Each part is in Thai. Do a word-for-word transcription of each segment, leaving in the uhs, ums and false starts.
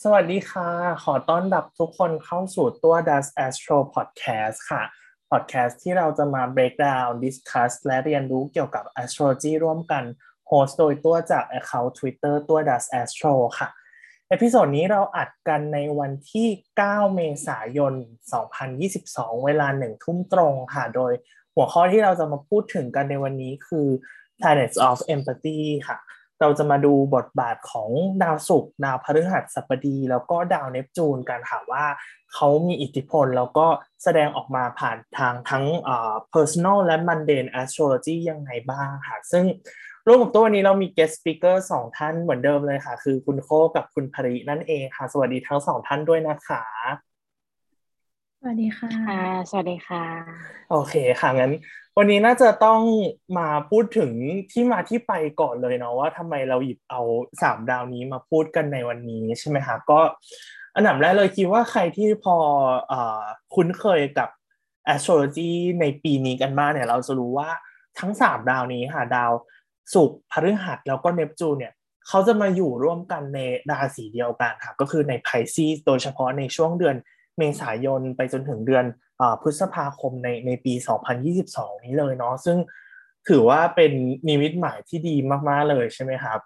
สวัสดีค่ะ ขอต้อนรับทุกคนเข้าสู่ตัว Dust Astro Podcast ค่ะ Podcast ที่เราจะมา break down discuss และเรียนรู้เกี่ยวกับ astrology ร่วมกันโฮสต์โดยตัวจาก Account Twitter ตัว Dust Astro ค่ะเอพิโซดนี้เราอัดกันในวันที่ เก้า เมษายน สองพันยี่สิบสอง เวลาหนึ่งทุ่มตรงค่ะ โดยหัวข้อที่เราจะมาพูดถึงกันในวันนี้คือ Planets of Empathy ค่ะ เราจะมาดูบทบาทของดาวศุกร์ดาวพฤหัสบดีแล้วก็ดาวเนปจูนกันค่ะว่าเขามีอิทธิพลแล้วก็แสดงออกมาผ่านทางทั้งเอ่อ personal และ mundane astrology ยังไงบ้างค่ะซึ่งร่วมกับตัววันนี้เรามี guest speaker สองท่านเหมือนเดิมเลยค่ะคือคุณโคกับคุณภรินั่นเองค่ะสวัสดีทั้งสองท่านด้วยนะคะสวัสดีค่ะค่ะสวัสดีค่ะโอเคค่ะงั้นวันนี้น่าจะต้องมาพูดถึงที่มาที่ไปก่อนเลยเนาะว่าทำไมเราหยิบเอาสามดาวนี้มาพูดกันในวันนี้ใช่ไหมคะก็อันดับแรกเลยคิดว่าใครที่พอเอ่อคุ้นเคยกับ astrology ในปีนี้กันบ้างเนี่ยเราจะรู้ว่าทั้งสามดาวนี้ค่ะดาวศุกร์พฤหัสแล้วก็เนปจูนเนี่ยเขาจะมาอยู่ร่วมกันในราศีเดียวกันค่ะก็คือใน Pisces โดยเฉพาะในช่วงเดือนเมษายนไปจนถึงเดือน พฤษภาคมในในปี สองพันยี่สิบสอง นี้เลยเนาะซึ่งถือว่าเป็นนิมิตหมายที่ดีมากๆเลยใช่ไหมครับ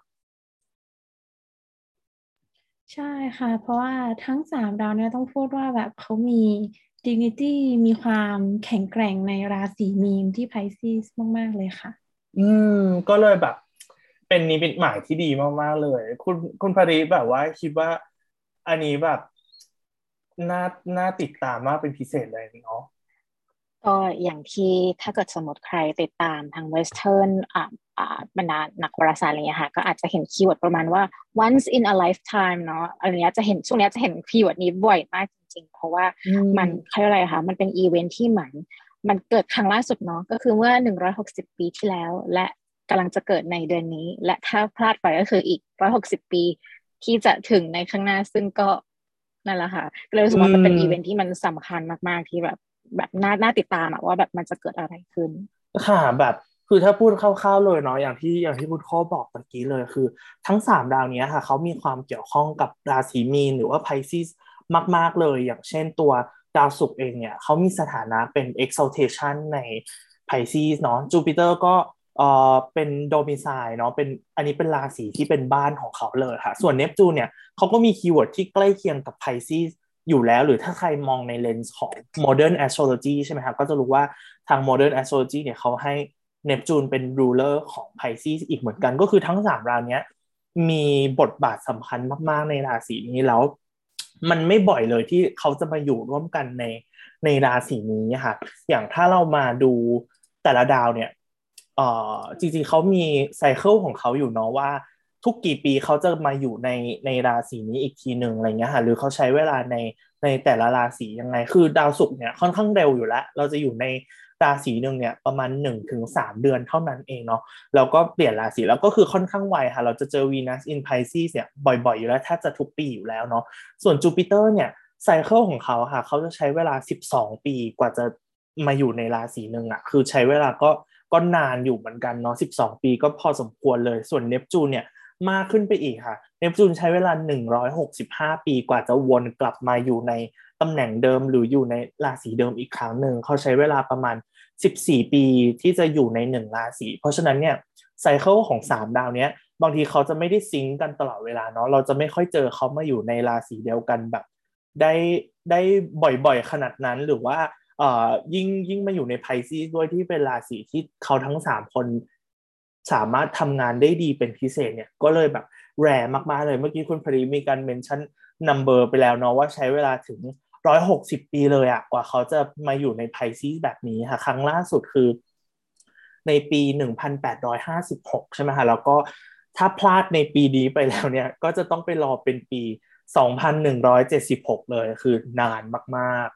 ใช่ค่ะเพราะว่าทั้งสามดาวเนี่ยต้องพูดว่าแบบเขามี dignity มีความแข็งแกร่งในราศีมีนที่ Pisces มากๆเลยค่ะอืมก็เลยแบบเป็นนิมิตหมายที่ดีมากๆเลยคุณคุณภริแบบว่าคิดว่าอันนี้แบบน่าน่าติดตามมากเป็นพิเศษเลยเนาะก็อย่างที่ถ้าเกิดสมมติใครติดตามทางเวสเทิร์นอ่าอ่าบรรดานักโหราศาสตร์อะไรเงี้ยค่ะก็อาจจะเห็นคีย์เวิร์ดประมาณว่า once in a lifetime เนาะอะไรเงี้ยจะเห็นช่วงเนี้ยจะเห็นคีย์เวิร์ดนี้บ่อยมากจริงๆเพราะว่าอืมันมเขาเรียกอะไรคะมันเป็นอีเวนท์ที่เหมือนมันเกิดครั้งล่าสุดเนาะก็คือเมื่อหนึ่งร้อยหกสิบปีที่แล้วและกำลังจะเกิดในเดือนนี้และถ้าพลาดไปก็คืออีกหนึ่งร้อยหกสิบปีที่จะถึงในข้างหน้าซึ่งก็นั่นแหละค่ะก็เลยรู้อืสึกว่ามันเป็นอีเวนท์มที่มันสำคัญมากๆที่แบบ แบบน่าน่าติดตามอะว่าแบบมันจะเกิดอะไรขึ้นค่ะแบบคือถ้าพูดคร่าวๆเลยเนาะอย่างที่อย่างที่คุณข้อบอกเมื่อกี้เลยคือทั้งสามดาวเนี้ยค่ะเขามีความเกี่ยวข้องกับราศีมีนหรือว่าไพซิสมากๆเลยอย่างเช่นตัวดาวศุกร์เองเนี่ยเขามีสถานะเป็น exaltation ในไพซิสเนาะจูปิเตอร์ก็เอ่อเป็นโดมิไซน์เนาะเป็นอันนี้เป็นราศีที่เป็นบ้านของเขาเลยค่ะส่วนเนปจูนเนี่ยเขาก็มีคีย์เวิร์ดที่ใกล้เคียงกับไพซิสอยู่แล้วหรือถ้าใครมองในเลนส์ของ modern astrology ใช่ไหมครับก็จะรู้ว่า ทาง Modern Astrology เนี่ยเขาให้เนปจูนเป็น ruler ของ Pisces อีกเหมือนกันก็คือทั้งสามราศีเนี้ยมีบทบาทสำคัญมากๆในราศีนี้แล้วมันไม่บ่อยเลยที่เขาจะมาอยู่ร่วมกันในในราศีนี้ค่ะอย่างถ้าเรามาดูแต่ละดาวเนี่ยเอ่อจริงๆเขามีไซเคิลของเขาอยู่เนาะว่าทุกกี่ปีเขาจะมาอยู่ในในราศีนี้อีกทีหนึ่งอะไรเงี้ยค่ะหรือเขาใช้เวลาในในแต่ละราศียังไงคือดาวศุกร์เนี่ยค่อนข้างเร็วอยู่แล้วเราจะอยู่ในราศีหนึ่งเนี่ยประมาณหนึ่งถึงสามเดือนเท่านั้นเองเนาะแล้วก็เปลี่ยนราศีแล้วก็คือค่อนข้างไวค่ะเราจะเจอ Venus in Pisces เนี่ยบ่อยๆอยู่แล้วแทบจะทุกปีอยู่แล้วเนาะส่วนจูปิเตอร์เนี่ยไซเคิลของเขาค่ะเขาจะใช้เวลาสิบสองปีกว่าจะมาอยู่ในราศีหนึ่งอ่ะคือใช้เวลาก็ก็นานอยู่เหมือนกันเนาะสิบสองปีก็พอสมควรเลยส่วนเนปจูนเนี่ยมากขึ้นไปอีกค่ะเนปจูนใช้เวลาหนึ่งร้อยหกสิบห้าปีกว่าจะวนกลับมาอยู่ในตำแหน่งเดิมหรืออยู่ในราศีเดิมอีกครั้งหนึ่งเขาใช้เวลาประมาณสิบสี่ปีที่จะอยู่ในหนึ่งราศีเพราะฉะนั้นเนี่ยไซเคิลของสามดาวเนี้ยบางทีเขาจะไม่ได้ซิงก์กันตลอดเวลาเนาะเราจะไม่ค่อยเจอเขามาอยู่ในราศีเดียวกันแบบได้ได้บ่อยๆขนาดนั้นหรือว่าเอ่อยิ่งยิ่งมาอยู่ในไพซีด้วยที่เป็นราศีที่เขาทั้งสามคนสามารถทำงานได้ดีเป็นพิเศษเนี่ยก็เลยแบบแรร์มากๆเลยเมื่อกี้คุณพรีมีการเมนชั่นนัมเบอร์ไปแล้วเนาะว่าใช้เวลาถึงร้อยหกสิบปีเลยอะกว่าเขาจะมาอยู่ในไพซีแบบนี้ค่ะครั้งล่าสุดคือในปีหนึ่งพันแปดร้อยห้าสิบหกใช่ไหมคะแล้วก็ถ้าพลาดในปีนี้ไปแล้วเนี่ยก็จะต้องไปรอเป็นปีสองพันหนึ่งร้อยเจ็ดสิบหกเลยคือนานมาก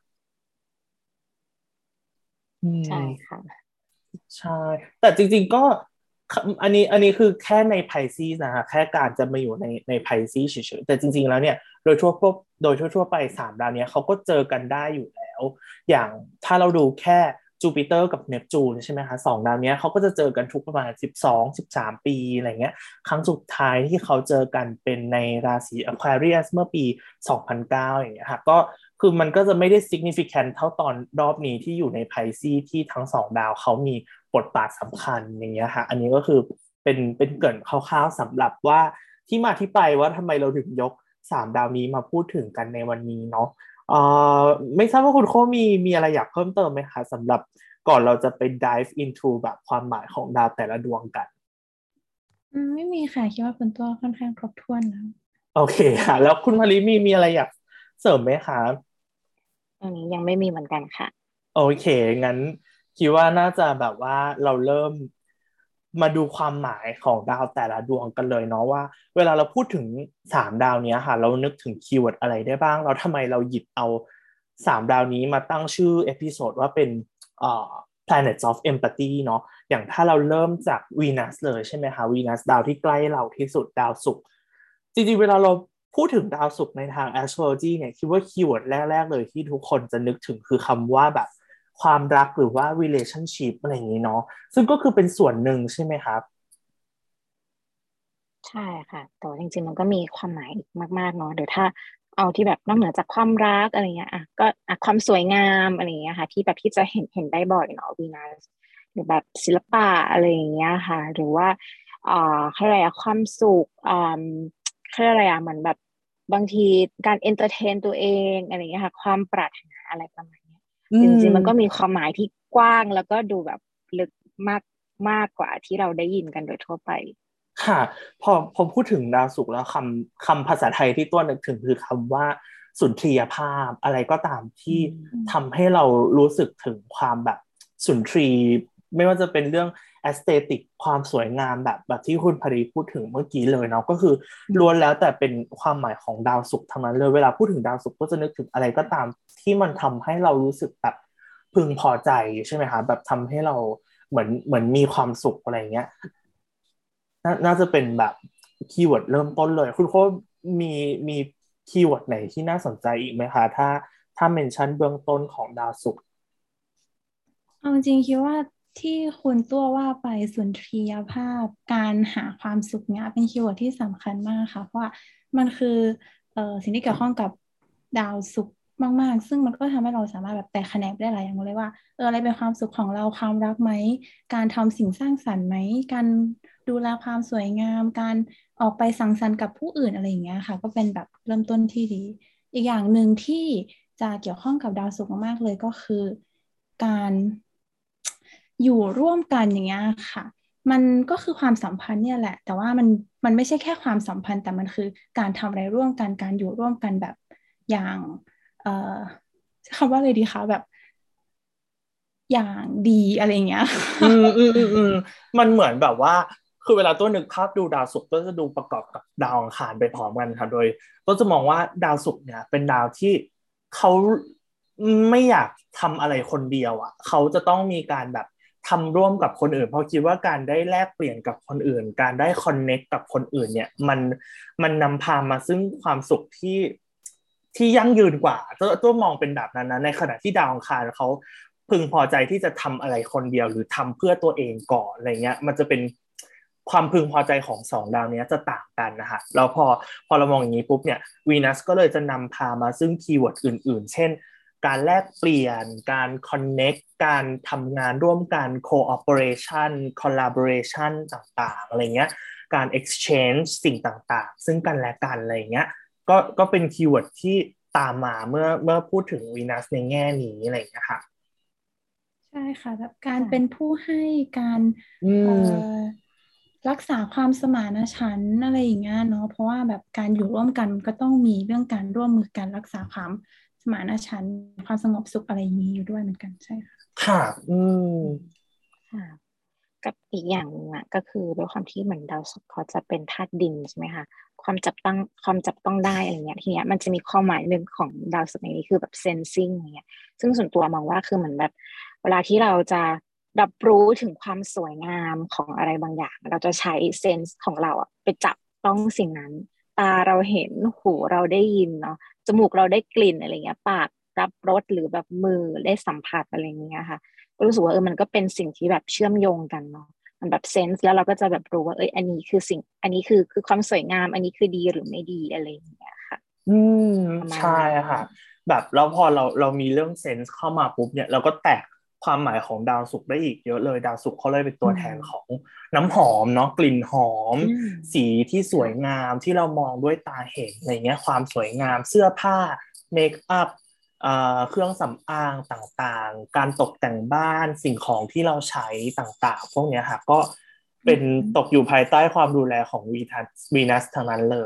ๆอืใช่มค่ะใช่แต่จริงๆก็อันนี้อันนี้คือแค่ในไพซีสนะฮะแค่การจะมาอยู่ในในไพซีสเฉยๆแต่จริงๆแล้วเนี่ยโดยทั่วโดยทั่วๆไปสามดาวเนี้ยเขาก็เจอกันได้อยู่แล้วอย่างถ้าเราดูแค่จูปิเตอร์กับเนปจูนใช่ไหมคะสองดาวเนี้ยเขาก็จะเจอกันทุกประมาณสิบสอง สิบสามปีอะไรเงี้ยครั้งสุดท้ายที่เขาเจอกันเป็นในราศี Aquarius เมื่อปีสองพันเก้าอย่างเงี้ยค่ะก็คือมันก็จะไม่ได้ significant เท่าตอนรอบนี้ที่อยู่ในไพซีที่ทั้งสองดาวเขามีบทบาทสำคัญอย่างเงี้ยค่ะอันนี้ก็คือเป็นเป็นเกริ่นคร่าวๆสำหรับว่าที่มาที่ไปว่าทำไมเราถึงยกสามดาวนี้มาพูดถึงกันในวันนี้เนาะเอ่อไม่ทราบว่าคุณโคมีมีอะไรอยากเพิ่มเติมไหมคะสำหรับก่อนเราจะไป dive into แบบความหมายของดาวแต่ละดวงกันอืมไม่มีค่ะคิดว่าเป็นตัวค่อนข้างครบถ้วนแล้วโอเคค่ะแล้วคุณมาริมีมีอะไรอยากเสริมไหมคะอันนี้ยังไม่มีเหมือนกันค่ะโอเคงั้นคิดว่าน่าจะแบบว่าเราเริ่มมาดูความหมายของดาวแต่ละดวงกันเลยเนาะว่าเวลาเราพูดถึงสามดาวเนี้ยค่ะเรานึกถึงคีย์เวิร์ดอะไรได้บ้างแล้วทำไมเราหยิบเอาสามดาวนี้มาตั้งชื่อเอพิโซดว่าเป็นเอ่อ Planets of Empathy เนาะอย่างถ้าเราเริ่มจากวีนัสเลยใช่ไหมคะวีนัสดาวที่ใกล้เราที่สุดดาวศุกร์จริงๆเวลาเราพูดถึงดาวศุกร์ในทาง astrology เนี่ยคิดว่าคีย์เวิร์ดแรกๆเลยที่ทุกคนจะนึกถึงคือคำว่าแบบความรักหรือว่า relationship อะไรอย่างนี้เนาะซึ่งก็คือเป็นส่วนหนึ่งใช่ไหมครับใช่ค่ะแต่ว่าจริงๆมันก็มีความหมายอีกมากๆเนาะเดี๋ยวถ้าเอาที่แบบนอกเหนือจากความรักอะไรเงี้ยอ่ะก็อ่ะความสวยงามอะไรเงี้ยค่ะที่แบบที่จะเห็นเห็นได้บ่อยเนาะวีนัสหรือแบบศิลปะอะไรอย่างเงี้ยค่ะหรือว่าอ่าเขาเรียกอะไรอะความสุขอ่าเขาเรียกอะไรอะเหมือนแบบบางทีการเอนเตอร์เทนตัวเองอะไรเงี้ยค่ะความปรารถนาอะไรประมาณเนี้ยอืจริงๆมันก็มีมความหมายที่กว้างแล้วก็ดูแบบลึกมากมากกว่าที่เราได้ยินกันโดยทั่วไปค่ะพอพอพูดถึงดาวศุกร์แล้วคำคำภาษาไทยที่ตัวนึกถึงคือคำว่าสุนทรียภาพอะไรก็ตามอืที่มทำให้เรารู้สึกถึงความแบบสุนทรีย์ไม่ว่าจะเป็นเรื่องแอสเตติกความสวยงามแบบแบบที่คุณพารีพูดถึงเมื่อกี้เลยเนาะก็คืออืมล้วนแล้วแต่เป็นความหมายของดาวศุกร์ทั้งนั้นเลยเวลาพูดถึงดาวศุกร์ก็จะนึกถึงอะไรก็ตามที่มันทำให้เรารู้สึกแบบพึงพอใจใช่ไหมคะแบบทำให้เราเหมือนเหมือนมีความสุขอะไรเงี้ย น่าน่าจะเป็นแบบคีย์เวิร์ดเริ่มต้นเลยคุณโค้ชมีมีคีย์เวิร์ดไหนที่น่าสนใจอีกไหมคะถ้าถ้าเมนชั่นเบื้องต้นของดาวศุกร์เอาจริงๆคิดว่าที่คุณตัวว่าไปสุนทรียภาพการหาความสุขเนี่ยเป็นคีย์เวิร์ดที่สำคัญมากค่ะเพราะว่ามันคือเอ่อสิ่งที่เกี่ยวข้องกับดาวศุกร์มากๆซึ่งมันก็ทำให้เราสามารถแบบแตกแขนงได้หลายอย่างเลยว่าเอออะไรเป็นความสุขของเราความรักไหมการทำสิ่งสร้างสรรค์ไหมการดูแลความสวยงามการออกไปสังสรรค์กับผู้อื่นอะไรอย่างเงี้ยค่ะก็เป็นแบบเริ่มต้นที่ดี อีกอย่างหนึ่งที่จะเกี่ยวข้องกับดาวศุกร์มากๆเลยก็คือการอยู่ร่วมกันอย่างเงี้ยค่ะมันก็คือความสัมพันธ์เนี่ยแหละแต่ว่ามันมันไม่ใช่แค่ความสัมพันธ์แต่มันคือการทำอะไรร่วมกันการอยู่ร่วมกันแบบอย่างเอ่อคำว่าอะไรดีคะแบบอย่างดีอะไรอย่างเงี้ยอืมอืมอืมอืมมันเหมือนแบบว่าคือเวลาตัวนึกภาพดูดาวศุกร์ก็จะดูประกอบกับดาวอังคารไปพร้อมกันค่ะโดยก็จะมองว่าดาวศุกร์เนี่ยเป็นดาวที่เขาไม่อยากทำอะไรคนเดียวอ่ะเขาจะต้องมีการแบบทำร่วมกับคนอื่นเพราะคิดว่าการได้แลกเปลี่ยนกับคนอื่นการได้คอนเน็กกับคนอื่นเนี่ยมันมันนำพามาซึ่งความสุขที่ที่ยั่งยืนกว่าตัวตัวมองเป็นแบบนั้นนะในขณะที่ดาวอังคารเขาพึงพอใจที่จะทำอะไรคนเดียวหรือทำเพื่อตัวเองก่อนอะไรเงี้ยมันจะเป็นความพึงพอใจของสองดาวนี้จะต่างกันนะคะแล้วพอพอเรามองอย่างนี้ปุ๊บเนี่ยวีนัสก็เลยจะนำพามาซึ่งคีย์เวิร์ดอื่นๆเช่นการแลกเปลี่ยนการคอนเน็กการทำงานร่วมกัน cooperation collaboration ต่างๆอะไรเงี้ยการ exchange สิ่งต่างๆซึ่งกันและกันอะไรเงี้ยก็ก็เป็นคีย์เวิร์ดที่ตามมาเมื่อเมื่อพูดถึงวีนัสในแง่นี้อะไรอย่างเงี้ยค่ะใช่ค่ะแบบการเป็นค่ะผู้ให้การอืเอ่อมรักษาความสมานฉันท์อะไรอย่างเงี้ยเนาะเพราะว่าแบบการอยู่ร่วมกันก็ต้องมีเรื่องการร่วมมือกันรักษาความสมานฉันท์ความสงบสุขอะไรอย่างนี้อยู่ด้วยเหมือนกันใช่ค่ะค่ะอืมค่ะกับอีกอย่างหนึ่งอ่ะก็คือด้วยความที่เหมือนดาวศุกร์เขาจะเป็นธาตุดินใช่ไหมคะความจับตั้งความจับต้องได้อะไรเงี้ยทีเนี้ยมันจะมีความหมายหนึ่งของดาวศุกร์ในนี้คือแบบ sensing อย่างเงี้ยซึ่งส่วนตัวมองว่าคือเหมือนแบบเวลาที่เราจะรับรู้ถึงความสวยงามของอะไรบางอย่างเราจะใช้เซนส์ของเราอ่ะไปจับต้องสิ่งนั้นตาเราเห็นหูเราได้ยินเนาะจมูกเราได้กลิ่นอะไรเงี้ยปากรับรสหรือแบบมือได้สัมผัสอะไรเงี้ยค่ะก็รู้สึกว่าเออมันก็เป็นสิ่งที่แบบเชื่อมโยงกันเนาะมันแบบเซนส์แล้วเราก็จะแบบรู้ว่าเอ้ยอันนี้คือสิ่งอันนี้คือคือความสวยงามอันนี้คือดีหรือไม่ดีอะไรอย่างเงี้ยค่ะอืมประมาณใช่นั้นค่ะแบบแล้วพอเราเรามีเรื่องเซนส์เข้ามาปุ๊บเนี่ยเราก็แตกความหมายของดาวศุกร์ได้อีกเยอะเลยดาวศุกร์เขาเลยเป็นตัอืวแทนขอมงน้ำหอมเนาะกลิ่นหอมอืมสีที่สวยค่ะงามที่เรามองด้วยตาเห็นอะไรเงี้ยความสวยงามเสื้อผ้าเมคอัพเอ่อเครื่องสำอางต่างๆการตกแต่งบ้านสิ่งของที่เราใช้ต่างๆพวกเนี้ยค่ะก็เป็นตกอยู่ภายใต้ความดูแลของวีนัสวีนัสทั้งนั้นเลย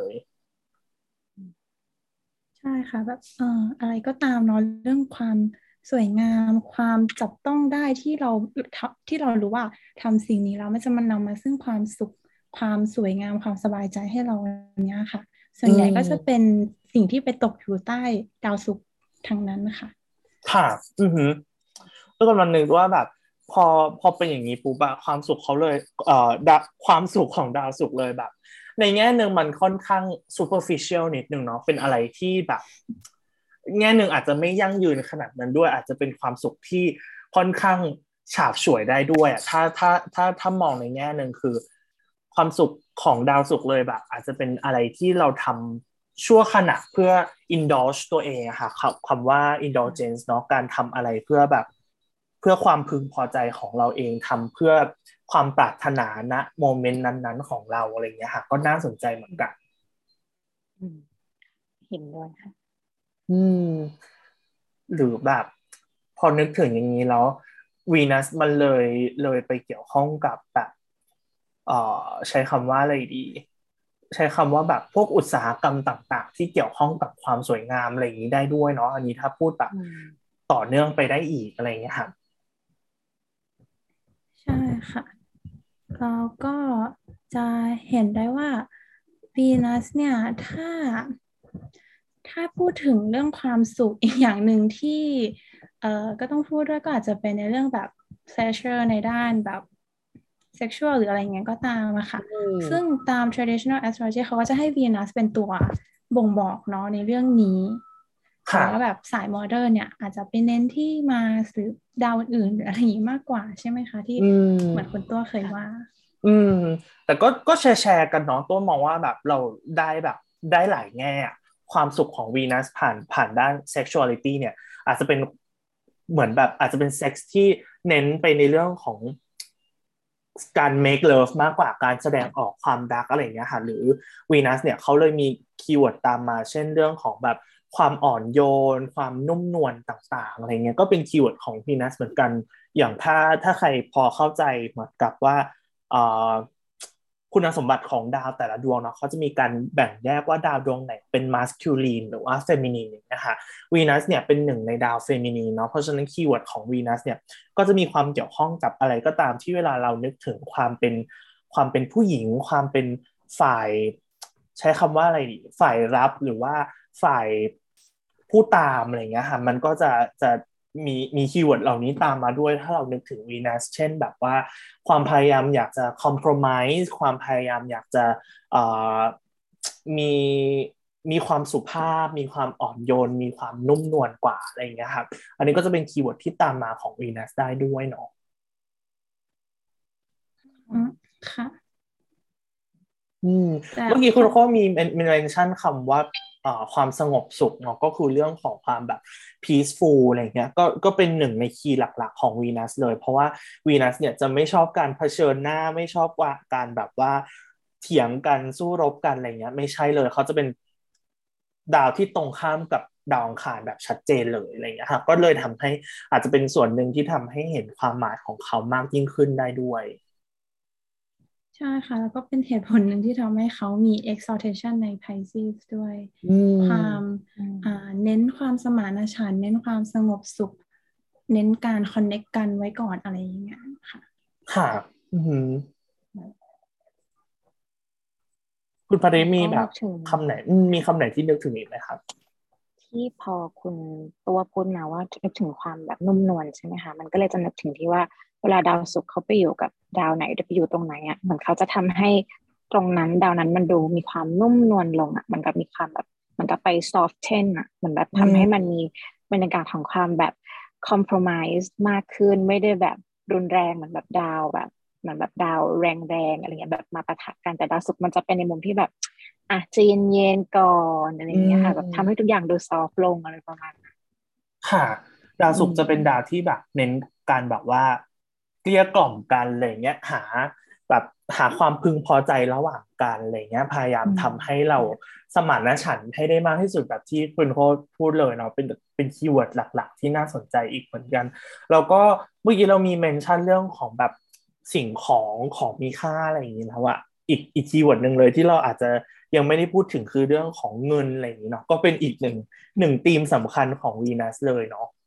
ใช่ค่ะแบบเอ่ออะไรก็ตามเนาะเรื่องความสวยงามความจับต้องได้ที่เราทำที่เรารู้ว่าทำสิ่งนี้แล้วมันจะมันนำมาซึ่งความสุขความสวยงามความสบายใจให้เราเนี้ยค่ะส่อืวนใหญ่ก็จะเป็มนสิ่งที่ไปตกอยู่ใต้ดาวศุกร์ทั้งนั้นค่ะค่ะอือหือก็กำลังนึกว่าแบบพอพอเป็นอย่างนี้ปุ๊บอะความสุขเขาเลยเอ่อดาความสุขของดาวศุกร์เลยแบบในแง่หนึ่งมันค่อนข้าง superficial นิดนึงเนาะเป็นอะไรที่แบบแง่หนึ่งอาจจะไม่ยั่งยืนขนาดนั้นด้วยอาจจะเป็นความสุขที่ค่อนข้างฉาบฉวยได้ด้วยอะถ้าถ้าถ้าถ้ามองในแง่หนึ่งคือความสุขของดาวศุกร์เลยแบบอาจจะเป็นอะไรที่เราทำชั่วขณะเพื่อ indulge ตัวเองอะค่ะคำคำว่า indulgence เนาะการทำอะไรเพื่อแบบเพื่อความพึงพอใจของเราเองทำเพื่อความปรารถนาณโมเมนต์นั้นๆของเราอะไรอย่างเงี้ยค่ะก็น่าสนใจเหมือนกันอืมเห็นด้วยค่ะอืมหรือแบบพอนึกถึงอย่างนี้แล้ววีนัสมันเลยเลยไปเกี่ยวข้องกับแบบเอ่อใช้คำว่าอะไรดีใช้คำว่าแบบพวกอุตสาหกรรมต่างๆที่เกี่ยวข้องกับความสวยงามอะไรอย่างนี้ได้ด้วยเนาะอันนี้ถ้าพูดแบบอืมต่อเนื่องไปได้อีกอะไรอย่างเงี้ยครับใช่ค่ะแล้วก็จะเห็นได้ว่าวีนัสเนี่ยถ้าถ้าพูดถึงเรื่องความสุขอีกอย่างหนึ่งที่เอ่อก็ต้องพูดด้วยก็อาจจะเป็นในเรื่องแบบ pleasure ในด้านแบบ sexual หรืออะไรเงี้ยก็ตามอะค่ะอืมซึ่งตาม traditional astrology เขาก็จะให้ Venus เป็นตัวบ่งบอกเนาะในเรื่องนี้แต่ค่ะว่าแบบสายโมเดิร์นเนี่ยอาจจะไปเน้นที่มาหรือดาวอื่นหรืออะไรอย่างนี้มากกว่าใช่ไหมคะที่อืเหมือนคุณมตัวเคยว่าค่ะอืมแต่ก็ก็แชร์แชร์กันเนาะต้นมองว่าแบบเราได้แบบได้หลายแง่อะความสุขของวีนัสผ่านผ่านด้าน sexuality เนี่ยอาจจะเป็นเหมือนแบบอาจจะเป็นเซ็กส์ที่เน้นไปในเรื่องของการ make love มากกว่าการแสดงออกความรักอะไรอย่างเงี้ยค่ะหรือวีนัสเนี่ยเขาเลยมีคีย์เวิร์ดตามมาเช่นเรื่องของแบบความอ่อนโยนความนุ่มนวลต่างๆอะไรเงี้ยก็เป็นคีย์เวิร์ดของวีนัสเหมือนกันอย่างถ้าถ้าใครพอเข้าใจเหมือนกับว่า เอ่อคุณสมบัติของดาวแต่ละดวงเนาะเขาจะมีการแบ่งแยกว่าดาวดวงไหนเป็นมาสคิลีนหรือว่าเฟมินีนนะคะวีนัสเนี่ยเป็นหนึ่งในดาวเฟมินีนเนาะเพราะฉะนั้นคีย์เวิร์ดของวีนัสเนี่ยก็จะมีความเกี่ยวข้องกับอะไรก็ตามที่เวลาเรานึกถึงความเป็นความเป็นผู้หญิงความเป็นฝ่ายใช้คำว่าอะไรดีฝ่ายรับหรือว่าฝ่ายผู้ตามอะไรเงี้ยค่ะมันก็จะจะมีมีคีย์เวิร์ดเหล่านี้ตามมาด้วยถ้าเรานึกถึงวีนัสเช่นแบบว่าความพยายามอยากจะคอม p r o m i s e ความพยายามอยากจะเอ่อมีมีความสุภาพมีความอ่อนโยนมีความนุ่มนวลกว่าอะไรอย่างเงี้ยครับอันนี้ก็จะเป็นคีย์เวิร์ดที่ตามมาของวีนัสได้ด้วยเนาะอืมค่ะอืมแต่เมื่อกี้คุณค่ะก็มีเมนชั่นคำว่าเอ่อความสงบสุขเนาะก็คือเรื่องของความแบบ peaceful อะไรเงี้ยก็ก็เป็นหนึ่งในคีย์หลักๆของวีนัสเลยเพราะว่าวีนัสเนี่ยจะไม่ชอบการเผชิญหน้าไม่ชอบว่าการแบบว่าเถียงกันสู้รบกันอะไรเงี้ยไม่ใช่เลยเขาจะเป็นดาวที่ตรงข้ามกับดาวอังคารแบบชัดเจนเลยอะไรเงี้ยครับก็เลยทำให้อาจจะเป็นส่วนหนึ่งที่ทำให้เห็นความหมายของเขามากยิ่งขึ้นได้ด้วยใช่ค่ะแล้วก็เป็นเหตุผลหนึ่งที่ทำให้เขามี exaltation ใน Pisces ด้วยอืความมอืมอ่าเน้นความสมานฉันท์เน้นความสงบสุขเน้นการ connect กันไว้ก่อนอะไรอย่างเงี้ยค่ะค่ะอืม คุณปาริแล้วก็มีแบบนึกถึงคำไหนอืมมีคำไหนที่นึกถึงอีกไหมครับที่พอคุณตัวพูดมาว่านึกถึงความแบบนุ่มนวลใช่ไหมคะมันก็เลยจะนึกถึงที่ว่าเวลาดาวศุกร์เขาไปอยู่กับดาวไหนหรือไปอยู่ตรงไหนอ่ะเหมือนเขาจะทำให้ตรงนั้นดาวนั้นมันดูมีความนุ่มนวลลงอ่ะเหมือนกับมีความแบบเหมือนกับไป soften อ่ะเหมือนแบบอืทำให้มันมมีบรรยากาศของความแบบคอม promise มากขึ้นไม่ได้แบบรุนแรงเหมือนแบบดาวแบบเหมือนแบบดาวแรงๆอะไรเงี้ยแบบมาปะทะกันแต่ดาวศุกร์มันจะเป็นในมุมที่แบบอ่ะใจเย็นๆก่อนอะไรอืเงี้ยค่ะแบบทำให้มทุกอย่างดูซอฟต์ลงอะไรประมาณนั้นค่ะดาวอืศุกร์จะเป็นดาวมที่แบบเน้นการแบบว่าเกลี้ยกล่อมกันอะไรเงี้ยหาแบบหาความพึงพอใจระหว่างกันอะไรเงี้ยพยายามอืมทำให้เราสมานฉันท์ให้ได้มากที่สุดแบบที่คุณโค้ชพูดเลยเนาะเป็นเป็นคีย์เวิร์ดหลักๆที่น่าสนใจอีกเหมือนกันแล้วก็เมื่อกี้เรามีเมนชั่นเรื่องของแบบสิ่งของของมีค่าอะไรอย่างนี้แล้วอะอีกอีกคีย์เวิร์ดหนึ่งเลยที่เราอาจจะยังไม่ได้พูดถึงคือเรื่องของเงินอะไรอย่างนี้เนาะก็เป็นอีกหนึ่ง หนึ่งธีมสำคัญของวีนัสเลยเนาะ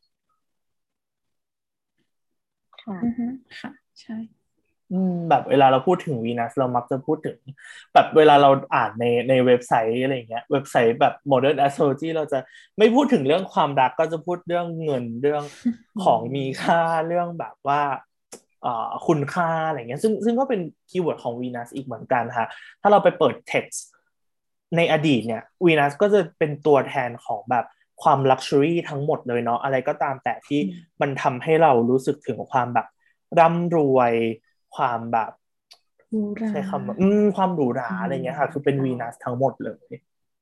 ค่ะอือฮึค่ะใช่อืมแบบเวลาเราพูดถึงวีนัสเรามักจะพูดถึงแบบเวลาเราอ่านในในเว็บไซต์อะไรเงี้ยเว็บไซต์แบบ Modern Astrology เราจะไม่พูดถึงเรื่องความรักก็จะพูดเรื่องเงินเรื่องของมีค่าเรื่องแบบว่าเอ่อคุณค่าอะไรเงี้ยซึ่งซึ่งก็เป็นคีย์เวิร์ดของวีนัสอีกเหมือนกันค่ะถ้าเราไปเปิด text ในอดีตเนี่ยวีนัสก็จะเป็นตัวแทนของแบบความลักชัวรี่ทั้งหมดเลยเนาะอะไรก็ตามแต่ที่อืมมันทำให้เรารู้สึกถึงความแบบร่ำรวยความแบบหรูหราใช้คำว่าอืมความหรูหราอือะไรเงี้ยค่ะคือมเป็นวีนัสค่ะทั้งหมดเลย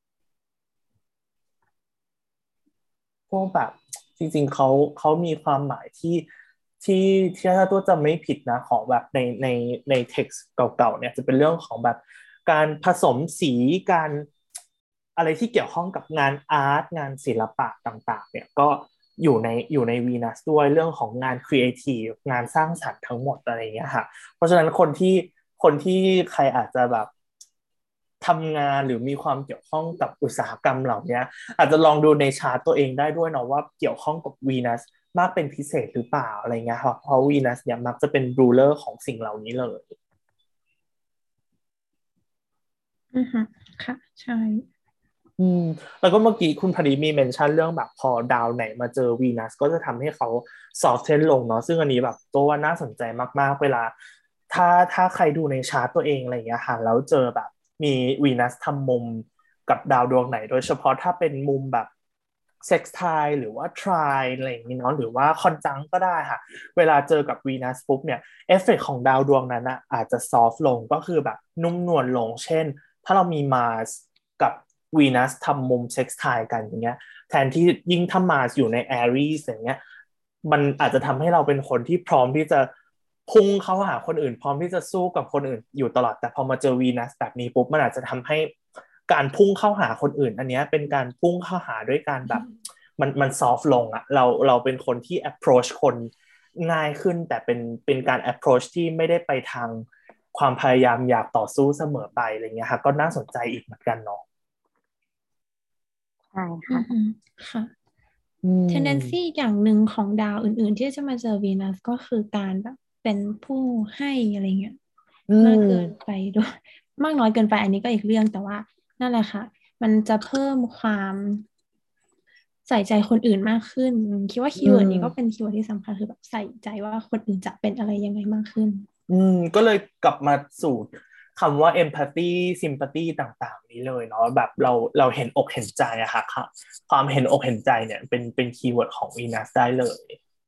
พวกแบบจริงๆเขาเขามีความหมายที่ที่ที่ถ้าตัวจำไม่ผิดนะของแบบในในในเท็กซ์เก่าๆเนี่ยจะเป็นเรื่องของแบบการผสมสีการอะไรที่เกี่ยวข้องกับงานอาร์ตงานศิลปะต่างๆเนี่ยก็อยู่ในอยู่ในวีนัสด้วยเรื่องของงานครีเอทีฟงานสร้างสรรค์ทั้งหมดอะไรอย่างเงี้ยค่ะเพราะฉะนั้นคนที่คนที่ใครอาจจะแบบทำงานหรือมีความเกี่ยวข้องกับอุตสาหกรรมเหล่านี้อาจจะลองดูในชาร์ตตัวเองได้ด้วยเนาะว่าเกี่ยวข้องกับวีนัสมากเป็นพิเศษหรือเปล่าอะไรเงี้ยค่ะเพราะวีนัสเนี่ยมักจะเป็นรูเลอร์ของสิ่งเหล่านี้เลยอือฮึค่ะใช่อืมแล้วก็เมื่อกี้คุณพอดีมีเมนชั่นเรื่องแบบพอดาวไหนมาเจอวีนัสก็จะทำให้เขาซอฟเทนลงเนาะซึ่งอันนี้แบบตัวว่าน่าสนใจมากๆเวลาถ้าถ้าใครดูในชาร์ตตัวเองอะไรอย่างเงี้ยค่ะแล้วเจอแบบมีวีนัสทำมุมกับดาวดวงไหนโดยเฉพาะถ้าเป็นมุมแบบเซ็กซ์ไทหรือว่าทรอะไรอย่างนี้เนาะหรือว่าคอนจังก็ได้ค่ะเวลาเจอกับวีนัสปุ๊บเนี่ยเอฟเฟกต์ของดาวดวงนั้นอะอาจจะซอฟลงก็คือแบบนุ่มนวลลงเช่น ถ้าเรามีมาร์สกับวีนัสทำมุมเซ็กซ์ไทม์กันอย่างเงี้ยแทนที่ยิ่งถ้ามาร์สอยู่ในแอรีสอย่างเงี้ยมันอาจจะทำให้เราเป็นคนที่พร้อมที่จะพุ่งเข้าหาคนอื่นพร้อมที่จะสู้กับคนอื่นอยู่ตลอดแต่พอมาเจอวีนัสแบบนี้ปุ๊บมันอาจจะทำให้การพุ่งเข้าหาคนอื่นอันเนี้ยเป็นการพุ่งเข้าหาด้วยการแบบมันมันซอฟลงอะเราเราเป็นคนที่ approach คนง่ายขึ้นแต่เป็นเป็นการ approach ที่ไม่ได้ไปทาง ความพยายามอยากต่อสู้เสมอไปอะไรเงี้ยค่ะก็น่าสนใจอีกเหมือนกันเนาะใช่ค่ะอือฮึค่ะอืม tendency อย่างหนึ่งของดาวอื่นๆที่จะมาเจอวีนัสก็คือการแบบเป็นผู้ให้อะไรเงี้ยอืมากเกินมไปด้วยมากน้อยเกินไปอันนี้ก็อีกเรื่องแต่ว่านั่นแหละค่ะมันจะเพิ่มความใส่ใจคนอื่นมากขึ้นคิดว่าคีอืย์เวิร์ดนี้ก็เป็นมคีย์เวิร์ดที่สำคัญคือแบบใส่ใจว่าคนอื่นจะเป็นอะไรยังไงมากขึ้นอืมก็เลยกลับมาสู่คำว่า empathy sympathy ต่างๆนี้เลยเนาะแบบเราเราเห็นอกเห็นใจอะค่ะค่ะความเห็นอกเห็นใจเนี่ยเป็นเป็นคีย์เวิร์ดของวีนัสได้เลย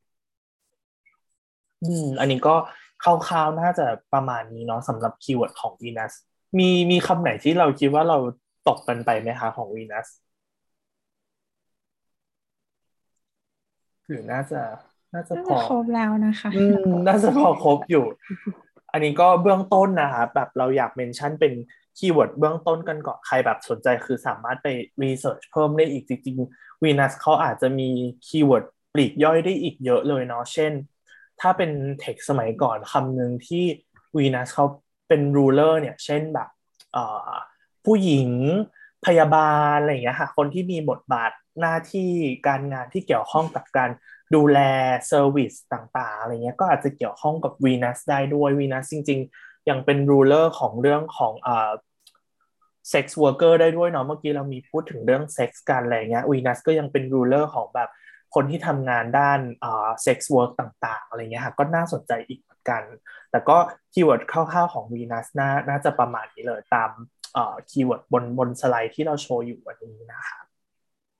อืมอันนี้ก็คร่าวๆน่าจะประมาณนี้เนาะสำหรับคีย์เวิร์ดของวีนัสมีมีคำไหนที่เราคิดว่าเราตกกันไปไหมคะของวีนัส หรือน่าจะน่าจะน่าพอจะครบแล้วนะคะอืมน่าจะพอครบอยู่ อันนี้ก็เบื้องต้นนะคะแบบเราอยากเมนชั่นเป็นคีย์เวิร์ดเบื้องต้นกันก่อนใครแบบสนใจคือสามารถไปรีเสิร์ชเพิ่มได้อีกจริงๆวีนัสเขาอาจจะมีคีย์เวิร์ดปลีกย่อยได้อีกเยอะเลยเนาะเช่นถ้าเป็นเทคสมัยก่อนคำหนึ่งที่วีนัสเขาเป็นรูเลอร์เนี่ยเช่นแบบเอ่อผู้หญิงพยาบาลอะไรอย่างเงี้ยค่ะคนที่มีบทบาทหน้าที่การงานที่เกี่ยวข้องกับการ ดูแลเซอร์วิสต่างๆอะไรเงี้ยก็อาจจะเกี่ยวข้องกับวีนัสได้ด้วยวีนัสจริงๆยังเป็นรูเลอร์ของเรื่องของอ่าเซ็กซ์วอร์เกอร์ได้ด้วยเนาะเมื่อกี้เรามีพูดถึงเรื่องเซ็กซ์กันอะไรเงี้ยวีนัสก็ยังเป็นรูเลอร์ของแบบคนที่ทำงานด้านอ่าเซ็กซ์เวิร์กต่างๆอะไรเงี้ยค่ะก็น่าสนใจอีกเหมือนกันแต่ก็คีย์เวิร์ดคร่าวๆของวีนัสน่าน่าจะประมาณนี้เลยตามเอ่อคีย์เวิร์ดบนบนสไลด์ที่เราโชว์อยู่วันนี้นะคะอื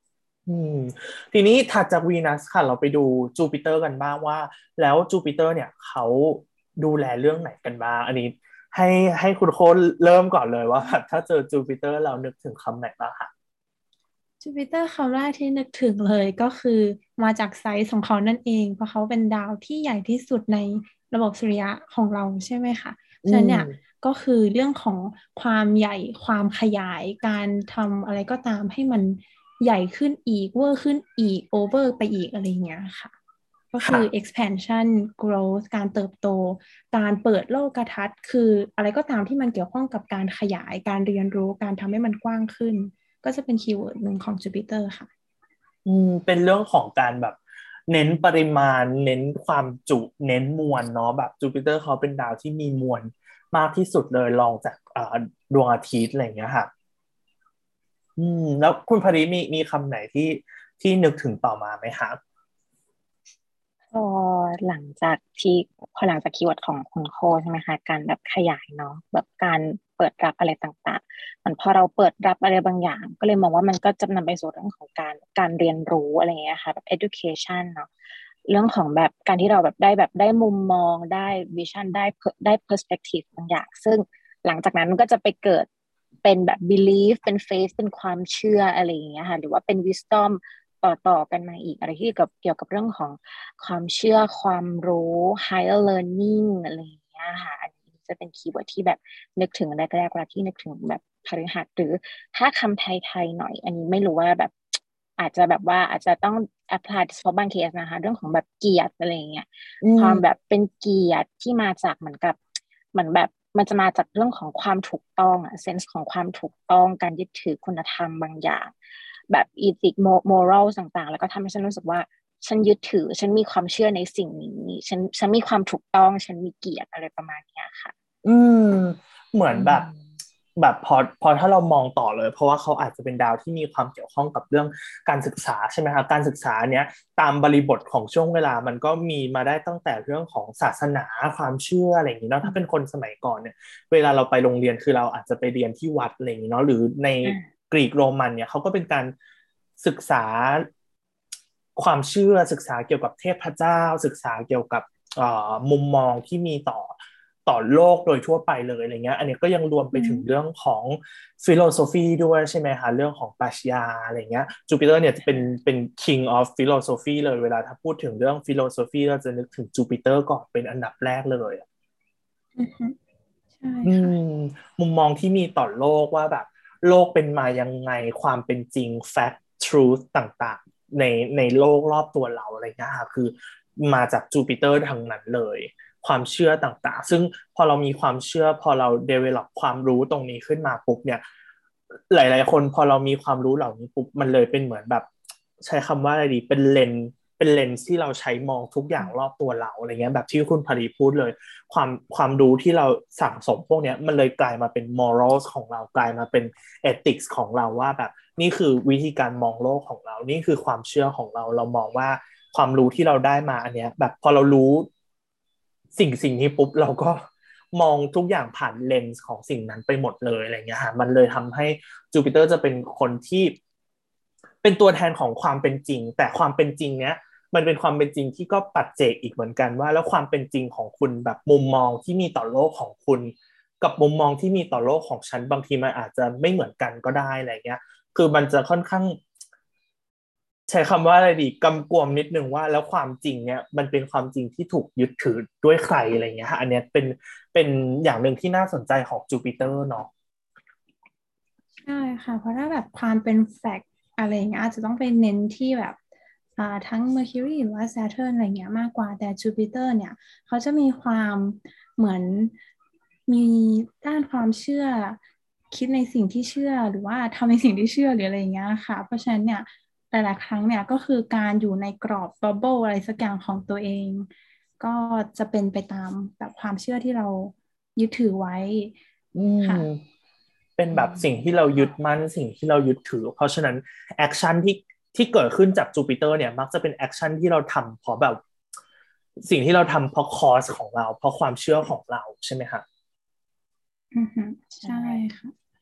อืมทีนี้ถัดจากวีนัสค่ะเราไปดูจูปิเตอร์กันบ้างว่าแล้วจูปิเตอร์เนี่ยเขาดูแลเรื่องไหนกันบ้างอันนี้ให้ให้คุณโค้ดเริ่มก่อนเลยว่าแบบถ้าเจอจูปิเตอร์เรานึกถึงคำไหนบ้างค่ะจูปิเตอร์คำแรกที่นึกถึงเลยก็คือมาจากไซส์ของเขานั่นเองเพราะเขาเป็นดาวที่ใหญ่ที่สุดในระบบสุริยะของเราใช่ไหมคะอืฉะนั้นเนี่ยมก็คือเรื่องของความใหญ่ความขยายการทำอะไรก็ตามให้มันใหญ่ขึ้นอีกเวอร์ขึ้นอีกโอเวอร์ไปอีกอะไรอย่างเงี้ยค่ะก็คือค่ะ expansion growth การเติบโตการเปิดโลกทัศน์คืออะไรก็ตามที่มันเกี่ยวข้องกับการขยายการเรียนรู้การทำให้มันกว้างขึ้น ก็จะเป็นคีย์เวิร์ดหนึ่งของ Jupyter ค่ะอืมเป็นเรื่องของการแบบเน้นปริมาณเน้นความจุเน้นมวลเนาะแบบจูปิเตอร์เขาเป็นดาวที่มีมวลมากที่สุดเลยรองจากอ่าดวงอาทิตย์อะไรอย่างเงี้ยค่ะอืมแล้วคุณพริมีมีคำไหนที่ที่นึกถึงต่อมาไหมคะพอหลังจากที่พอหลังจากคีย์เวิร์ดของคุณโคใช่ไหมคะการแบบขยายเนาะแบบการเปิดรับอะไรต่างๆมันพอเราเปิดรับอะไรบางอย่างก็เลยมองว่ามันก็จะนำไปสู่เรื่องของการการเรียนรู้อะไรอย่างเงี้ยค่ะแบบ education เนาะเรื่องของแบบการที่เราแบบได้แบบได้มุมมองได้วิชั่นได้ per- ได้ perspective บางอย่างซึ่งหลังจากนั้นมันก็จะไปเกิดเป็นแบบ belief เป็น faith เป็นความเชื่ออะไรอย่างเงี้ยค่ะหรือว่าเป็น wisdom ต่อต่อกันมาอีกอะไรที่เกี่ยวกับเกี่ยวกับเรื่องของความเชื่อความรู้ higher learning อะไรอย่างเงี้ยค่ะอันนี้จะเป็นคีย์เวิร์ดที่แบบนึกถึงแรกๆเวลาที่นึกถึงแบบพฤหัสหรือถ้าคำไทยๆหน่อยอันนี้ไม่รู้ว่าแบบอาจจะแบบว่าอาจจะต้อง apply เฉพาะบางเคสนะคะเรื่องของแบบเกียรติอะไรอย่างเงี้ยอืความแบบมเป็นเกียรติที่มาจากเหมือนกับเหมือนแบบมันจะมาจากเรื่องของความถูกต้องอะเซนส์ของความถูกต้องการยึดถือคุณธรรมบางอย่าง แบบอีติกโมรัลต่างๆแล้วก็ทำให้ฉันรู้สึกว่าฉันยึดถือฉันมีความเชื่อในสิ่งนี้ฉันฉันมีความถูกต้องฉันมีเกียรติอะไรประมาณเนี้ยค่ะอืมเหมือนอืแบบมแบบพอพอถ้าเรามองต่อเลยเพราะว่าเขาอาจจะเป็นดาวที่มีความเกี่ยวข้องกับเรื่องการศึกษาใช่ไหมคะการศึกษาเนี้ยตามบริบทของช่วงเวลามันก็มีมาได้ตั้งแต่เรื่องของศาสนาความเชื่ออะไรอย่างนี้เนาะถ้าเป็นคนสมัยก่อนเนี่ยเวลาเราไปโรงเรียนคือเราอาจจะไปเรียนที่วัดอะไรอย่างนี้เนาะหรือในอ่ากรีกโรมันเนี่ยเขาก็เป็นการศึกษาความเชื่อศึกษาเกี่ยวกับเทพเจ้าศึกษาเกี่ยวกับเอ่อมุมมองที่มีต่อต่อโลกโดยทั่วไปเลยอะไรเงี้ยอันนี้ก็ยังรวมไปอืมถึงเรื่องของฟิโลโซฟีด้วยใช่ไหมคะเรื่องของปรัชญาอะไรเงี้ยจูปิเตอร์เนี่ยจะเป็นเป็น king of philosophy เลยเวลาถ้าพูดถึงเรื่องฟิโลโซฟีเราจะนึกถึงจูปิเตอร์ก่อนเป็นอันดับแรกเลยอะอือฮึใช่อืค่ะมมุมมองที่มีต่อโลกว่าแบบโลกเป็นมายังไงความเป็นจริง fact truth ต่างๆในในโลกรอบตัวเราอะไรเงี้ยค่ะคือมาจากจูปิเตอร์ทั้งนั้นเลยความเชื่อต่างๆซึ่งพอเรามีความเชื่อพอเรา develop ความรู้ตรงนี้ขึ้นมาปุ๊บเนี่ยหลายๆคนพอเรามีความรู้เหล่านี้ปุ๊บมันเลยเป็นเหมือนแบบใช้คำว่าอะไรดีเป็นเลนเป็นเลนส์ที่เราใช้มองทุกอย่างรอบตัวเราอะไรเงี้ยแบบที่คุณผลีพูดเลย ความความรู้ที่เราสั่งสมพวกเนี้ยมันเลยกลายมาเป็น morals ของเรากลายมาเป็น ethics ของเราว่าแบบนี่คือวิธีการมองโลกของเรานี่คือความเชื่อของเราเรามองว่าความรู้ที่เราได้มาอันเนี้ยแบบพอเรารู้สิ่งสิ่งนี้ปุ๊บเราก็มองทุกอย่างผ่านเลนส์ของสิ่งนั้นไปหมดเลยอะไรเงี้ยฮะมันเลยทำให้จูปิเตอร์จะเป็นคนที่เป็นตัวแทนของความเป็นจริงแต่ความเป็นจริงเนี้ย มันเป็นความเป็นจริงที่ก็ปัจเจกอีกเหมือนกันว่าแล้วความเป็นจริงของคุณแบบมุมมองที่มีต่อโลกของคุณกับมุมมองที่มีต่อโลกของฉันบางทีมันอาจจะไม่เหมือนกันก็ได้อะไรเงี้ยคือมันจะค่อนข้างใช้คำว่าอะไรดีกำกวมนิดนึงว่าแล้วความจริงเนี่ยมันเป็นความจริงที่ถูกยึดถือด้วยใครอะไรเงี้ยฮะอันเนี้ยเป็นเป็นอย่างหนึ่งที่น่าสนใจของจูปิเตอร์เนาะใช่ค่ะเพราะถ้าแบบความเป็นแฟกต์อะไรอย่างเงี้ยอาจจะต้องไปเน้นที่แบบอ่าทั้ง Mercury หรือว่า Saturn อะไรเงี้ยมากกว่าแต่ Jupiter เนี่ยเขาจะมีความเหมือนมีด้านความเชื่อคิดในสิ่งที่เชื่อหรือว่าทำในสิ่งที่เชื่อหรืออะไรอย่างเงี้ยค่ะเพราะฉะนั้นเนี่ยหลายๆครั้งเนี่ยก็คือการอยู่ในกรอบบับเบิลอะไรสักอย่างของตัวเองก็จะเป็นไปตามแบบความเชื่อที่เรายึดถือไว้อืค่ะม เป็นอืแบบสิ่งที่เรามยึดมั่นสิ่งที่เรายึดถือเพราะฉะนั้นแอคชั่นที่ที่เกิดขึ้นจากจูปิเตอร์เนี่ยมักจะเป็นแอคชั่นที่เราทำเพราะแบบสิ่งที่เราทำเพราะคอสของเราเพราะความเชื่อของเราใช่ไหมครับอือฮึใช่ใช่ค่ะ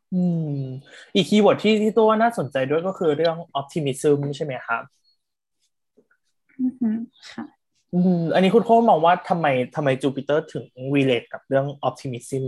อืมอีกคีย์เวิร์ดที่ที่ตัวว่าน่าสนใจด้วยก็คือเรื่อง optimism ใช่ไหมครับอือฮึค่ะอืมอันนี้คุณโค้ชมองว่าทำไมทำไมจูปิเตอร์ถึง relate กับเรื่อง optimism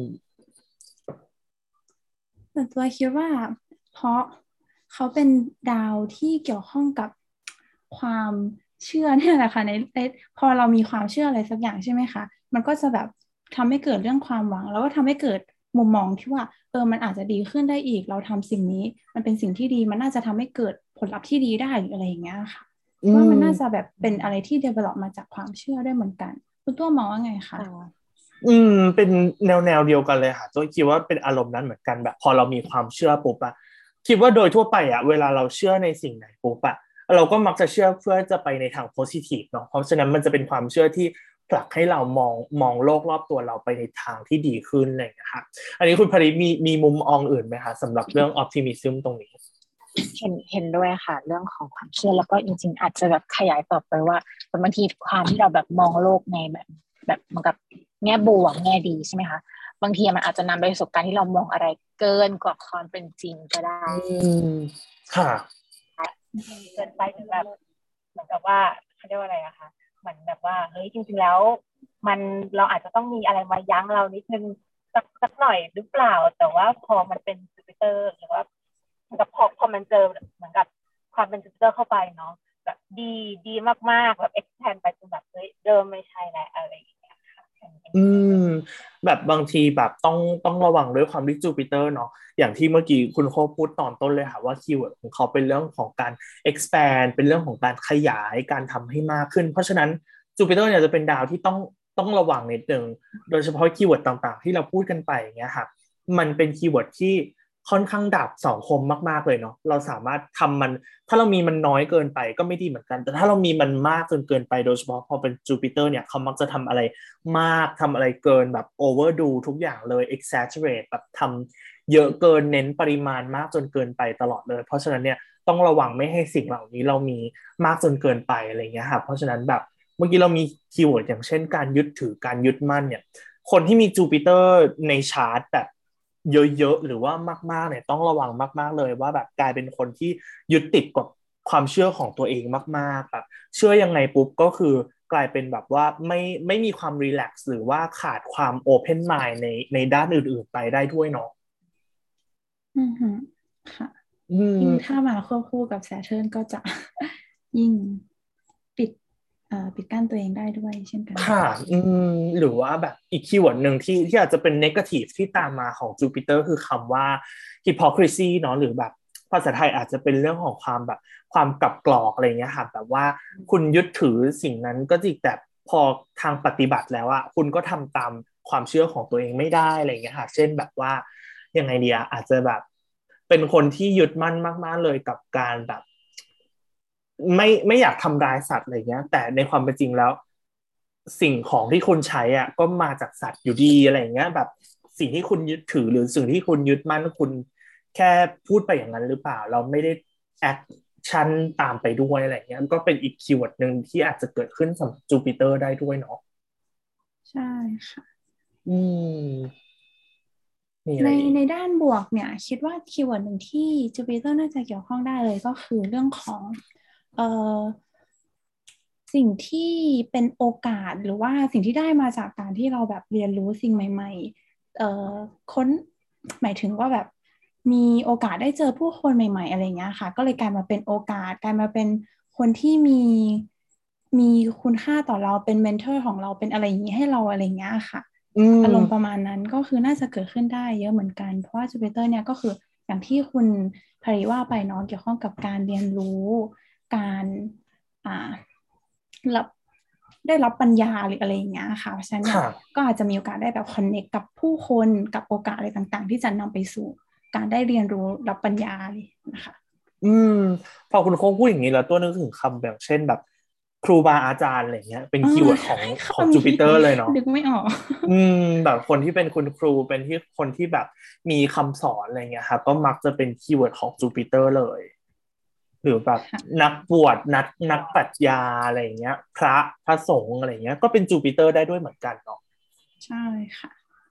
แต่ตัวคิดว่าเพราะเขาเป็นดาวที่เกี่ยวข้องกับความเชื่อเนี่ยแหละค่ะในในพอเรามีความเชื่ออะไรสักอย่างใช่ไหมคะมันก็จะแบบทำให้เกิดเรื่องความหวังแล้วก็ทำให้เกิดมุมมองที่ว่าเออมันอาจจะดีขึ้นได้อีกเราทำสิ่งนี้มันเป็นสิ่งที่ดีมันน่าจะทำให้เกิดผลลัพธ์ที่ดีได้หรืออะไรอย่างเงี้ยค่ะอืว่ามันน่าจะมแบบเป็นอะไรที่ develop มาจากความเชื่อได้เหมือนกันคุณตัวมองว่าไงคะอ่าอืมเป็นแนวแนวเดียวกันเลยค่ะตัวคิดว่าเป็นอารมณ์นั้นเหมือนกันแบบพอเรามีความเชื่อปุ๊บอะคิดว่าโดยทั่วไปอะเวลาเราเชื่อในสิ่งไหนปุ๊บอะเราก็มักจะเชื่อเพื่อจะไปในทางโพซิทีฟเนาะเพราะฉะนั้นมันจะเป็นความเชื่อที่ผลักให้เรามองมองโลกรอบตัวเราไปในทางที่ดีขึ้นอะไรอย่างเลยนะคะอันนี้คุณภริมีมีมุมมองอื่นไหมคะสำหรับเรื่อง optimism ตรงนี้เห็นเห็นด้วยค่ะเรื่องของความเชื่อแล้วก็จริงๆอาจจะแบบขยายต่อไปว่าบางทีความที่เราแบบมองโลกในแบบแบบเหมือนกับแง่บวกแง่ดีใช่ไหมคะบางทีมันอาจจะนำไปสู่การที่เรามองอะไรเกินกว่าความเป็นจริงก็ได้อืมค่ะเกินไปหรือแบบเหมือนกับว่าเขาเรียกว่าอะไรอะคะเหมือนแบบว่าเฮ้ยจริงๆแล้วมันเราอาจจะต้องมีอะไรมายั้งเรานิดนึงสักสักหน่อยหรือเปล่าแต่ว่าพอมันเป็นจูปิเตอร์หรือว่าเหมือนกับพอพอมันเจอเหมือนกับความเป็นจูปิเตอร์เข้าไปเนาะแบบดีดีมากๆแบบ expand ไปจนแบบเฮ้ยเริ่มไม่ใช่แล้วอะไรอย่างเงี้ยค่ะอืมแบบบางทีแบบต้องต้องระวังด้วยความที่จูปิเตอร์เนาะอย่างที่เมื่อกี้คุณโคพูดตอนต้นเลยค่ะว่าคีย์เวิร์ดของเขาเป็นเรื่องของการ expand เป็นเรื่องของการขยายการทำให้มากขึ้นเพราะฉะนั้นจูปิเตอร์เนี่ยจะเป็นดาวที่ต้องต้องระวังนิดนึงโดยเฉพาะคีย์เวิร์ดต่างๆที่เราพูดกันไปอย่างเงี้ยค่ะมันเป็นคีย์เวิร์ดที่ค่อนข้างดาบสองคมมากๆเลยเนาะเราสามารถทำมันถ้าเรามีมันน้อยเกินไปก็ไม่ดีเหมือนกันแต่ถ้าเรามีมันมากจนเกินไปโดยเฉพาะพอเป็นจูปิเตอร์เนี่ยเขามักจะทำอะไร มากทำอะไรเกินแบบ overdo ทุกอย่างเลย exaggerate แบบทำเยอะเกินเน้นปริมาณมากจนเกินไปตลอดเลยเพราะฉะนั้นเนี่ยต้องระวังไม่ให้สิ่งเหล่านี้เรามีมากจนเกินไปอะไรเงี้ยค่ะเพราะฉะนั้นแบบเมื่อกี้เรามีคีย์เวิร์ดอย่างเช่นการยึดถือการยึดมั่นเนี่ยคนที่มีจูปิเตอร์ในชาร์ตแบบเยอะๆหรือว่ามากๆเนี่ยต้องระวังมากๆเลยว่าแบบกลายเป็นคนที่ยึดติดกับความเชื่อของตัวเองมากๆแบบเชื่อยังไงปุ๊บก็คือ กลายเป็นแบบว่าไม่ไม่มีความรีแลกซ์หรือว่าขาดความโอเพนไมล์ในในด้านอื่นๆไปได้ด้วยเนาะอือฮึค่ะอืยิ่งถ้ามมาควบคู่กับ Saturn ก็จะยิ่งปิดเอ่อปิดกั้นตัวเองได้ด้วยเช่นกันค่ะอืมหรือว่าแบบอีกคีย์เวิร์ดหนึ่งที่ที่อาจจะเป็นเนกาทีฟที่ตามมาของจูปิเตอร์คือคำว่า hypocrisy เนาะหรือแบบภาษาไทยอาจจะเป็นเรื่องของความแบบความกลับกรอกอะไรเงี้ยค่ะแบบว่าคุณยึดถือสิ่งนั้นก็จริงแต่พอทางปฏิบัติแล้วอะคุณก็ทำตามความเชื่อของตัวเองไม่ได้อะไรเงี้ยค่ะเช่นแบบว่ายังไงเดียอาจจะแบบเป็นคนที่ยึดมั่นมากๆเลยกับการแบบ ไม่ไม่อยากทำร้ายสัตว์อะไรเงี้ยแต่ในความเป็นจริงแล้วสิ่งของที่คุณใช้อ่ะก็มาจากสัตว์อยู่ดีอะไรเงี้ยแบบสิ่งที่คุณยึดถือหรือสิ่งที่คุณยึดมั่นคุณแค่พูดไปอย่างนั้นหรือเปล่าเราไม่ได้แอคชั่นตามไปด้วยอะไรเงี้ยก็เป็นอีกคีย์เวิร์ดหนึ่งที่อาจจะเกิดขึ้นสำหรับจูปิเตอร์ได้ด้วยเนาะใช่ค่ะอืมมีอะไรในอีกในด้านบวกเนี่ยคิดว่าคีย์เวิร์ดหนึ่งที่จูปิเตอร์น่าจะเกี่ยวข้องได้เลยก็คือเรื่องของเอ่อสิ่งที่เป็นโอกาสหรือว่าสิ่งที่ได้มาจากการที่เราแบบเรียนรู้สิ่งใหม่ๆเอ่อค้นหมายถึงว่าแบบมีโอกาสได้เจอผู้คนใหม่ๆอะไรเงี้ยค่ะก็เลยกลายมาเป็นโอกาสกลายมาเป็นคนที่มีมีคุณค่าต่อเราเป็นเมนเทอร์ของเราเป็นอะไรอย่างนี้ให้เราอะไรเงี้ยค่ะอือารมณ์ประมมาณนั้นก็คือน่าจะเกิดขึ้นได้เยอะเหมือนกันเพราะว่าจูปิเตอร์เนี่ยก็คืออย่างที่คุณภริว่าไปเนาะเกี่ยวข้องกับการเรียนรู้การอ่ารับได้รับปัญญาหรืออะไรอย่างเงี้ยค่ะเพราะฉะนั้นเนี่ยค่ะก็อาจจะมีโอกาสได้แบบคอนเน c t กับผู้คนกับโอกาสอะไรต่างๆที่จะนำไปสู่การได้เรียนรู้รับปัญญาเลยนะคะอืมพอคุณโค้กพูดอย่างนี้แล้วตัวนึกถึงคำแบบเช่นแบบครูบาอาจารย์อะไรเงี้ยเป็นอ๋อคีย์เวิร์ดของใช่ของคำนี้จูปิเตอร์เลยเนาะนึกไม่ออกอืมแบบคนที่เป็นคุณครูเป็นที่คนที่แบบมีคำสอนอะไรเงี้ยครับก็มักจะเป็นคีย์เวิร์ดของจูปิเตอร์เลยหรือแบบค่ะนักบวชนักนักปรัชญาอะไรเงี้ยพระพระสงฆ์อะไรเงี้ยก็เป็นจูปิเตอร์ได้ด้วยเหมือนกันเนาะใช่ค่ะ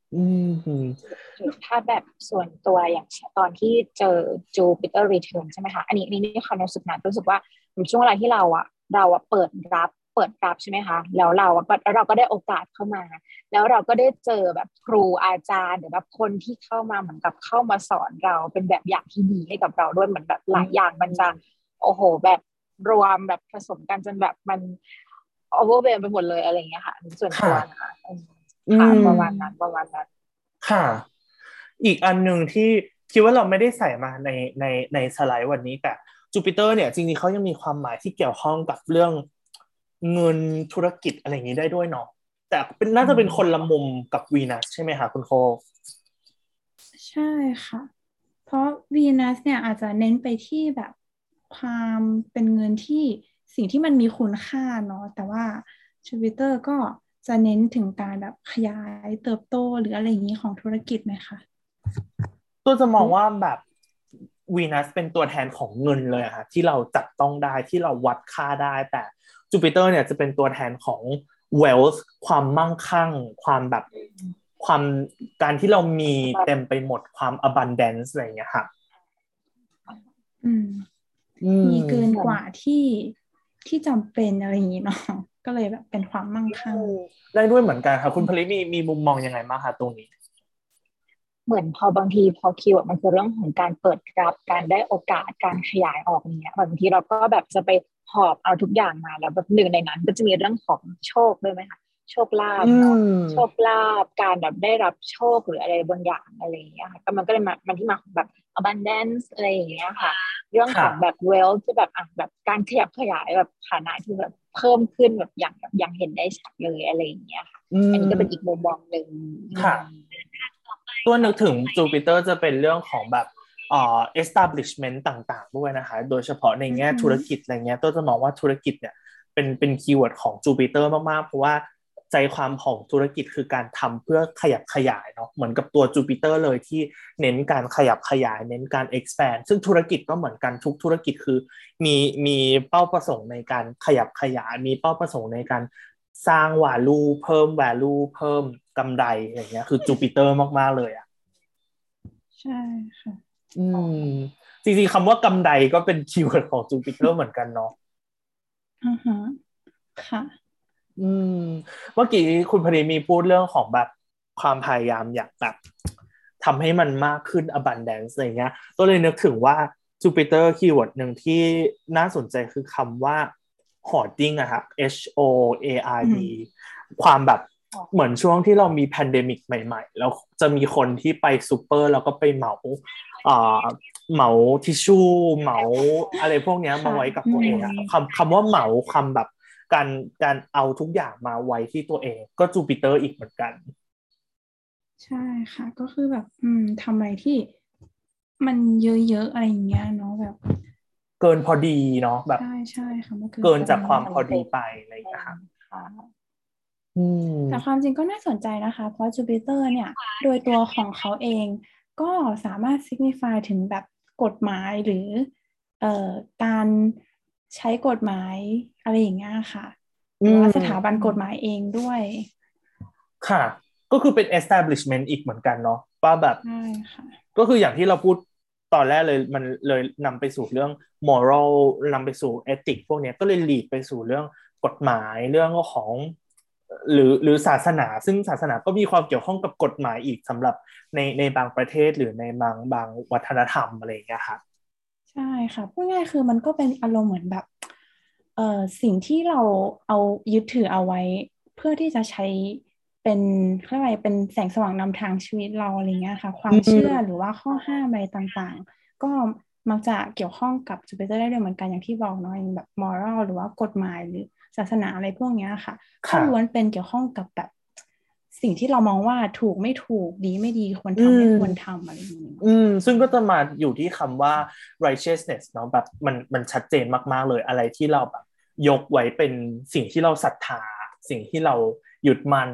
อืมหรือถ้าแบบส่วนตัวอย่างตอนที่เจอจูปิเตอร์รีเทิร์นใช่ไหมคะอันนี้อันนี้นี่ความรู้สึกนะรู้สึกว่าในช่วงเวลาที่เราอะเราอะเปิดรับเปิดรับใช่ไหมคะแล้วเราอะก็แล้วเราก็ได้โอกาสเข้ามาแล้วเราก็ได้เจอแบบครูอาจารย์หรือแบบคนที่เข้ามาเหมือนกับเข้ามาสอนเราเป็นแบบอย่างที่ดีให้กับเราด้วยเหมือนแบบหอืลายอย่างมันจะมโอ้โหแบบรวมแบบผสมกันจนแบบมันโอเวอร์เวลไปหมดเลยอะไรอย่างเงี้ยค่ะส่วนตัวค่ะนะคะอืมอืค่ะประมาณนั้นมประมาณนั้นค่ะอีกอันหนึ่งที่คิดว่าเราไม่ได้ใส่มาในในในสไลด์วันนี้แต่จูปิเตอร์เนี่ยจริงๆเขายังมีความหมายที่เกี่ยวข้องกับเรื่องเงินธุรกิจอะไรอย่างนี้ได้ด้วยเนาะแต่เป็นน่าอืจะเป็นคนละมมุมกับวีนัสใช่ไหมคะคุณโคใช่ค่ะเพราะวีนัสเนี่ยอาจจะเน้นไปที่แบบความเป็นเงินที่สิ่งที่มันมีคุณค่าเนาะแต่ว่าจูปิเตอร์ก็จะเน้นถึงการแบบขยายเติบโตหรืออะไรอย่างนี้ของธุรกิจไหมคะตัวจะมองว่าแบบวีนัสเป็นตัวแทนของเงินเลยอะค่ะที่เราจับต้องได้ที่เราวัดค่าได้แต่จูปิเตอร์เนี่ยจะเป็นตัวแทนของ wealth ความมั่งคั่งความแบบความการที่เรามีเต็มไปหมดความ abundance อะไรอย่างเงี้ยค่ะอืมอืมีเกินเหมือนกว่าที่ที่จำเป็นอะไรอย่างนี้เนาะก็เลยแบบเป็นความมั่งคั่งได้ด้วยเหมือนกันค่ะคุณผลิตมีมีมุมมองยังไงบ้างคะตรงนี้เหมือนพอบางทีพอคิวอะมันคือเรื่องของการเปิดรับการได้โอกาสการขยายออกเนี้ยบางทีเราก็แบบจะไปหอบเอาทุกอย่างมาแล้วแบบหนึ่งในนั้นก็จะมีเรื่องของโชคด้วยไหมคะโชคลาอืภเนาะโชคมลาภการแบบได้รับโชคหรืออะไรบางอย่างอะไรอย่างเงี้ยค่ะก็มันก็เลยมามันที่มาของแบบ abundance อะไรอย่างเงี้ยค่ะเรื่องขค่ะองแบบ wealth ที่แบบอ่ะแบบการขยับขยายแบบฐานะที่แบบเพิ่มขึ้นแบบอย่างแบบอย่างเห็นได้ชัดเลยอะไรอย่างเงี้ยค่ะอือันนี้ก็เป็นอีกมมุมมองหนึ่งอืค่ะมตัวนึกถึงจูปิเตอร์จะเป็นเรื่องของแบบเอ่อ establishment ต่างๆด้วยนะคะโดยเฉพาะในแง่อือหือธุรกิจอะไรเงี้ยตัวจะมองว่าธุรกิจเนี่ยเป็นเป็นคีย์เวิร์ดของจูปิเตอร์มากๆเพราะว่าใจความของธุรกิจคือการทำเพื่อขยับขยายเนาะเหมือนกับตัวจูปิเตอร์เลยที่เน้นการขยับขยายเน้นการ expand ซึ่งธุรกิจก็เหมือนกันทุกธุรกิจคือมีมีเป้าประสงค์ในการขยับขยายมีเป้าประสงค์ในการสร้าง value เพิ่ม value เพิ่มกำไรอย่างเงี้ยคือจูปิเตอร์มากๆเลยอะใช่ค่ะอืมจริงๆคำว่ากำไรก็เป็นคีย์เวิร์ดของจูปิเตอร์เหมือนกันเนาะอือฮะค่ะอืมเมื่อกี้คุณพอดีมีพูดเรื่องของแบบความพยายามอยากแบบทำให้มันมากขึ้น abundance อะไรเงี้ยก็เลยนึกถึงว่าจูปิเตอร์คีย์เวิร์ดหนึ่งที่น่าสนใจคือคำว่า hoarding อะครับ H O A R อื D มความแบบเหมือนช่วงที่เรามีแพนเดมิกใหม่ๆแล้วจะมีคนที่ไปซูเปอร์แล้วก็ไปเหมา อ่าเหมาทิชชู่เหมาอะไรพวกเนี้ยมาค่ะไว้กับอืตัวเองอะมคำคำว่าเหมาคำแบบการการเอาทุกอย่างมาไว้ที่ตัวเองก็จูปิเตอร์อีกเหมือนกันใช่ค่ะก็คือแบบอืมทำอะไรที่มันเยอะๆอะไรอย่างเงี้ยเนาะแบบเกินพอดีเนาะแบบใช่ใช่ค่ะมันเกินเกินพอดีจากความพอจำเป็นดีไปอะไรอย่างเองเงี้ยครับค่ะอืแต่ความมจริงก็น่าสนใจนะคะเพราะจูปิเตอร์เนี่ยโดยตัวของเขาเองก็สามารถ signify ถึงแบบกฎหมายหรือเอ่อการใช้กฎหมายอะไรอย่างเงี้ยค่ะหอืรือว่าสถาบัมนกฎหมายเองด้วยค่ะก็คือเป็น establishment อีกเหมือนกันเนาะว่าแบบใช่ค่ะก็คืออย่างที่เราพูดตอนแรกเลยมันเลยนำไปสู่เรื่อง moral นำไปสู่ ethic พวกเนี้ยก็เลย lead ไปสู่เรื่องกฎหมายเรื่องของหรือหรือศาสนาซึ่งศาสนาก็มีความเกี่ยวข้องกับกฎหมายอีกสำหรับในในบางประเทศหรือในบางบางวัฒนธรรมอะไรอย่างเงี้ยครับใช่ค่ะพูดง่ายๆคือมันก็เป็นอารมณ์เหมือนแบบเอ่อสิ่งที่เราเอายึดถือเอาไว้เพื่อที่จะใช้เป็นเขาเรียกว่าอะไรเป็นแสงสว่างนำทางชีวิตเราอะไรเงี้ยค่ะควาอืมเชื่อหรือมว่าข้อห้ามอะไรต่างๆก็มักจะเกี่ยวข้องกับจูปิเตอร์ได้ด้วยเหมือนกันอย่างที่บอกเนาะอย่างแบบมอรัลหรือว่ากฎหมายหรือศาสนาอะไรพวกเนี้ยค่ะก็ล้วนค่ะเป็นเกี่ยวข้องกับแบบสิ่งที่เรามองว่าถูกไม่ถูกดีไม่ดีควรอืทำไม่ควรมทำอะไรอย่างเงี้ยอืมซึ่งก็จะมาอยู่ที่คำว่า righteousness เนาะแบบมันมันชัดเจนมากๆเลยอะไรที่เราแบบยกไว้เป็นสิ่งที่เราศรัทธาสิ่งที่เรายึดมั่น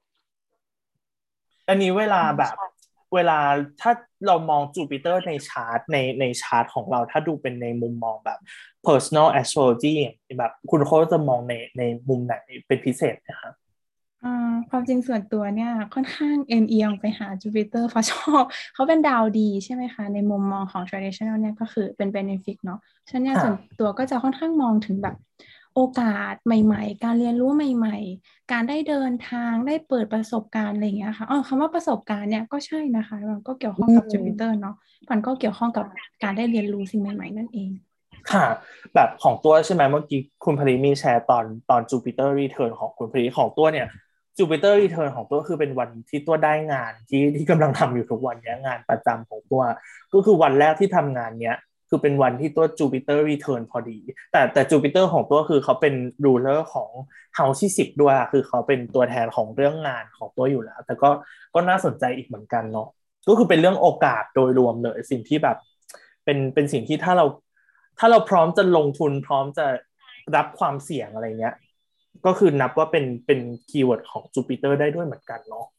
อันนี้เวลาแบบเวลาถ้าเรามองจูปิเตอร์ในชาร์ตในในชาร์ตของเราถ้าดูเป็นในมุมมองแบบ personal astrology แบบคุณโค้ชจะมองในในมุมไหนเป็นพิเศษนะครับอ่าความจริงส่วนตัวเนี่ยค่อนข้างเอ็นเอียงไปหาจูปิเตอร์เพราะชอบเขาเป็นดาวดีใช่ไหมคะในมุมมองของ traditional เนี่ยก็คือเป็น benefit เนาะฉะนั้นเนี่ยส่วนค่ะตัวก็จะค่อนข้างมองถึงแบบโอกาสใหม่ๆการเรียนรู้ใหม่ๆการได้เดินทางได้เปิดประสบการณ์อะไรอย่างเงี้ยค่ะอ๋อคำว่าประสบการณ์เนี่ยก็ใช่นะคะมันก็เกี่ยวอืข้องกับจูปิเตอร์มเนาะมันก็เกี่ยวข้องกับการได้เรียนรู้สิ่งใหม่ๆนั่นเองค่ะแบบของตัวใช่ไหมเมื่อกี้คุณพรีมีแชร์ตอนตอนจูปิเตอร์รีเทิร์นของคุณพรีของตัวเนี่ยจูปิเตอร์รีเทิร์นของตัวคือเป็นวันที่ตัวได้งานที่ที่กำลังทำอยู่ทุกวันเนี้ยงานประจำของตัวก็คือวันแรกที่ทำงานเนี้ยคือเป็นวันที่ตัวจูปิเตอร์รีเทิร์นพอดีแต่แต่จูปิเตอร์ของตัวคือเขาเป็นรูเลอร์ของเฮาส์ที่สิบด้วยคือเขาเป็นตัวแทนของเรื่องงานของตัวอยู่แล้วแต่ก็ก็น่าสนใจอีกเหมือนกันเนาะ ก็คือเป็นเรื่องโอกาสโดยรวมเลยสิ่งที่แบบเป็นเป็นสิ่งที่ถ้าเราถ้าเราพร้อมจะลงทุนพร้อมจะรับความเสี่ยงอะไรเงี้ยก็คือนับว่าเป็นเป็นคีย์เวิร์ดของจูปิเตอร์ได้ด้วยเหมือนกันเนาะ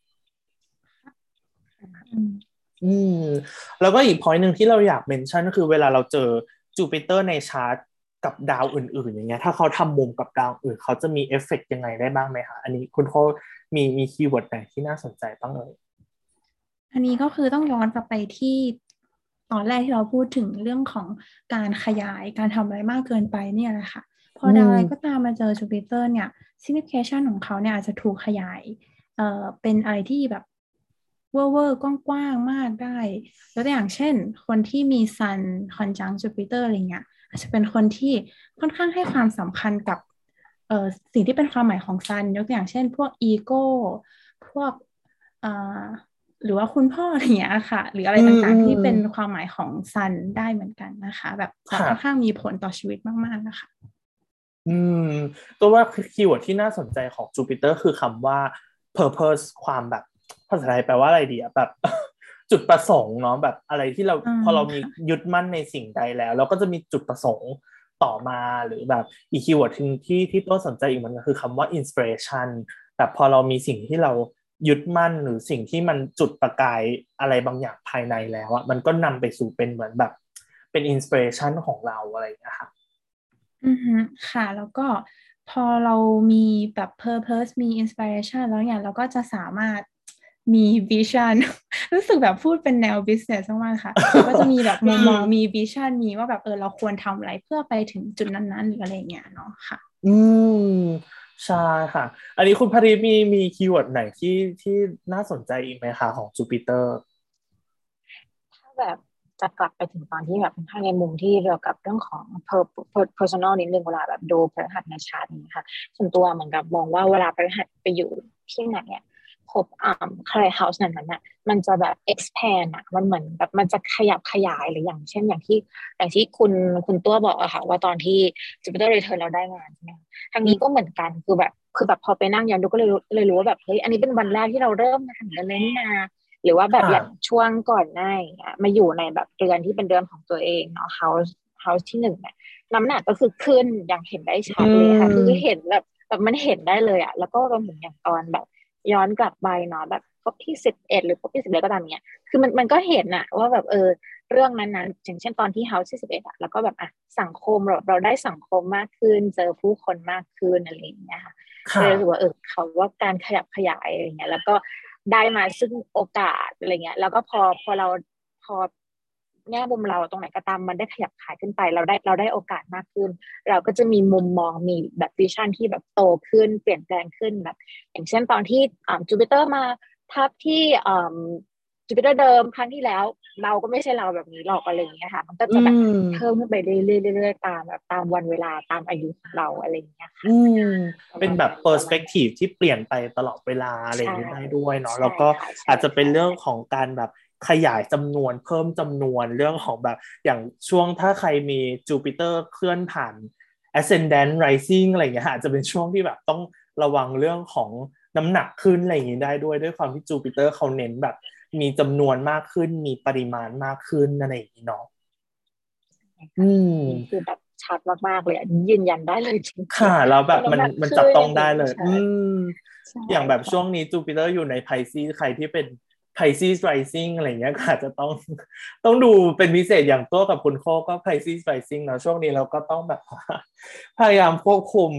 อืมอืมแล้วก็อีก point หนึ่งที่เราอยากเมนชั่นก็คือเวลาเราเจอจูปิเตอร์ในชาร์ตกับดาวอื่นๆอย่างเงี้ยถ้าเขาทำมุมกับดาวอื่นเขาจะมีเอฟเฟกต์ยังไงได้บ้างไหมคะอันนี้คุณเขามีมีคีย์เวิร์ดไหนที่น่าสนใจบ้างเลยอันนี้ก็คือต้องย้อนกลับไปที่ตอนแรกที่เราพูดถึงเรื่องของการขยายการทำอะไรมากเกินไปเนี่ยแหละค่ะพออืดาวอะไรก็มตามมาเจอจูปิเตอร์เนี่ย signification ของเขาเนี่ยอาจจะถูกขยายเอ่อเป็นอะไรที่แบบเวอร์เวอร์กว้างๆมากได้ยกตัวอย่างเช่นคนที่มี Sun conjunct Jupiter อะไรเงี้ยอาจจะเป็นคนที่ค่อนข้างให้ความสำคัญกับเอ่อสิ่งที่เป็นความหมายของ Sun ยกตัวอย่างเช่นพวกอีโก้พวกเอ่อ หรือว่าคุณพ่ออะไรอย่างเงี้ยค่ะหรืออะไรอืมต่าอืมงๆที่เป็นความหมายของซันได้เหมือนกันนะคะแบบจะค่ะค่อนข้างมีผลต่อชีวิตมากๆนะคะอืมตัวว่าคีย์เวิร์ดที่น่าสนใจของจูปิเตอร์คือคำว่า purpose ความแบบภาษาไทยแปลว่าอะไรดีอะแบบจุดประสงค์เนาะแบบอะไรที่เราอืมพอเรามีค่ะยึดมั่นในสิ่งใดแล้วเราก็จะมีจุดประสงค์ต่อมาหรือแบบอีกคีย์เวิร์ดที่ที่ที่ตัวสนใจอีกมันก็คือคำว่า inspiration แบบพอเรามีสิ่งที่เรายึดมั่นหรือสิ่งที่มันจุดประกายอะไรบางอย่างภายในแล้วอะมันก็นำไปสู่เป็นเหมือนแบบเป็น inspiration ของเราอะไรอย่างเงี้ยค่ะอือฮึค่ะแล้วก็พอเรามีแบบ purpose มี inspiration แล้วเนี่ยเราก็จะสามารถมี vision รู้สึกแบบพูดเป็นแนว business มากๆค่ะเราก็จะมีแบบอืมุมมองมมี vision มีว่าแบบเออเราควรทำอะไรเพื่อไปถึงจุดนั้นๆหรืออะไรอย่างเงี้ยเนาะค่ะอืมใช่ค่ะอันนี้คุณพาริมีมีคีย์เวิร์ดไหนที่ที่น่าสนใจอีกไหมคะของจูปิเตอร์ถ้าแบบจะกลับไปถึงตอนที่แบบถ้าในมุมที่เกี่ยวกับเรื่องของ per- per- personal นิดนึงเวลาแบบดูพฤหัสในชาร์ตนี้ค่ะส่วนตัวเหมือนกับมองว่าเวลาพฤหัสไปอยู่ที่ไหนเนี่ยพบอ่าใคร house นั้นนั้นอ่ะมันจะแบบ expand อ่ะมันเหมือนแบบมันจะขยับขยายหรืออย่างเช่นอย่างที่อย่างที่คุณคุณตัวบอกอะค่ะว่าตอนที่ Jupiter return เราได้งานใช่ไหมทางนี้ก็เหมือนกันคือแบบคือแบบพอไปนั่งย้อนดูก็เลยรู้เลยรู้ว่าแบบเฮ้ยอันนี้เป็นวันแรกที่เราเริ่มงานกันเลยนี่นา หรือว่าแบบค่ะอย่างช่วงก่อนหน้าอย่างเงี้ยมาอยู่ในแบบเรือนที่เป็นเรือนของตัวเองเนาะ house house ที่หนึ่งเนี่ยน้ำหนักก็คือขึ้นอย่างเห็นได้ชัอืดเลยค่ะคือเห็นมแบบแบบมันเห็นได้เลยอะแล้วก็รวมถึงอย่างตอนแบบย้อนกลับไปเนาะแบบครบที่สิบเอ็ดหรือครบที่สิบเลยก็ตามเนี้ยคือมันมันก็เห็นอะว่าแบบเออเรื่องนั้นๆอย่างเช่นตอนที่ house ที่สิบเอ็ดอะแล้วก็แบบอ่ะสังคมเราเราได้สังคมมากขึ้นเจอผู้คนมากขึ้นอะไรอย่างเงี้ยค่ะ ก็ค่ะเลยรู้สึกว่าเออเขาว่าการขยับขยายอะไรเงี้ยแล้วก็ได้มาซึ่งโอกาสอะไรเงี้ยแล้วก็พอพอเราพอแง่มุมเราตรงไหนก็ตามมันได้ขยับขายขึ้นไปเราได้เราได้โอกาสมากขึ้นเราก็จะมีมุมมองมีแบบวิชั่นที่แบบโตขึ้นเปลี่ยนแปลงขึ้นแบบอย่างเช่นตอนที่อ่าจูปิเตอร์มาทับที่อ่าจูปิเตอร์เดิมครั้งที่แล้วเราก็ไม่ใช่เราแบบนี้หรอกอะไรอย่างเงี้ยค่ะมันก็อืจะแบบมเพิ่มขึ้นไปเรื่อยๆๆๆตามแบบตามวันเวลาตามอายุของเราอะไรอย่างเงี้ยอืค่ะมประเป็นแบบมาณนั้นประมาณนั้น perspective ที่เปลี่ยนไปตลอดเวลาอะไรอย่างใช่นี้ได้ด้วยเนาะแล้ใช่วก็ค่ะใช่อาจจะเป็นค่ะเรื่องของการแบบขยายจำนวนเพิ่มจำนวนเรื่องของแบบอย่างช่วงถ้าใครมีจูปิเตอร์เคลื่อนผ่าน ascendant rising อะไรอย่างเงี้ยอาจจะเป็นช่วงที่แบบต้องระวังเรื่องของน้ำหนักขึ้นอะไรอย่างนี้ได้ด้วยด้วยความที่จูปิเตอร์เขาเน้นแบบมีจำนวนมากขึ้นมีปริมาณมากขึ้นอะไรอย่างนี้เนาะอืนี่คือมแบบชัดมากๆเลยอันนี้ยืนยันได้เลยจริค่ะงแล้วแบๆว่าน้ำบมันหนักขึ้มันจับต้องนอย่างเห็นได้เลยอืได้ชัดมใช่อย่างแบบช่วงค่ะนี้จูปิเตอร์อยู่ในไพซีใครที่เป็นไพซีสไรซิ่งอะไรเงี้ยก็อาจจะต้องต้องดูเป็นพิเศษอย่างตัวกับคุณโคก็ไพซีสไรซิ่งนะช่วงนี้เราก็ต้องแบบพยายามควบคุม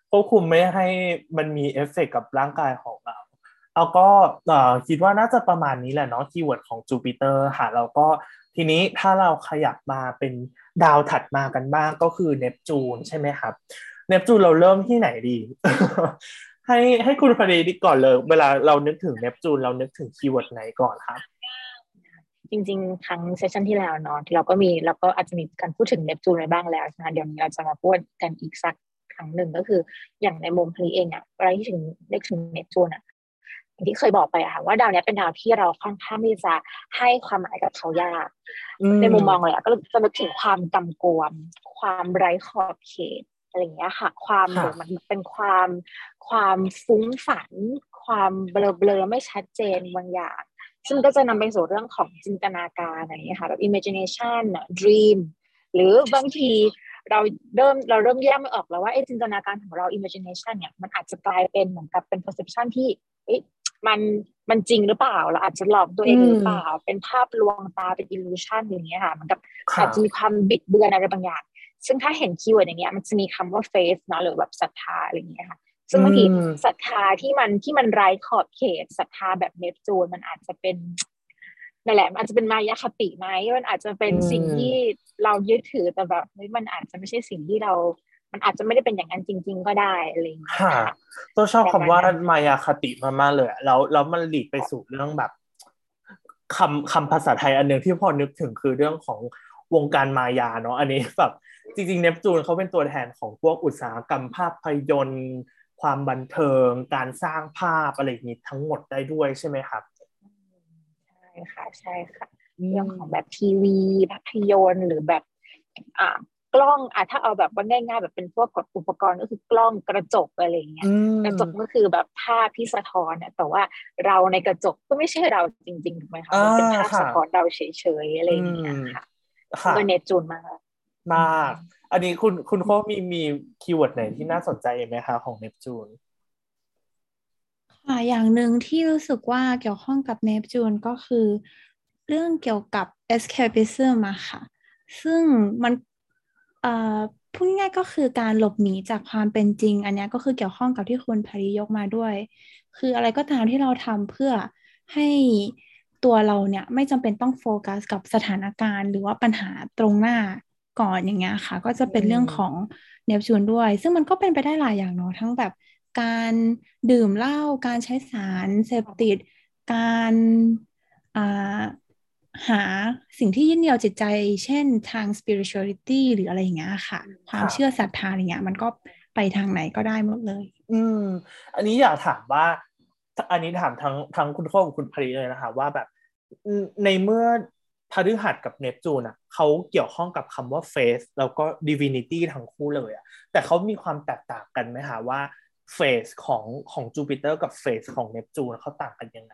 ควบคุมไม่ให้มันมีเอฟเฟกต์กับร่างกายของเราแล้วก็เอ่อคิดว่าน่าจะประมาณนี้แหละเนาะคีย์เวิร์ดของจูปิเตอร์ค่ะแล้วก็ทีนี้ถ้าเราขยับมาเป็นดาวถัดมากันบ้างก็คือเนปจูนใช่ไหมครับเนปจูนเราเริ่มที่ไหนดี ให้ให้คุณพอดีดีก่อนเลยเวลาเรานึกถึงเนปจูนเรานึกถึงคีย์เวิร์ดไหนก่อนครับจริงๆครั้งเซสชันที่แล้วเนาะที่เราก็มีเราก็อาจจะมีการพูดถึงเนปจูนไปบ้างแล้วนะคะเดี๋ยวนี้เราจะมาพูดกันอีกสักครั้งหนึ่งก็คืออย่างในมุมพลีเองอะเวลาที่ถึงเรียกถึงเนปจูนอะอย่างที่เคยบอกไปอะค่ะว่าดาวนี้เป็นดาวที่เราค่อนข้างที่จะให้ความหมายกับเขายากในมุมมองเลยอะก็จะนึกถึงความกำกวมความไร้ขอบเขตอะไรอย่างเงี้ยค่ะความหรือมันเป็นความความฟุ้งฝันความเบลอๆไม่ชัดเจนบางอย่างซึ่งก็จะนำไปสู่เรื่องของจินตนาการอะไรอย่างเงี้ยค่ะแบบ imagination dream หรือบางทีเราเริ่มเราเริ่มแยกไม่ออกแล้วว่าไอ้จินตนาการของเรา imagination เนี่ยมันอาจจะกลายเป็นเหมือนกับเป็น perception ที่เอ๊ะมันมันจริงหรือเปล่าเราอาจจะหลอกตัวเองหรือเปล่าเป็นภาพลวงตาเป็น illusion อย่างเงี้ยค่ะมันกับอาจจะมีความบิดเบือนอะไรบางอย่างซึ่งถ้าเห็นคีย์เวิร์ดอย่างเงี้ยมันจะมีคำว่า faith เนาะหรือแบบศรัทธาอะไรอย่างเงี้ยค่ะซึ่งบางทีศรัทธาที่มันที่มันไร้ขอบเขตศรัทธาแบบเนปจูนมันอาจจะเป็นนั่นแหละมันอาจจะเป็นมายาคติไหมมันอาจจะเป็นสิ่งที่เรายึดถือแต่แบบเฮ้ยมันอาจจะไม่ใช่สิ่งที่เรามันอาจจะไม่ได้เป็นอย่างนั้นจริงๆก็ได้อะไรอย่างเงี้ยค่ะตัวชอบคำว่ามายาคติมากๆเลยแล้วแล้วมันหลีดไปสู่เรื่องแบบคำคำภาษาไทยอันนึงที่พอนึกถึงคือเรื่องของวงการมายาเนาะอันนี้แบบจริงๆเนปจูนเขาเป็นตัวแทนของพวกอุตสาหกรรมภาพยนตร์ความบันเทิงการสร้างภาพอะไรอย่างนี้ทั้งหมดได้ด้วยใช่ไหมครับใช่ค่ะใช่ค่ะเรื่องของแบบทีวีภาพยนตร์หรือแบบอ่ากล้องอ่ะถ้าเอาแบบว่าง่ายๆแบบเป็นพวกอุปกรณ์ก็คือกล้องกระจกอะไรอย่างเงี้ยกระจกก็คือแบบภาพที่สะท้อนเนี่ยแต่ว่าเราในกระจกก็ไม่ใช่เราจริงๆถูกไหมคะมันเป็นภาพสะท้อนเราเฉยๆอะไรอย่างเงี้ยค่ะก็เนจูนมากมากอันนี้คุณคุณโค้มีมีคีย์เวิร์ดไหนที่น่าสนใจไหมคะของเนปจูนค่ะอย่างหนึ่งที่รู้สึกว่าเกี่ยวข้องกับเนปจูนก็คือเรื่องเกี่ยวกับ escapism อะค่ะซึ่งมันเอ่อพูดง่ายๆก็คือการหลบหนีจากความเป็นจริงอันนี้ก็คือเกี่ยวข้องกับที่คุณพาริยกมาด้วยคืออะไรก็ตามที่เราทำเพื่อให้ตัวเราเนี่ยไม่จำเป็นต้องโฟกัสกับสถานการณ์หรือว่าปัญหาตรงหน้าก่อนอย่างเงี้ยค่ะก็จะเป็นเรื่องของเนปจูนด้วยซึ่งมันก็เป็นไปได้หลายอย่างเนาะทั้งแบบการดื่มเหล้าการใช้สารเสพติดการอ่าหาสิ่งที่ยึดเหนี่ยวจิตใจเช่นทาง spirituality หรืออะไรอย่างเงี้ยค่ะความเชื่อศรัทธาอะไรเงี้ยมันก็ไปทางไหนก็ได้หมดเลยอืมอันนี้อยากถามว่าอันนี้ถามทั้งทั้งคุณโค้กับคุณพรีเลยนะคะว่าแบบในเมื่อพฤหัสกับเนปจูนอ่ะเขาเกี่ยวข้องกับคำว่า faith แล้วก็ divinity ทั้งคู่เลยอ่ะแต่เขามีความแตกต่างกันไหมคะว่า phase ของของจูปิเตอร์กับ phase ของเนปจูนเขาต่างกันยังไง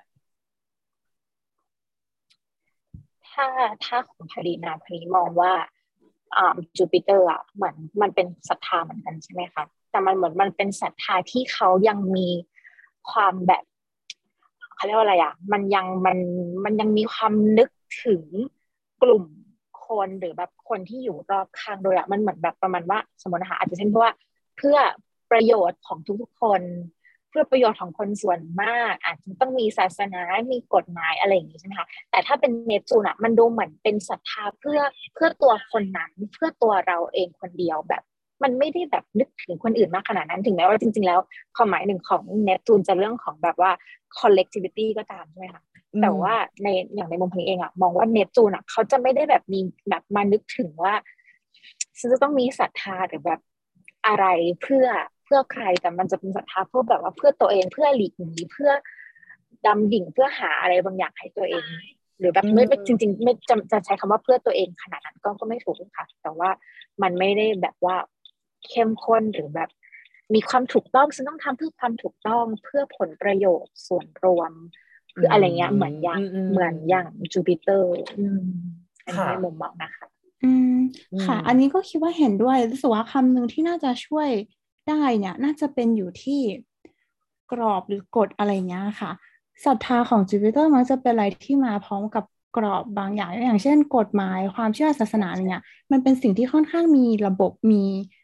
ถ้าถ้าของพารีนาพารีมองว่าอ่าจูปิเตอร์อ่ะเหมือนมันเป็นศรัทธาเหมือนกันใช่ไหมคะแต่มันเหมือนมันเป็นศรัทธาที่เขายังมีความแบบเขาเรียกว่าอะไรอ่ะมันยังมันมันยังมีความนึกถึงกลุ่มคนหรือแบบคนที่อยู่รอบข้างโดยอ่ะมันเหมือนแบบประมาณว่าสมมตินะคะอาจจะเช่นเพราะว่าเพื่อประโยชน์ของทุกๆคนเพื่อประโยชน์ของคนส่วนมากอาจจะต้องมีศาสนามีกฎหมายอะไรอย่างนี้ใช่ไหมคะแต่ถ้าเป็นเนปจูนอะมันดูเหมือนเป็นศรัทธาเพื่อเพื่อตัวคนนั้นเพื่อตัวเราเองคนเดียวแบบมันไม่ได้แบบนึกถึงคนอื่นมากขนาดนั้นถึงแม้ว่าจริงๆแล้วความหมายหนึ่งของเนปจูนจะเรื่องของแบบว่า collectivity ก็ตามใช่ไหมคะแต่ว่าในอย่างในมุมเพลงเองอะมองว่าเนปจูนอะเขาจะไม่ได้แบบมีแบบมานึกถึงว่าฉันจะต้องมีศรัทธาหรือแบบอะไรเพื่อเพื่อใครแต่มันจะเป็นศรัทธาเพื่อแบบว่าเพื่อตัวเองเพื่อหลีกหนีเพื่อดำดิ่งเพื่อหาอะไรบางอย่างให้ตัวเองหรือแบบไม่จริงๆไม่จะจะใช้คำว่าเพื่อตัวเองขนาดนั้นก็ก็ไม่ถูกค่ะแต่ว่ามันไม่ได้แบบว่าเข้มข้นหรือแบบมีความถูกต้องฉันต้องทำเพื่อความถูกต้องเพื่อผลประโยชน์ส่วนรวมเพื่ออะไรเงี้ยเหมือนอย่างเหมือนอย่างจูปิเตอร์อันนี้ในมุมมองนะคะอืมค่ะอันนี้ก็คิดว่าเห็นด้วยรู้สึกว่าคำหนึ่งที่น่าจะช่วยได้เนี่ยน่าจะเป็นอยู่ที่กรอบหรือกฎอะไรเงี้ยค่ะศรัทธาของจูปิเตอร์มันจะเป็นอะไรที่มาพร้อมกับกรอบบางอย่างอย่างเช่นกฎหมายความเชื่อศาสนาอะไรเงี้ยมันเป็นสิ่งที่ค่อนข้างมีระบบมี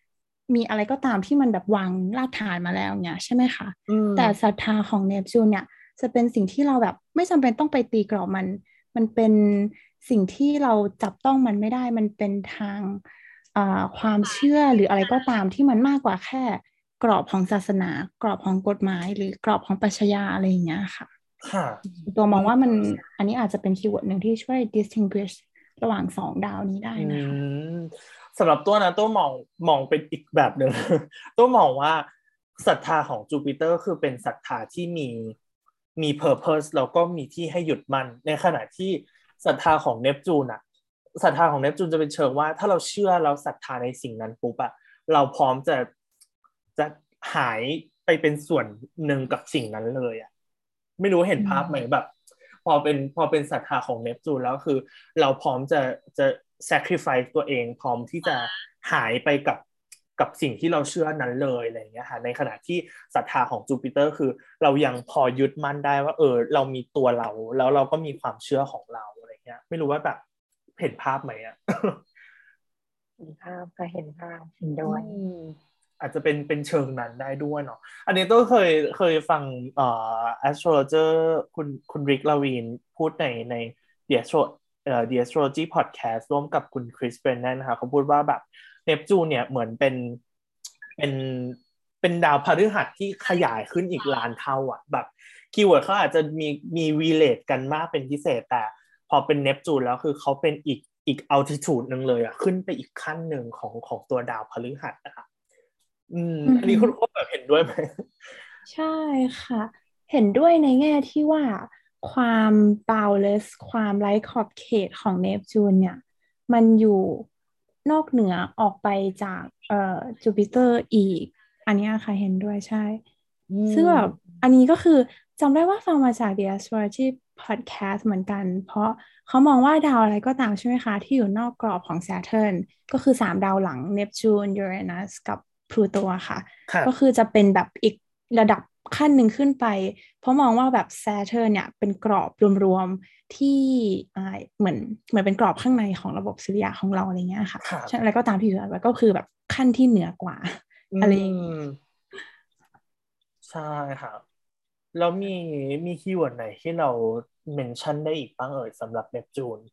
มีอะไรก็ตามที่มันแบบวางรากฐานมาแล้วเนี่ยใช่ไหมคะอืมแต่ศรัทธาของเนปจูนเนี่ยจะเป็นสิ่งที่เราแบบไม่จำเป็นต้องไปตีกรอบมันมันเป็นสิ่งที่เราจับต้องมันไม่ได้มันเป็นทางอ่าความเชื่อหรืออะไรก็ตามที่มันมากกว่าแค่กรอบของศาสนากรอบของกฎหมายหรือกรอบของปรัชญาอะไรอย่างเงี้ยค่ะค่ะตัวมอืมองว่ามันอันนี้อาจจะเป็นคีย์เวิร์ดหนึ่งที่ช่วย distinguish ระหว่างสองดาวนี้ได้อืนะคะมสำหรับตัวนะตัวมองมองเป็นอีกแบบหนึ่ง ตัวมองว่าศรัทธาของจูปิเตอร์คือเป็นศรัทธาที่มีมี purpose แล้วก็มีที่ให้หยุดมั่นในขณะที่ศรัทธาของเนปจูนอะศรัทธาของเนปจูนจะเป็นเชิงว่าถ้าเราเชื่อแล้วศรัทธาในสิ่งนั้นปุ๊บอะเราพร้อมจะจะหายไปเป็นส่วนหนึ่งกับสิ่งนั้นเลยอะไม่รู้เห็นภาพไหมแบบพอเป็นพอเป็นศรัทธาของเนปจูนแล้วคือเราพร้อมจะจะ sacrifice ตัวเองพร้อมที่จะหายไปกับกับสิ่งที่เราเชื่อนั้นเลยอะไรอย่างเงี้ยค่ะในขณะที่ศรัทธาของจูปิเตอร์คือเรายังพอยึดมั่นได้ว่าเออเรามีตัวเราแล้วเราก็มีความเชื่อของเราอะไรเงี้ยไม่รู้ว่าแบบเห็นภาพไหมอ่ะเห็นภาพก็เห็นภาพเห็นด้อืวยมอาจจะเป็นเป็นเชิงนั้นได้ด้วยเนาะอันนี้ต้องเคยเคยฟังเอ่อ astrologer คุณคุณริกลาวีนพูดในใน The Astro เอ่อ The Astrology Podcast ร่วมกับคุณคริสเบรนแนนนะคะเขาพูดว่าแบบเนปจูนเนี่ยเหมือนเป็นเป็นเป็นดาวพฤหัสที่ขยายขึ้นอีกล้านเท่าอ่ะแบบคีย์เวิร์ดเขาอาจจะมีมี relate กันมากเป็นพิเศษแต่พอเป็นเนปจูนแล้วคือเขาเป็นอีกอีก altitude หนึ่งเลยอ่ะขึ้นไปอีกขั้นหนึ่งของของตัวดาวพฤหัสนะคะอืมอือฮึอันนี้คุณโค้ชแบบเห็นด้วยไหมใช่ค่ะเห็นด้วยในแง่ที่ว่าความ boundless ความไร้ขอบเขตของเนปจูนเนี่ยมันอยู่นอกเหนือออกไปจากเอ่อจูปิเตอร์อีกอันเนี้ยค่ะเห็นด้วยใช่อืซึ่งแบบมอันนี้ก็คือจำได้ว่าฟังมาจาก The Astrology Podcast เหมือนกันเพราะเขามองว่าดาวอะไรก็ตามใช่ไหมคะที่อยู่นอกกรอบของ Saturn ก็คือสามดาวหลังเนปจูนยูเรนัสกับพลูโตค่ะ ก็คือค่ะจะเป็นแบบอีกระดับขั้นหนึ่งขึ้นไป เพราะมองว่าแบบ Saturn เนี่ยเป็นกรอบรวมๆที่อ่าเหมือนเหมือนเป็นกรอบข้างในของระบบสุริยะของเราอะไรเงี้ยค่ะค่ะฉะนั้นอะไรก็ตามที่อยู่แล้วก็คือแบบขั้นที่เหนือกว่าอือะไรอย่างนี้มใช่ค่ะแล้วมีมีคีย์เวิร์ดไหนที่เราเมนชั่นได้อีกบ้างเอ่ยสำหรับเนปจูน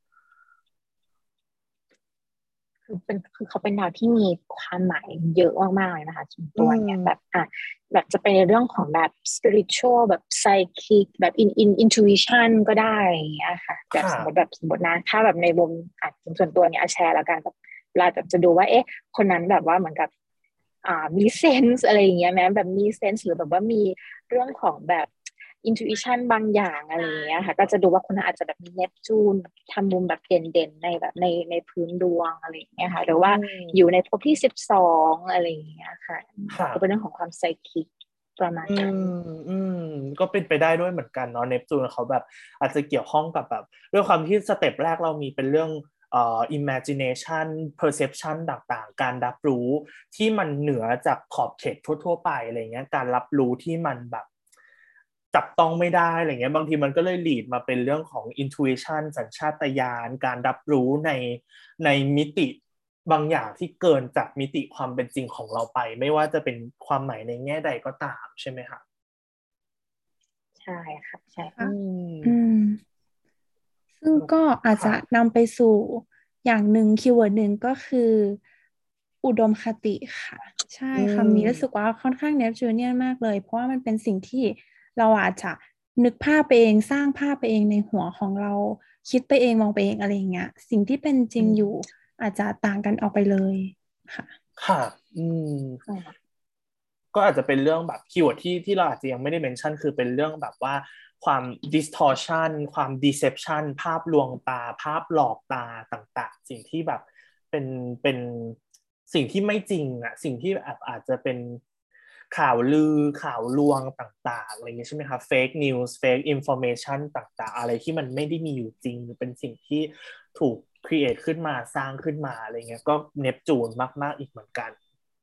คือเป็นคือเขาเป็นดาวที่มีความหมายเยอะมากๆเลยนะคะส่วนอืตัวเนี่ยแบบมอ่ะแบบจะเป็นในเรื่องของแบบ spiritual แบบ psychic แบบ in in intuition ก็ได้อย่างเงี้ยค่ะแบบค่ะสมมติแบบสมมตินะถ้าแบบในมุมอ่ะส่วนตัวเนี่ยอ่ะแชร์แล้วกันแบบเราจะจะดูว่าเอ๊ะคนนั้นแบบว่าเหมือนกับอ่ามีเซนส์อะไรอย่างเงี้ยแม้แบบมีเซนส์หรือแบบว่ามีเรื่องของแบบ intuition บางอย่างอะไรอย่างเงี้ยค่ะก็จะดูว่าคนนั้นอาจจะแบบมีเนปจูนทำมุมแบบเด่นๆในแบบในในพื้นดวงอะไรอย่างเงี้ยค่ะหรือว่าอือยู่มในภพที่สิบสองอะไรอย่างเงี้ยค่ะค่ะก็เป็นเรื่องของความไซคิกประมาณอืมนั้นอืมก็เป็นไปได้ด้วยเหมือนกันเนาะเนปจูนเขาแบบอาจจะเกี่ยวข้องกับแบบด้วยความที่สเต็ปแรกเรามีเป็นเรื่องเอ่อ imagination perception ต่างๆการรับรู้ที่มันเหนือจากขอบเขตทั่วๆไปอะไรเงี้ยการรับรู้ที่มันแบบจับต้องไม่ได้อะไรเงี้ยบางทีมันก็เลย lead มาเป็นเรื่องของ intuition สัญชาตญาณการรับรู้ในในมิติ บางอย่างที่เกินจากมิติความเป็นจริงของเราไปไม่ว่าจะเป็นความหมายในแง่ใดก็ตามใช่ไหมคะใช่ค่ะใช่อืค่ะอืมมซึ่งก็อาจจะค่ะนำไปสู่อย่างหนึ่งคีย์เวิร์ดหนึ่งก็คืออุดมคติค่ะใช่อืคำนี้รู้สึกมว่าค่อนข้างเนปจูเนียนมากเลยเพราะว่ามันเป็นสิ่งที่เราอาจจะนึกภาพไปเองสร้างภาพไปเองในหัวของเราคิดไปเองมองไปเองอะไรอย่างเงี้ยสิ่งที่เป็นจริงอยู่อาจจะต่างกันออกไปเลยค่ะค่ะอืมใช่ค่ะก็อาจจะเป็นเรื่องแบบคีย์เวิร์ดที่ที่เราอาจจะยังไม่ได้เมนชั่นคือเป็นเรื่องแบบว่าความ distortion ความ deception ภาพลวงตาภาพหลอกตาต่างๆสิ่งที่แบบเป็นเป็นสิ่งที่ไม่จริงอ่ะสิ่งที่อาจอาจจะเป็นข่าวลือข่าวลวงต่างๆอะไรอย่างนี้ใช่ไหมคะ fake news fake information ต่างๆอะไรที่มันไม่ได้มีอยู่จริงหรือเป็นสิ่งที่ถูก create ขึ้นมาสร้างขึ้นมาอะไรเงี้ยก็เนปจูนมากๆอีกเหมือนกัน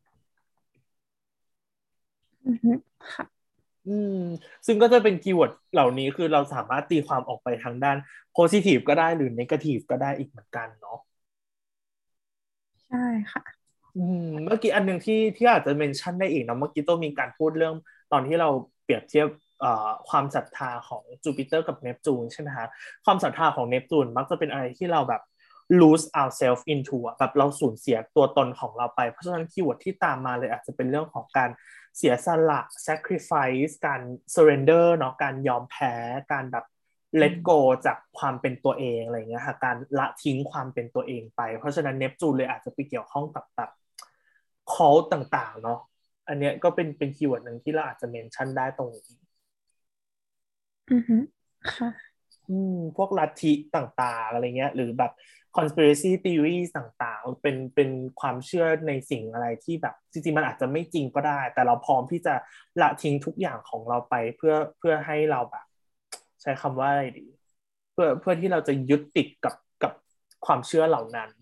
อือฮึค่ะอืมซึ่งก็จะเป็นคีย์เวิร์ดเหล่านี้คือเราสามารถตีความออกไปทางด้านโพซิทีฟก็ได้หรือเนกาทีฟก็ได้อีกเหมือนกันเนาะใช่ค่ะอืมเมื่อกี้อันหนึ่งที่ที่อาจจะเมนชั่นได้อีกนะเมื่อกี้ต้องมีการพูดเรื่องตอนที่เราเปรียบเทียบเอ่อความศรัทธาของจูปิเตอร์กับเนปจูนใช่ไหมฮะความศรัทธาของเนปจูนมักจะเป็นอะไรที่เราแบบ lose ourselves into อะแบบเราสูญเสียตัวตนของเราไปเพราะฉะนั้นคีย์เวิร์ดที่ตามมาเลยอาจจะเป็นเรื่องของการเสียสละ sacrifice การ surrender เนาะการยอมแพ้การแบบ let go จากความเป็นตัวเองอะไรเงี้ยค่ะการละทิ้งความเป็นตัวเองไปเพราะฉะนั้นเนปจูนเลยอาจจะไปเกี่ยวข้องกับแบบ cult ต่างๆเนาะอันเนี้ยก็เป็นเป็นคีย์เวิร์ดหนึ่งที่เราอาจจะเมนชั่นได้ตรงนี้อือฮึค่ะอืมพวกลัทธิต่างๆอะไรเงี้ยหรือแบบ conspiracy theories ต่างๆเป็นเป็นความเชื่อในสิ่งอะไรที่แบบจริงๆมันอาจจะไม่จริงก็ได้แต่เราพร้อมที่จะละทิ้งทุกอย่างของเราไปเพื่อเพื่อให้เราแบบใช้คำว่าอะไรดีเพื่อเพื่อที่เราจะยึดติดกับกับความเชื่อเหล่านั้น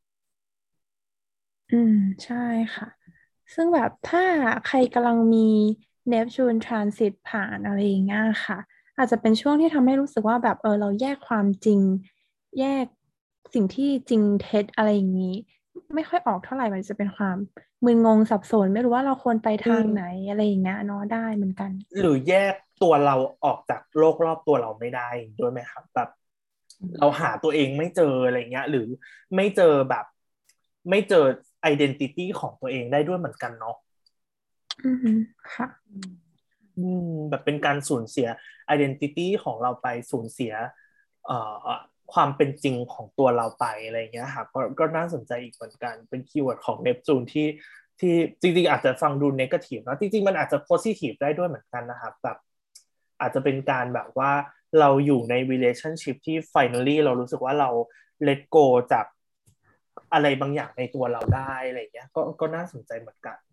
อืมใช่ค่ะซึ่งแบบถ้าใครกำลังมีเนปจูนทรานสิตผ่านอะไรอย่างเงี้ยค่ะอาจจะเป็นช่วงที่ทำให้รู้สึกว่าแบบเออเราแยกความจริงแยกสิ่งที่จริงเท็จอะไรอย่างนี้ไม่ค่อยออกเท่าไหร่มันจะเป็นความมึนงงสับสนไม่รู้ว่าเราควรไปอืทางไหนมอะไรอย่างเงี้ยเนาะได้เหมือนกันหรือแยกตัวเราออกจากโลกรอบตัวเราไม่ได้ด้วยไหมครับแบบเราหาตัวเองไม่เจออะไรเงี้ยหรือไม่เจอแบบไม่เจอ identity ของตัวเองได้ด้วยเหมือนกันเนาะอือฮึค่ะอืมแบบเป็นการสูญเสีย identity ของเราไปสูญเสียเอ่อความเป็นจริงของตัวเราไปอะไรเงี้ยครับก็ก็น่าสนใจอีกเหมือนกันเป็นคีย์เวิร์ดของเนปจูนที่ที่จริงๆอาจจะฟังดูเนกาทีฟนะจริงๆมันอาจจะโพซิทีฟได้ด้วยเหมือนกันนะครับแบบอาจจะเป็นการแบบว่าเราอยู่ใน relationship ที่ finally เรารู้สึกว่าเรา let go จากอะไรบางอย่างในตัวเราได้อะไรเงี้ยก็ก็น่าสนใจเหมือนกัน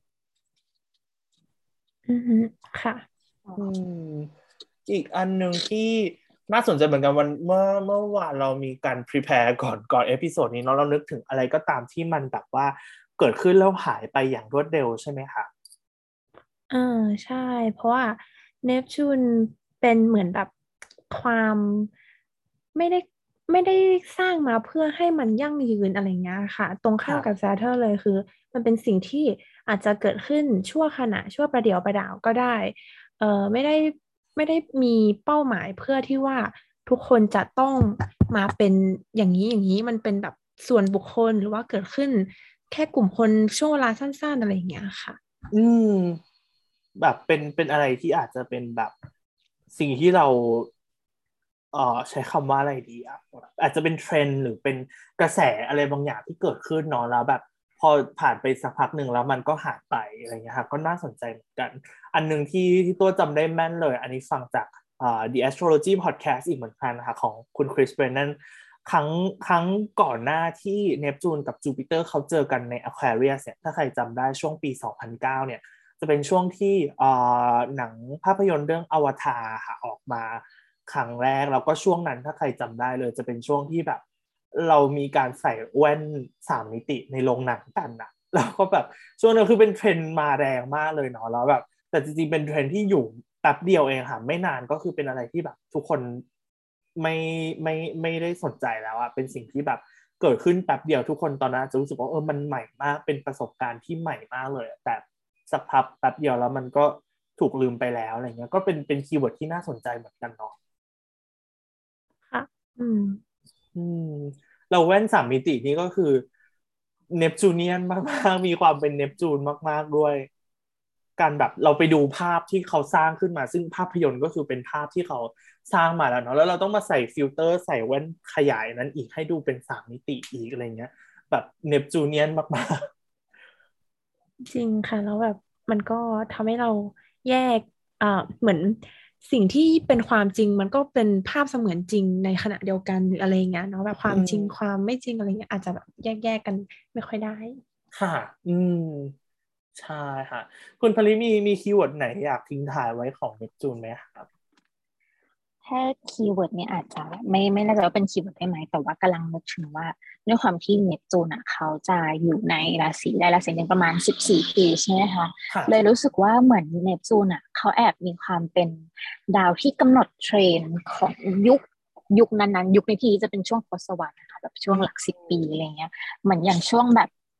อือฮึค่ะอืม อีกอันหนึ่งที่น่าสนใจเหมือนกันวันเมื่อเมื่อวานเรามีการ prepare ก่อนก่อนเอพิโซดนี้เนาะเรานึกถึงอะไรก็ตามที่มันแบบว่าเกิดขึ้นแล้วหายไปอย่างรวดเร็วใช่ไหมคะอ่าใช่เพราะว่าเนปจูนเป็นเหมือนแบบความไม่ได้ไม่ได้สร้างมาเพื่อให้มันยั่งยืนอะไรเงี้ยค่ะตรงข้ามกับค่ะ Saturn เลยคือมันเป็นสิ่งที่อาจจะเกิดขึ้นชั่วขณะชั่วประเดี๋ยวประดาวก็ได้เอ่อไม่ได้ไม่ได้มีเป้าหมายเพื่อที่ว่าทุกคนจะต้องมาเป็นอย่างนี้อย่างนี้มันเป็นแบบส่วนบุคคลหรือว่าเกิดขึ้นแค่กลุ่มคนช่วงเวลาสั้นๆอะไรอย่างเงี้ยค่ะอืมแบบเป็นเป็นอะไรที่อาจจะเป็นแบบสิ่งที่เราเอ่อใช้คำว่าอะไรดีอ่ะอาจจะเป็นเทรนด์หรือเป็นกระแสอะไรบางอย่างที่เกิดขึ้นเนาะแล้วแบบพอผ่านไปสักพักหนึ่งแล้วมันก็หายไปอะไรเงี้ยครับก็น่าสนใจเหมือนกันอันหนึ่งที่ที่ตัวจำได้แม่นเลยอันนี้ฟังจากอ่า The Astrology Podcast อีกเหมือนกันนะคะของคุณคริสเบรนนันครั้งครั้งก่อนหน้าที่เนปจูนกับจูปิเตอร์เขาเจอกันใน Aquarius เนี่ยถ้าใครจำได้ช่วงปีสองพันเก้าเนี่ย จะเป็นช่วงที่เอ่อหนังภาพยนตร์เรื่องอวตารค่ะออกมาครั้งแรกแล้วก็ช่วงนั้นถ้าใครจำได้เลยจะเป็นช่วงที่แบบเรามีการใส่แว่นสามมิติในโรงหนังกันนะแล้วก็แบบช่วงนั้นคือเป็นเทรนด์มาแรงมากเลยเนาะแล้วแบบแต่จริงๆเป็นเทรนด์ที่อยู่แป๊บเดียวเองค่ะไม่นานก็คือเป็นอะไรที่แบบทุกคนไม่ไม่ไม่ได้สนใจแล้วอะเป็นสิ่งที่แบบเกิดขึ้นแป๊บเดียวทุกคนตอนนั้นจะรู้สึกว่าเออมันใหม่มากเป็นประสบการณ์ที่ใหม่มากเลยแต่ สักพักแป๊บเดียวแล้วมันก็ถูกลืมไปแล้วอะไรเงี้ยก็เป็นเป็นคีย์เวิร์ดที่น่าสนใจเหมือนกันเนาะค่ะอืมอืมเราแว่นสามมิตินี่ก็คือเนปจูเนียนมากๆมีความเป็นเนปจูนมากๆด้วยการแบบเราไปดูภาพที่เขาสร้างขึ้นมาซึ่งภาพยนตร์ก็คือเป็นภาพที่เขาสร้างมาแล้วเนาะแล้วเราต้องมาใส่ฟิลเตอร์ใส่แว่นขยายนั้นอีกให้ดูเป็นสามมิติอีกอะไรเงี้ยแบบเนปจูเนียนมากจริงค่ะแล้วแบบมันก็ทำให้เราแยกเอ่อเหมือนสิ่งที่เป็นความจริงมันก็เป็นภาพเสมือนจริงในขณะเดียวกันหรืออะไรเงี้ยเนาะแบบคๆอืมวามจริงความไม่จริงอะไรเงี้ยอาจจะแบบแยกแยกกันไม่ค่อยได้ค่ะอืม ใช่ค่ะคุณพลิมีมีคีย์เวิร์ดไหนอยากทิ้งท้ายไว้ของเนปจูนไหมครับถ้าคีย์เวิร์ดเนี่ยอาจจะไม่ไม่แน่ใจว่าเป็นคีย์เวิร์ดได้ไหมแต่ว่ากำลังนึกถึงว่าด้วยความที่เนปจูนอ่ะเขาจะอยู่ในราศีได้ราศีหนึ่งประมาณสิบสี่ปีใช่ไหมคะค่ะเลยรู้สึกว่าเหมือนเนปจูนอ่ะเขาแอบมีความเป็นดาวที่กำหนดเทรนด์ของยุคยุคนั้นๆยุคในที่จะเป็นช่วงทศวรรษนะคะแบบช่วงหลักสิบปีอะไรเงี้ยเหมือนอย่างช่วงแบบ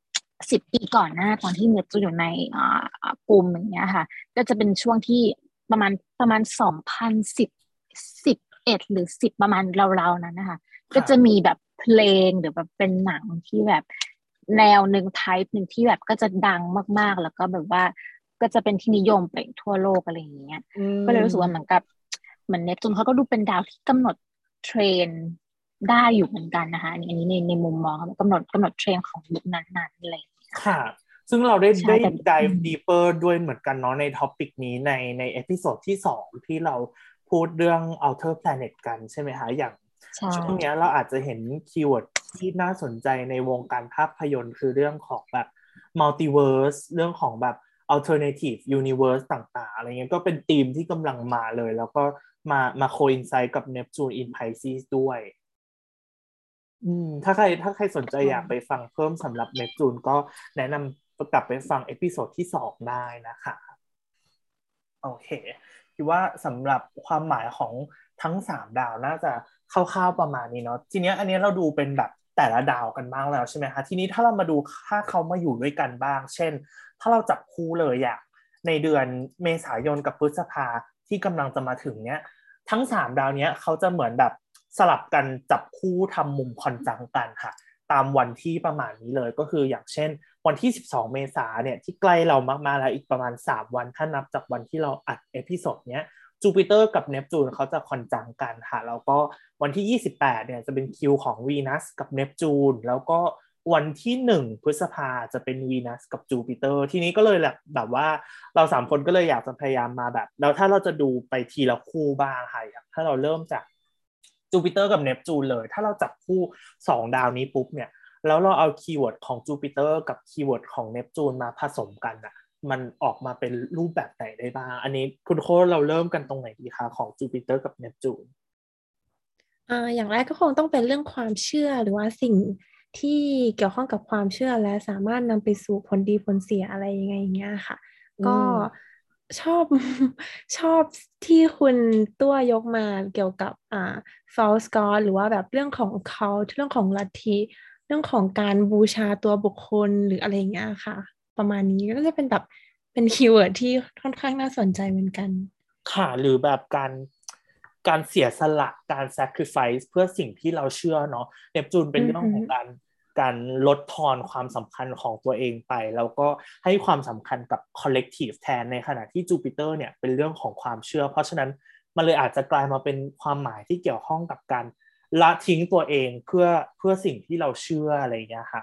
สิบปีก่อนหน้าตอนที่เนปจูนอยู่ในอ่ากลุ่มอย่างเงี้ยค่ะก็จะเป็นช่วงที่ประมาณประมาณสองพันสิบสิบเอ็ดหรือสิบประมาณราวๆนั้นนะคะก็จะค่ะมีแบบเพลงหรือแบบเป็นหนังที่แบบแนวหนึ่งไทป์หนึ่งที่แบบก็จะดังมากๆแล้วก็แบบว่าก็จะเป็นที่นิยมไปทั่วโลกอะไรอย่างเงี้ยอืก็เลยรู้สึกว่าเหมือนมกับเหมือนเนปจูนเขาก็ดูเป็นดาวที่กำหนดเทรนด์ได้อยู่เหมือนกันนะคะอันนี้อันนี้ในในมุมมองกำหนดกำหนดเทรนด์ของยุคนั้นๆอะไรอย่างเงี้ยค่ะค่ะซึ่งเราได้ได้ใช่แต่อื dive ม deeper ด้วยเหมือนกันเนาะในท็อปิกนี้ในในเอพิโซดที่สองที่เราพูดเรื่อง Outer Planet กันใช่ไหมคะอย่างใช่ช่วงเนี้ยเราอาจจะเห็นคีย์เวิร์ดที่น่าสนใจในวงการภาพยนตร์คือเรื่องของแบบ multiverse เรื่องของแบบ alternative universe ต่างๆอะไรเงี้ยก็เป็นธีมที่กำลังมาเลยแล้วก็มามา coincide กับ Neptune in Pisces ด้วย อืมถ้าใครถ้าใครสนใจอยากไปฟังเพิ่มสำหรับเนปจูนก็แนะนำกลับไปฟังเอพิโซดที่สองได้นะคะโอเคคิดว่าสำหรับความหมายของทั้งสามดาวน่าจะคร่าวๆประมาณนี้เนาะทีเนี้ยอันนี้เราดูเป็นแบบแต่ละดาวกันบ้างแล้วใช่ไหมคะทีนี้ถ้าเรามาดูถ้าเขามาอยู่ด้วยกันบ้างเช่นถ้าเราจับคู่เลยอย่างในเดือนเมษายนกับพฤษภาที่กำลังจะมาถึงเนี้ย ทั้งสามดาวเนี้ยเขาจะเหมือนแบบสลับกันจับคู่ทำมุมคอนจังกันค่ะตามวันที่ประมาณนี้เลยก็คืออย่างเช่นวันที่สิบสองเมษาเนี่ยที่ใกล้เรามากๆแล้วอีกประมาณสามวันถ้านับจากวันที่เราอัดเอพิโซดเนี้ยจูปิเตอร์กับเนปจูนเขาจะคอนจังกันค่ะแล้วก็วันที่ยี่สิบแปดเนี่ยจะเป็นคิวของวีนัสกับเนปจูนแล้วก็วันที่หนึ่งพฤษภาจะเป็นวีนัสกับจูปิเตอร์ทีนี้ก็เลยแบบแบบว่าเราสามคนก็เลยอยากจะพยายามมาแบบแล้วถ้าเราจะดูไปทีละคู่บ้างค่ะถ้าเราเริ่มจากจูปิเตอร์กับเนปจูนเลยถ้าเราจับคู่สองดาวนี้ปุ๊บเนี่ยแล้วเราเอาคีย์เวิร์ดของจูปิเตอร์กับคีย์เวิร์ดของเนปจูนมาผสมกันอ่ะมันออกมาเป็นรูปแบบไหนได้บ้างอันนี้คุณโค้ชเราเริ่มกันตรงไหนดีคะของจูปิเตอร์กับเนปจูนอ่าอย่างแรกก็คงต้องเป็นเรื่องความเชื่อหรือว่าสิ่งที่เกี่ยวข้องกับความเชื่อและสามารถนำไปสู่ผลดีผลเสียอะไรยังไงอย่างเงี้ยค่ะอืก็มชอบชอบที่คุณตัวยกมาเกี่ยวกับอ่า false god หรือว่าแบบเรื่องของ cult เรื่องของลัทธิเรื่องของการบูชาตัวบุคคลหรืออะไรอย่างเงี้ยค่ะประมาณนี้ก็จะเป็นแบบเป็นคีย์เวิร์ดที่ค่อนข้างน่าสนใจเหมือนกันค่ะหรือแบบการการเสียสละการ sacrifice เพื่อสิ่งที่เราเชื่อเนาะเนปจูนเป็นเรื่องอือหือของการการลดทอนความสำคัญของตัวเองไปแล้วก็ให้ความสำคัญกับ collective แทนในขณะที่จูปิเตอร์เนี่ยเป็นเรื่องของความเชื่อเพราะฉะนั้นมันเลยอาจจะกลายมาเป็นความหมายที่เกี่ยวข้องกับการละทิ้งตัวเองเพื่อเพื่อสิ่งที่เราเชื่ออะไรอย่างเงี้ยค่ะ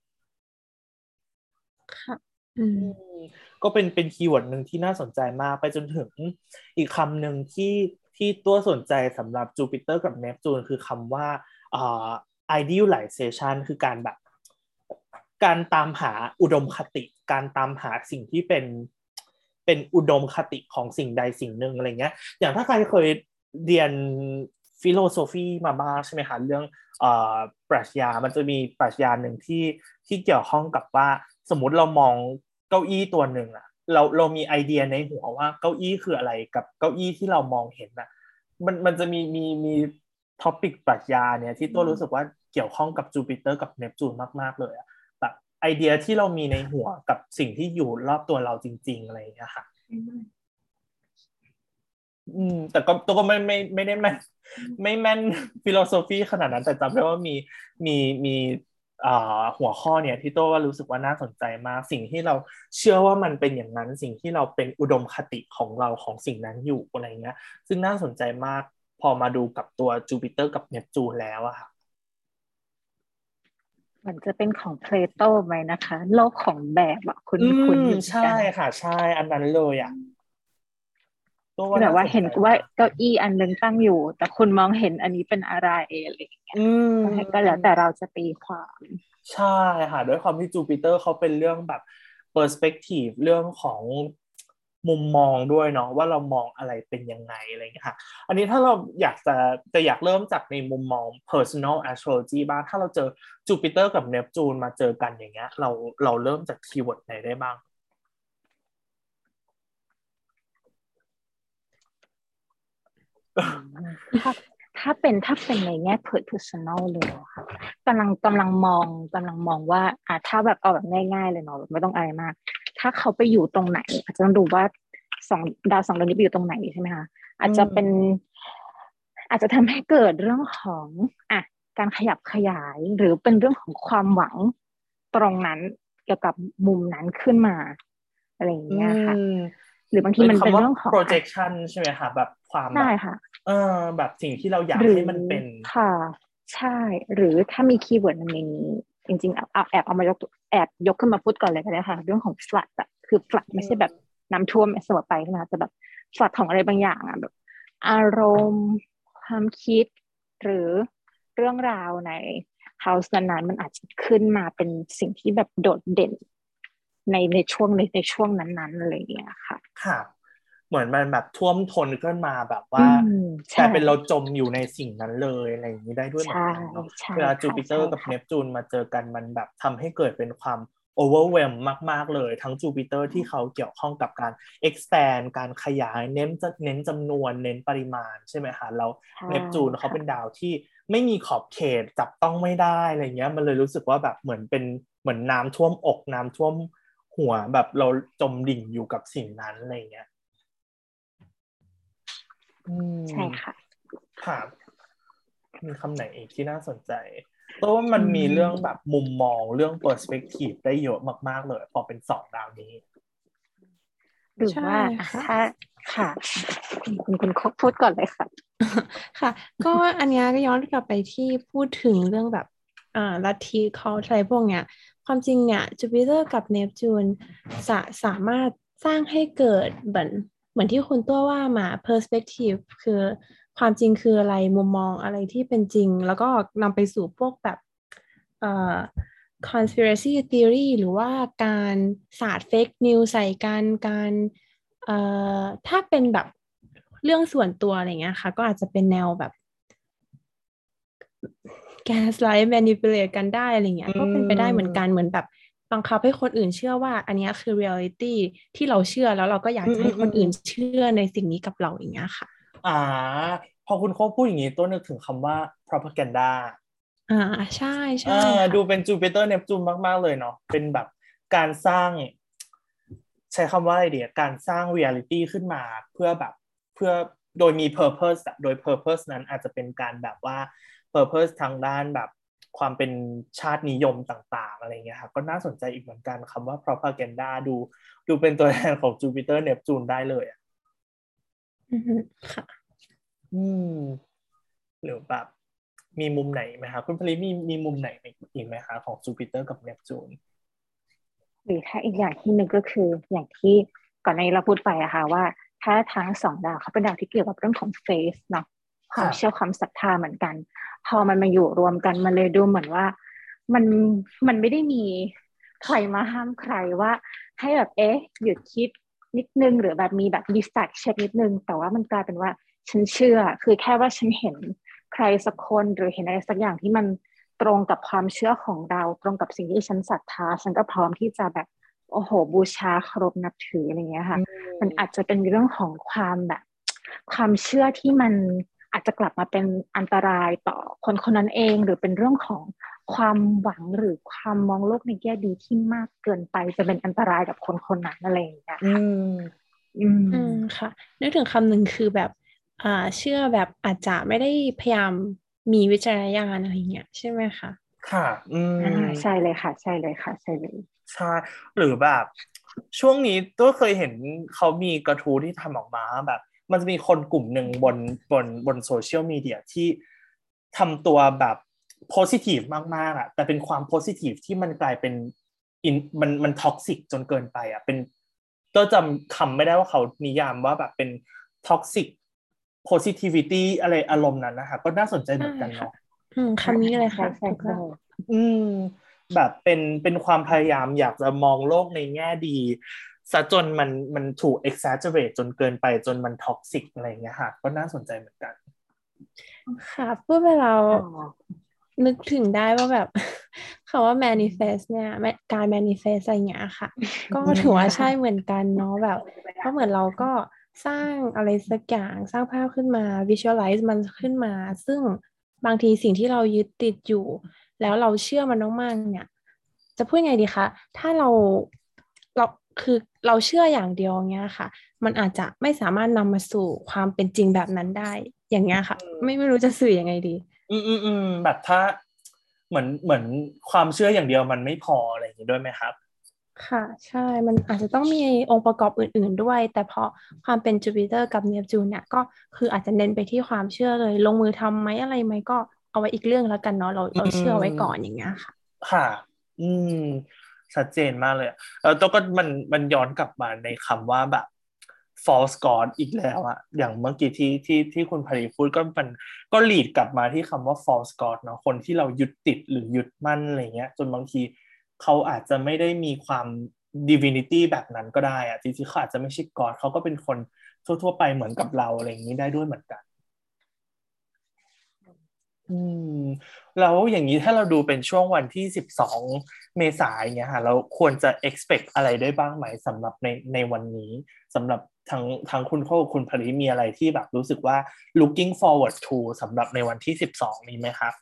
ค่ะอืมอืมก็เป็นเป็นคีย์เวิร์ดหนึ่งที่น่าสนใจมากไปจนถึงอีกคำหนึ่งที่ที่ตัวสนใจสำหรับจูปิเตอร์กับเนปจูนคือคำว่าอ่า idealization คือการแบบการตามหาอุดมคติการตามหาสิ่งที่เป็นเป็นอุดมคติของสิ่งใดสิ่งหนึ่งอะไรเงี้ยอย่างถ้าใครเคยเรียนฟิโลโซฟีมาบ้างใช่ไหมคะเรื่องเอ่อปรัชญามันจะมีปรัชญาหนึ่งที่ที่เกี่ยวข้องกับว่าสมมุติเรามองเก้าอี้ตัวหนึ่งอะเราเรามีไอเดียในหัวว่าเก้าอี้คืออะไรกับเก้าอี้ที่เรามองเห็นอะมันมันจะมีมีมีท็อปิกปรัชญาเนี่ยที่ตัวรู้สึกว่าเกี่ยวข้องกับจูปิเตอร์กับเนปจูนมากๆเลยอะแบบไอเดียที่เรามีในหัวกับสิ่งที่อยู่รอบตัวเราจริงๆอะไรอย่างเงี้ยค่ะ อืมแต่ก็ตัวก็ไม่ไม่ไม่ได้แม่นไม่แม่นฟิโลโซฟีขนาดนั้นแต่จำได้ว่ามีมีมีอ่าหัวข้อเนี่ยที่โต้ว่ารู้สึกว่าน่าสนใจมากสิ่งที่เราเชื่อว่ามันเป็นอย่างนั้นสิ่งที่เราเป็นอุดมคติของเราของสิ่งนั้นอยู่อะไรเงี้ยซึ่งน่าสนใจมากพอมาดูกับตัวจูปิเตอร์กับเนปจูนแล้วอะค่ะเหมือนจะเป็นของเพลโตไหมนะคะโลกของแบบอะคุณอืคุณมอยู่เหมือนใช่กันค่ะใช่อันนั้นเลยอะตัวที่แบบว่าว่าน่าสนใจเห็นว่ามากเก้าอี้อันนึงตั้งอยู่แต่คุณมองเห็นอันนี้เป็นอะไรอะไรอย่างเงี้อืยก็ให้ก็แล้วแต่เรามจะตีความใช่ค่ะด้วยความที่จูปิเตอร์เขาเป็นเรื่องแบบเปอร์สเปกทีฟเรื่องของมุมมองด้วยเนาะว่าเรามองอะไรเป็นยังไงอะไรอย่างเงี้ยค่ะอันนี้ถ้าเราอยากจะจะอยากเริ่มจากในมุมมอง personal astrology บ้างถ้าเราเจอจูปิเตอร์กับเนปจูนมาเจอกันอย่างเงี้ยเราเราเริ่มจากคีย์เวิร์ดไหนได้บ้างอืมถ้าถ้าเป็นถ้าเป็นในแง่ personal เลยอะค่ะกำลังกำลังมองกำลังมองว่าอ่ะถ้าแบบเอาแบบง่ายๆเลยเนาะแบบไม่ต้องอะไรมากถ้าเขาไปอยู่ตรงไหนอาจจะต้องดูว่าสองดาวสองดวงนี้ไปอยู่ตรงไหนใช่ไหมคะอาจจะเป็นอาจจะทำให้เกิดเรื่องของอ่ะการขยับขยายหรือเป็นเรื่องของความหวังตรงนั้นเกี่ยวกับมุมนั้นขึ้นมาอะไรอย่างอืเงี้ยค่ะมหรือบางทีเป็นมันเป็นคำว่าเรื่องของอ่ะ projection ใช่ไหมคะแบบความแบได้บค่ะเออแบบสิ่งที่เราอยากหรือให้มันเป็นค่ะใช่หรือถ้ามีคีย์เวิร์ดในนี้จริงๆเอาเอาแอบเอามายกตัวแอบยกขึ้นมาพูดก่อนเลยก็ได้ค่ะเรื่องของ flood อะคือ flood ไม่ใช่แบบน้ำท่วมเสมอไปใช่ไหมคะแต่แบบ flood ของอะไรบางอย่างอะแบบอารมณ์ความคิดหรือเรื่องราวใน house นั้นๆมันอาจจะขึ้นมาเป็นสิ่งที่แบบโดดเด่นในในช่วงในในช่วงนั้นๆอะไรอย่างเงี้ยค่ะค่ะเหมือนมันแบบท่วมท้นขึ้นมาแบบอืว่ามกลาใช่ยเป็นเราจมอยู่ในสิ่งนั้นเลยอะไรอย่างนี้ได้ด้วยเหมือใช่นกันเนาะใช่เวลาจูค่ะปิเตอใช่ร์กับเนปค่ะจูนมาเจอกันมันแบบทำให้เกิดเป็นความ overwhelm มากๆเลยทั้งจูปิเตอร์ที่เขาเกี่ยวข้องกับการ expand การขยายเน้นจะเน้นจำนวนเน้นปริมาณใช่ไหมคะแล้วใช่เนปจูนเขาเป็นค่ะดาวที่ไม่มีขอบเขตจับต้องไม่ได้อะไรเงี้ยมันเลยรู้สึกว่าแบบเหมือนเป็นเหมือนน้ำท่วมอกน้ำท่วมหัวแบบเราจมดิ่งอยู่กับสิ่งนั้นอะไรเงี้ย อืใช่มค่ะค่ะมีคำไหนอีกที่น่าสนใจเพราะว่ามัอืนมีเรื่องแบบมมุมมองเรื่อง perspective ได้เยอะมากๆเลยพอเป็นสองดาวนี้หรือใช่ว่าอ่ะค่ะถ้าค่ะคุณคุณคุณพูดก่อนเลยค่ะค่ะก็อันเนี้ยก็ย้อนกลับไปที่พูดถึงเรื่องแบบอ่าลัทธิเขาอะไรพวกเนี้ยความจริงเนี่ยจูปิเตอร์กับเนปจูนสาสามารถสร้างให้เกิดเหมือนเหมือนที่คุณตัวว่ามา perspective คือความจริงคืออะไรมุมมองอะไรที่เป็นจริงแล้วก็นำไปสู่พวกแบบเอ่อ conspiracy theory หรือว่าการสาด fake news ใส่กันการเอ่อถ้าเป็นแบบเรื่องส่วนตัวอะไรเงี้ยค่ะก็อาจจะเป็นแนวแบบ gaslight manipulate กันได้อะไรเงี้อืยก็เป็นไปได้เหมือนกันเหมมือนแบบบังคับให้คนอื่นเชื่อว่าอันเนี้ยคือ reality ที่เราเชื่อแล้วเราก็อยาอืกจะให้คนอื่นมอืมอืมเชื่อในสิ่งนี้กับเราอย่างเงี้ยค่ะอ่าพอคุณโค้ชพูดอย่างนี้ตัวนึกถึงคำว่า propaganda อ่าใช่เออใช่ค่ะดูเป็นจูปิเตอร์เนปจูนมากๆเลยเนาะเป็นแบบการสร้างใช้คำว่าอะไรดีอะการสร้าง reality ขึ้นมาเพื่อแบบเพื่อโดยมี purpose อะโดย purpose นั้นอาจจะเป็นการแบบว่า purpose ทางด้านแบบความเป็นชาตินิยมต่างๆอะไรเงี้ยครับก็น่าสนใจอีกเหมือนกันคำว่า propaganda ดูดูเป็นตัวแทนของจูปิเตอร์เนปจูนได้เลยอะอือฮึค่ะอืมหรือแบบมีมุมไหนไหมคะคุณพลิมีมีมุมไหนอีกไหมคะของจูปิเตอร์กับเนปจูนหรือถ้าอีกอย่างที่หนึ่งก็คืออย่างที่ก่อนในเราพูดไปอะค่ะว่าถ้าทั้งสองดาวเขาเป็นดาวที่เกี่ยวกับเรื่องของเฟสเนาะความค่ะเชื่อความศรัทธาเหมือนกันพอมันมาอยู่รวมกันมันเลยดูเหมือนว่ามันมันไม่ได้มีใครมาห้ามใครว่าให้แบบเอ๊ะหยุดคิดนิดนึงหรือแบบมีแบบดีแฟกเช็คนิดนึงแต่ว่ามันกลายเป็นว่าฉันเชื่อคือแค่ว่าฉันเห็นใครสักคนหรือเห็นอะไรสักอย่างที่มันตรงกับความเชื่อของเราตรงกับสิ่งที่ฉันศรัทธาฉันก็พร้อมที่จะแบบโอ้โหบูชาเคารพนับถืออะไรอย่างเงี้ยอืค่ะมันอาจมจะเป็นเรื่องของความแบบความเชื่อที่มันอาจจะกลับมาเป็นอันตรายต่อคนคนนั้นเองหรือเป็นเรื่องของความหวังหรือความมองโลกในแง่ดีที่มากเกินไปจะเป็นอันตรายกับคนคนนั้นอะไรอย่างเงี้ยอืค่ะมอืมอืมค่ะนึกถึงคำหนึ่งคือแบบอ่าเชื่อแบบอาจจะไม่ได้พยายามมีวิจารณญาณอะไรเงี้ยใช่ไหมคะค่ะอือ่ามใช่เลยค่ะใช่เลยค่ะใช่เลยใช่หรือแบบช่วงนี้ตัวเคยเห็นเขามีกระทู้ที่ทำออกมาแบบมันจะมีคนกลุ่มหนึ่งบนบนบนโซเชียลมีเดียที่ทำตัวแบบโพซิทีฟมากๆอ่ะแต่เป็นความโพซิทีฟที่มันกลายเป็นอินมันมันท็อกซิกจนเกินไปอ่ะเป็นตัวจำคำไม่ได้ว่าเขานิยามว่าแบบเป็นท็อกซิกโพซิทิวิตี้อะไรอารมณ์นั้นนะคะก็น่าสนใจเหใช่มือนกันค่ะเนาะอืมอ่าคำนี้เลยใช่ค่ะใช่ใช่ถูกแล้วอืมแบบเป็นเป็นความพยายามอยากจะมองโลกในแง่ดีซะจนมันมันถูก exaggerate จนเกินไปจนมันท็อกซิกอะไรอย่างเงี้ยค่ะก็น่าสนใจเหมือนกันค่ะพูดไปเราอ๋อนึกถึงได้ว่าแบบคำว่า manifest เนี่ยการ manifest อะไรอย่างเงี้ยค่ะก็อืถือว่าใช่มเหมือนกันเนาะแบบเพราะเหมือนเราก็สร้างอะไรสักอย่างสร้างภาพขึ้นมา visualize มันขึ้นมาซึ่งบางทีสิ่งที่เรายึดติดอยู่แล้วเราเชื่อมันมากๆเนี่ยจะพูดไงดีคะถ้าเราเราคือเราเชื่ออย่างเดียวเงี้ยค่ะมันอาจจะไม่สามารถนำมาสู่ความเป็นจริงแบบนั้นได้อย่างเงี้ยค่ะไม่ไม่รู้จะสื่อยังไงดีอืมอืมอืมแบบถ้าเหมือนเหมือนความเชื่ออย่างเดียวมันไม่พออะไรอย่างนี้ด้วยไหมครับค่ะใช่มันอาจจะต้องมีองค์ประกอบอื่นๆด้วยแต่พอความเป็นจูปิเตอร์กับเนปจูนเนี่ยก็คืออาจจะเน้นไปที่ความเชื่อเลยลงมือทำไหมอะไรไหมก็เอาไว้อีกเรื่องแล้วกันเนาะเราอืเราเชื่อไว้ก่อนมอย่างเงี้ยค่ะค่ะอืมชัดเจนมากเลยอะแล้วตัวก็มันมันย้อนกลับมาในคำว่าแบบ false god อีกแล้วอะอย่างเมื่อกี้ที่ที่ที่คุณพารีพูดก็มันก็ลีดกลับมาที่คำว่า false god เนาะคนที่เรายึดติดหรือยึดมั่นอะไรเงี้ยจนบางทีเขาอาจจะไม่ได้มีความ divinity แบบนั้นก็ได้อะจริงๆเขาอาจจะไม่ใช่ god เขาก็เป็นคนทั่วๆไปเหมือนกับเราอะไรอย่างนี้ได้ด้วยเหมือนกัน อืมแล้วอย่างนี้ถ้าเราดูเป็นช่วงวันที่สิบสองเมษายนอย่างเงี้ยค่ะเราควรจะ expect อะไรได้บ้างไหมสำหรับในในวันนี้สำหรับทั้งทั้งคุณพ่อคุณภริมีอะไรที่แบบรู้สึกว่า looking forward to สำหรับในวันที่สิบสองนี้ไหมครับ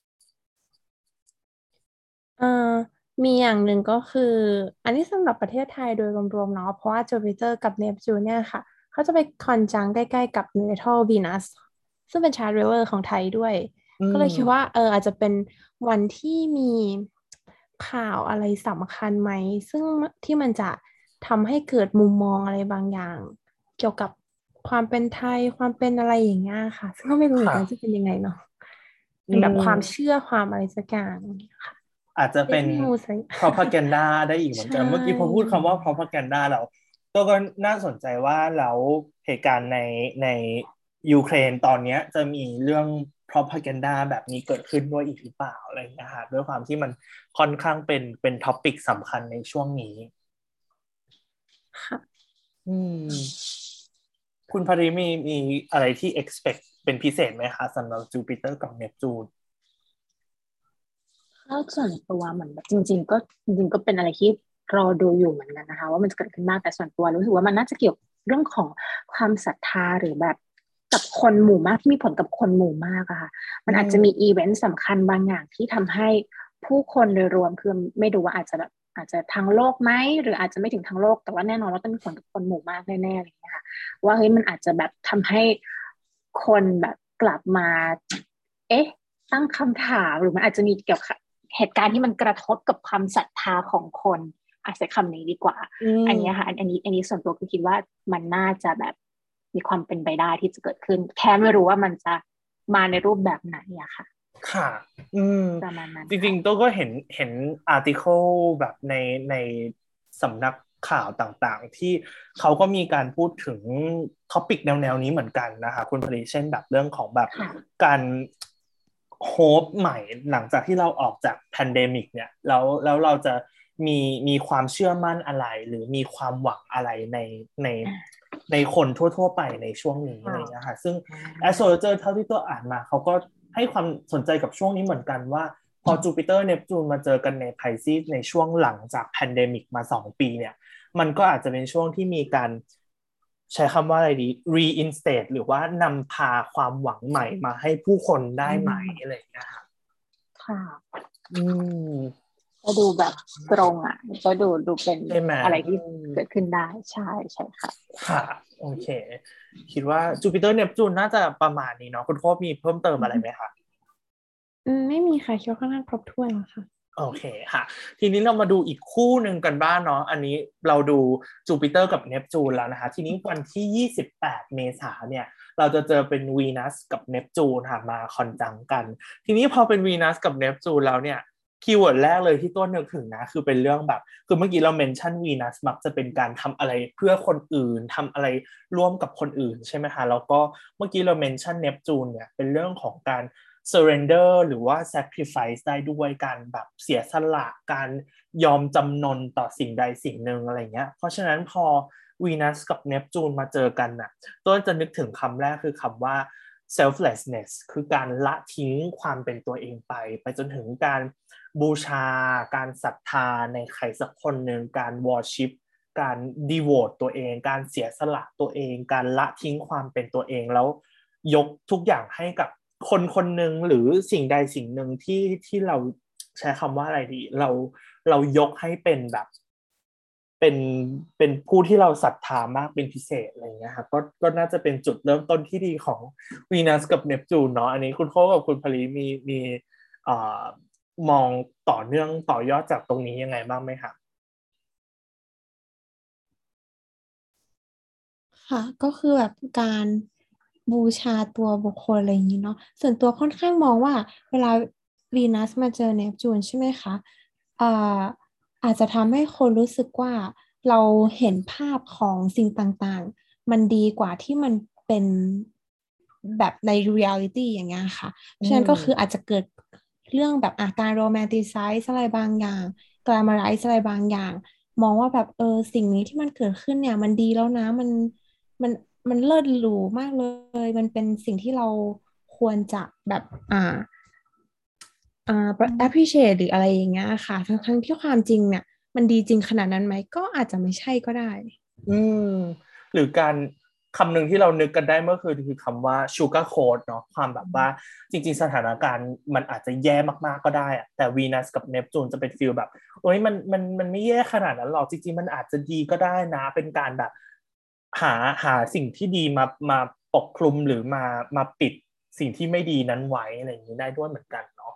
เอ่อมีอย่างหนึ่งก็คืออันนี้สำหรับประเทศไทยโดยรวมๆเนาะเพราะว่าจูปิเตอร์กับเนปจูนเนี่ยค่ะเขาจะไปคอนจังใกล้ๆกับเนทัลวีนัสซึ่งเป็นชาร์ t เรเวอร์ของไทยด้วยอืก็เลยคิดว่ามเอออาจจะเป็นวันที่มีข่าวอะไรสำคัญไหมซึ่งที่มันจะทำให้เกิดมุมมองอะไรบางอย่างเกี่ยวกับความเป็นไทยความเป็นอะไรอย่างเงี้ยค่ะซึ่งก็ไม่รู้เหมือนค่ะกันจะเป็นยังไงเนาะอืเป็นแบบความเชื่มอความอะไรสักอย่างค่ะอาจจะเป็นเฟกนิวส์ propaganda ได้อีกเหมือนใช่กันเมื่อกี้พอพูดคำว่า propaganda แล้วตัวก็น่าสนใจว่าแล้วเหตุการณ์ในในยูเครนตอนเนี้ยจะมีเรื่อง propaganda แบบนี้เกิดขึ้นด้วยอีกหรือเปล่าอะไรอย่างเงี้ยค่ะด้วยความที่มันค่อนข้างเป็นเป็นท็อปิกสำคัญในช่วงนี้ค่ะอืมคุณพาริมีมีอะไรที่ expect เป็นพิเศษไหมคะสำหรับจูปิเตอร์กับเนปจูนถ้าส่วนตัวเหมือนแบบจริงๆก็จริงๆก็เป็นอะไรที่รอดูอยู่เหมือนกันนะคะว่ามันจะเกิดขึ้นมากแต่ส่วนตัวรู้สึกว่ามันน่าจะเกี่ยวเรื่องของความศรัทธาหรือแบบกับคนหมู่มากที่มีผลกับคนหมู่มากอะค่ะอืมันอาจจะมีมอีเวนต์สำคัญบางอย่างที่ทำให้ผู้คนโดยรวมคือไม่ดูว่าอาจจะแบบอาจจะทั้งโลกไหมหรืออาจจะไม่ถึงทั้งโลกแต่ว่าแน่นอนว่าต้องมีผลกับคนหมู่มากแน่ๆอะไรอย่างเงี้ยค่ะว่าเฮ้ยมันอาจจะแบบทำให้คนแบบกลับมาเอ๊ะ ตั้งคำถามหรือมันอาจจะมีเกี่ยวกับเหตุการณ์ที่มันกระทบกับความศรัทธาของคนอาจจะคำนี้ดีกว่าอือันนี้ค่ะอันมอันนี้อันนี้ส่วนตัวคือคิดว่ามันน่าจะแบบมีความเป็นไปได้ที่จะเกิดขึ้นแค่ไม่รู้ว่ามันจะมาในรูปแบบไหนอะค่ะค่ะอืมประมาณนั้นจริงค่ะๆตัวก็เห็นเห็นอาร์ติเคิลแบบในในสำนักข่าวต่างๆที่เขาก็มีการพูดถึงท็อปิกแนวๆนี้เหมือนกันนะคะคุณผลิเช่นแบบเรื่องของแบบค่ะการโฮปใหม่หลังจากที่เราออกจากแพนเดมิกเนี่ยแล้วแล้วเราจะมีมีความเชื่อมั่นอะไรหรือมีความหวังอะไรในในในคนทั่วๆไปในช่วงนี้อะไรอย่างเงี้ยค่ะซึ่ง astrologer เท่าที่ตัวอ่านมาเขาก็ให้ความสนใจกับช่วงนี้เหมือนกันว่าพอจูปิเตอร์เนปจูนมาเจอกันในไพซีสในช่วงหลังจากแพนเดมิกมาสองปีเนี่ยมันก็อาจจะเป็นช่วงที่มีการใช้คำว่าอะไรดี reinstate หรือว่านำพาความหวังใหม่มาให้ผู้คนได้อืไหมอะไรมอย่างเงี้ยครับค่ะอืมก็ดูแบบตรงอ่ะก็ดูดูเป็นใช่ไหมอะไรอืที่มเกิดขึ้นได้ใช่ใช่ค่ะค่ะโอเคคิดว่าจูปิเตอร์เนปจูนน่าจะประมาณนี้เนาะคุณพ่อมีเพิ่มเติมอะไรไหมคะอืมไม่มีค่ะคิดว่าค่อนข้างครบถ้วนแล้วค่ะโอเคค่ะทีนี้เรามาดูอีกคู่หนึ่งกันบ้างเนาะอันนี้เราดูจูปิเตอร์กับเนปจูนแล้วนะคะทีนี้วันที่ยี่สิบแปดเมษายนเนี่ยเราจะเจอเป็นวีนัสกับเนปจูนค่ะมาคอนจังกันทีนี้พอเป็นวีนัสกับเนปจูนแล้วเนี่ยคีย์เวิร์ดแรกเลยที่ต้นนึกถึงนะคือเป็นเรื่องแบบคือเมื่อกี้เราเมนชั่นวีนัสมักจะเป็นการทำอะไรเพื่อคนอื่นทำอะไรร่วมกับคนอื่นใช่ไหมคะแล้วก็เมื่อกี้เราเมนชั่นเนปจูนเนี่ยเป็นเรื่องของการ surrender หรือว่า sacrifice ได้ด้วยการแบบเสียสละการยอมจำนนต่อสิ่งใดสิ่งหนึ่งอะไรเงี้ยเพราะฉะนั้นพอวีนัสกับเนปจูนมาเจอกันน่ะต้นจะนึกถึงคำแรกคือคำว่า selflessness คือการละทิ้งความเป็นตัวเองไปไปจนถึงการบูชาการศรัทธาในใครสักคนหนึ่งการ worship การดีโวตตัวเองการเสียสละตัวเองการละทิ้งความเป็นตัวเองแล้วยกทุกอย่างให้กับคนคนหนึ่งหรือสิ่งใดสิ่งหนึ่งที่ที่เราใช้คำว่าอะไรดีเราเรายกให้เป็นแบบเป็นเป็นผู้ที่เราศรัทธามากเป็นพิเศษอะไรเงี้ยครับก็ก็น่าจะเป็นจุดเริ่มต้นที่ดีของวีนัสกับเนปจูนเนาะอันนี้คุณโค้กับคุณพลีมีมีเอ่อมองต่อเนื่องต่อยอดจากตรงนี้ยังไงบ้างไหมครับค่ะก็คือแบบการบูชาตัวบุคคลอะไรอย่างนี้เนาะส่วนตัวค่อนข้างมองว่าเวลาวีนัสมาเจอเนปจูนใช่ไหมคะอ่าอาจจะทำให้คนรู้สึกว่าเราเห็นภาพของสิ่งต่างๆมันดีกว่าที่มันเป็นแบบในเรียลิตี้อย่างเงี้ยค่ะเพราะฉะนั้นก็คืออาจจะเกิดเรื่องแบบอาการโรแมนติไซส์อะไรบางอย่างกลามาไรซ์อะไรบางอย่าง มองว่าแบบเออสิ่งนี้ที่มันเกิดขึ้นเนี่ยมันดีแล้วนะมันมันมันเลิศหรูมากเลยมันเป็นสิ่งที่เราควรจะแบบอ่าอ่า appreciate หรืออะไรอย่างเงี้ยค่ะทั้งทั้งที่ความจริงเนี่ยมันดีจริงขนาดนั้นไหมก็อาจจะไม่ใช่ก็ได้อืมหรือการคำหนึ่งที่เรานึกกันได้เมื่อคืนคือคำว่า sugar coat เนาะความแบบว่าจริงๆสถานการณ์มันอาจจะแย่มากๆก็ได้อะแต่วีนัสกับเนปจูนจะเป็นฟีลแบบเอ้ยมันมันมันไม่แย่ขนาดนั้นหรอกจริงๆมันอาจจะดีก็ได้นะเป็นการแบบหาหาสิ่งที่ดีมามาปกคลุมหรือมามาปิดสิ่งที่ไม่ดีนั้นไว้อะไรอย่างนี้ได้ด้วยเหมือนกันเนาะ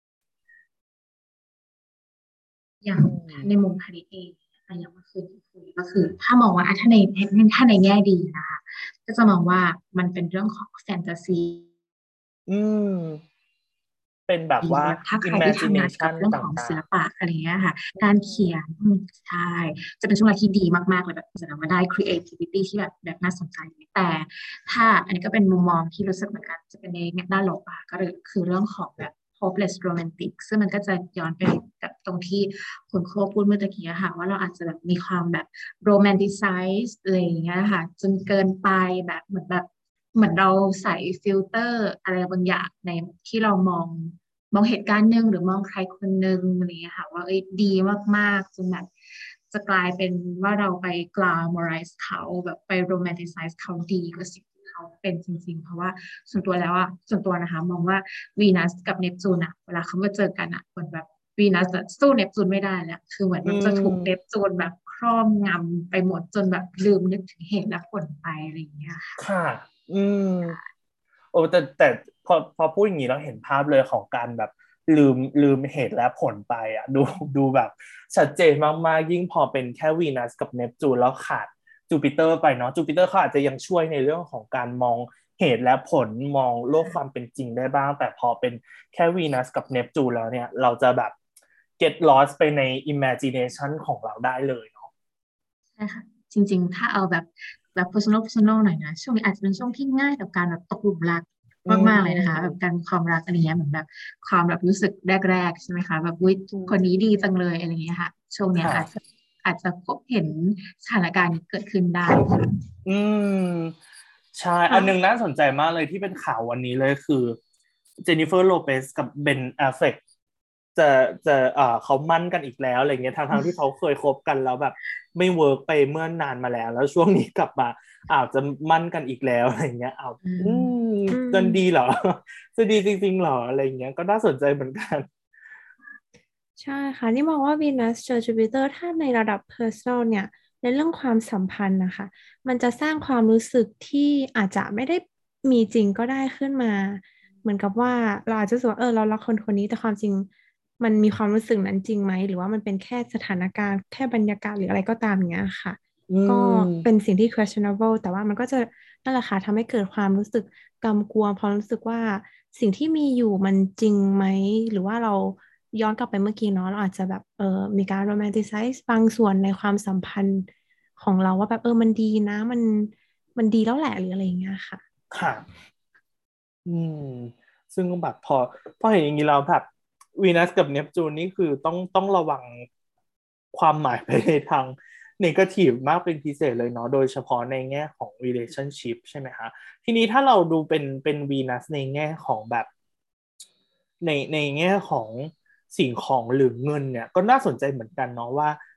อย่างในมุมคดีเองอะอย่างเมื่อคืนที่คุยก็คือถ้ามองว่าถ้าในถ้าในแง่ดีนะคะก็จะมองว่ามันเป็นเรื่องของแฟนตาซีอืมเป็นแบบว่าแบบถ้าใครที่ทำงานกับ imagination เรื่องตของ่าศิลงปะอะไรเงี้ยค่ะการเขียนอืมใช่จะเป็นช่วงเวลาที่ดีมากๆเลยแบบแสดงว่าได้ creativity ที่แบบแบบน่าสนใจแต่ถ้าอันนี้ก็เป็นมุมมองที่รู้สึกเหมือนกันจะเป็นในด้านลบอะก็คือเรื่องของแบบ hopeless romantic ซึ่งมันก็จะย้อนไปกับตรงที่คุณโคพูดเมื่อตะกี้อะค่ะว่าเราอาจจะแบบมีความแบบ romanticize อะไรอย่างเงี้ยค่ะจนเกินไปแบบเหมือนแบบเหมือนเราใส่ฟิลเตอร์อะไรบางอย่างในที่เรามองมองเหตุการณ์หนึ่งหรือมองใครคนหนึ่งอะไรอย่างเงี้ยค่ะว่าเอ้ยดีมากๆจนแบบจะกลายเป็นว่าเราไป glamorize เขาแบบไป romanticize เขาดีกว่าสิ่งที่เขาเป็นจริงๆเพราะว่าส่วนตัวแล้วอะส่วนตัวนะคะมองว่าวีนัสกับเนปจูนอะเวลาเขามาเจอกันอะเหมือนแบบวีนัสสู้เนปจูนไม่ได้แล้วคือเหมือนๆอืมันจะถูกเนปมจูนแบบครอบงำไปหมดจนแบบลืมนึกถึงเหตุและผลไปอะไรอย่างเงี้ยค่ะค่ะอืมโอ้แต่แต่พอพอพูดอย่างนี้เราเห็นภาพเลยของการแบบลืมลืมเหตุและผลไปอ่ะดูดูแบบชัดเจนมากๆยิ่งพอเป็นแค่วีนัสกับเนปจูนแล้วขาดจูปิเตอร์ไปเนาะจูปิเตอร์เขาอาจจะยังช่วยในเรื่องของการมองเหตุและผลมองโลกความเป็นจริงได้บ้างแต่พอเป็นแค่วีนัสกับเนปจูนแล้วเนี่ยเราจะแบบ get lost ไปใน imagination ของเราได้เลยเนาะใช่ค่ะจริงๆถ้าเอาแบบแบบ personal personal หน่อยนะช่วงนี้อาจจะเป็นช่วงที่ง่ายกับการแบบตกหลุมรักอืมากๆเลยนะคะแบบมการความรักอะไรเงี้ยเหมือนแบบความแบบรู้สึกแรกๆใช่ไหมคะแบบวิคนนี้ดีจังเลยอะไรเงี้ยค่ะช่วงเนี้ยค่ะอาจจะอาจจะพบเห็นสถานการณ์นี้เกิดขึ้นได้ค่ะอืมใช่อันหนึงค่ะน่าสนใจมากเลยที่เป็นข่าววันนี้เลยคือเจนนิเฟอร์โลเปซกับเบนแอฟเฟกจะจะเอ่อเขามั่นกันอีกแล้วอะไรเงี้ยทั้งทั้งที่เขาเคยคบกันแล้วแบบไม่เวิร์กไปเมื่อนานมาแล้วแล้วช่วงนี้กลับมาอ้าวจะมั่นกันอีกแล้วอะไรเงี้ยอ้าวอือืมมอืจะดีเหรอมจะดีจริงๆเหรออะไรเงี้ยก็น่าสนใจเหมือนกันใช่ค่ะนี่มองว่าวีนัสเจอจูปิเตอร์ถ้าในระดับ เพอร์ซันนอล เนี่ยในเรื่องความสัมพันธ์นะคะมันจะสร้างความรู้สึกที่อาจจะไม่ได้มีจริงก็ได้ขึ้นมาเหมือนกับว่าเราอาจจะรู้สึกว่าเออเรารักคนคนนี้แต่ความจริงมันมีความรู้สึกนั้นจริงไหมหรือว่ามันเป็นแค่สถานการณ์แค่บรรยากาศหรืออะไรก็ตามอย่างเงี้ยค่ะอืก็เป็นมสิ่งที่ questionable แต่ว่ามันก็จะนั่นแหละค่ะทำให้เกิดความรู้สึกกำกวมพอรู้สึกว่าสิ่งที่มีอยู่มันจริงไหมหรือว่าเรา ย้อนกลับไปเมื่อกี้เนาะเราอาจจะแบบเออมีการโรแมนติไซส์บางส่วนในความสัมพันธ์ของเราว่าแบบเออมันดีนะมันมันดีแล้วแหละหรืออะไรอย่างเงี้ยค่ะค่ะ อืมซึ่งแบบพอพอเห็นอย่างนี้เราแล้วแบบวีนัสกับเนปจูนนี่คือต้องต้องระวังความหมายไปในทางเนกาทีฟมากเป็นพิเศษเลยเนาะโดยเฉพาะในแง่ของ relationship ใช่ไหมคะทีนี้ถ้าเราดูเป็นเป็นวีนัสในแง่ของแบบในในแง่ของสิ่งของหรือเงินเนี่ยก็น่าสนใจเหมือนกันเนาะว่า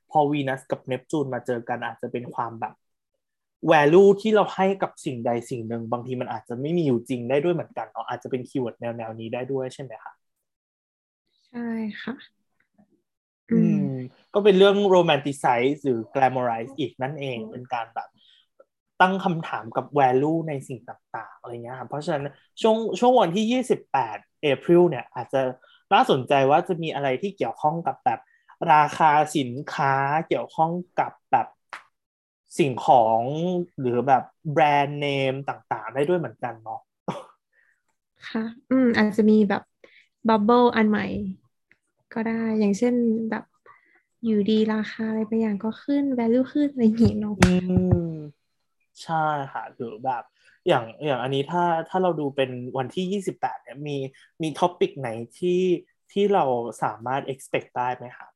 พอวีนัสกับเนปจูนมาเจอกันอาจจะเป็นความแบบ value ที่เราให้กับสิ่งใดสิ่งหนึ่งบางทีมันอาจจะไม่มีอยู่จริงได้ด้วยเหมือนกันเนาะอาจจะเป็นคีย์เวิร์ดแนวๆนี้ได้ด้วยใช่ไหมคะใช่ค่ะอืมก็เป็นเรื่อง romanticize หรือ glamorize อีกนั่นเองเป็นการแบบตั้งคำถามกับ value ในสิ่งต่างๆอะไรเงี้ยครับเพราะฉะนั้นช่วงช่วงวันที่ยี่สิบแปด April เนี่ยอาจจะน่าสนใจว่าจะมีอะไรที่เกี่ยวข้องกับแบบราคาสินค้าเกี่ยวข้องกับแบบสิ่งของหรือแบบแบรนด์เนมต่างๆได้ด้วยเหมือนกันเนาะค่ะอืมอาจจะมีแบบบับเบิลอันใหม่ก็ได้อย่างเช่นแบบอยู่ดีราคาอะไรบางอย่างก็ขึ้น value ขึ้นอะไรอย่างเงี้ยเนาะอืม ใช่ค่ะหรือแบบอย่างอย่างอันนี้ถ้าถ้าเราดูเป็นวันที่ยี่สิบแปดเนี่ยมีมีท็อปิกไหนที่ที่เราสามารถ expect ได้ไหมคะ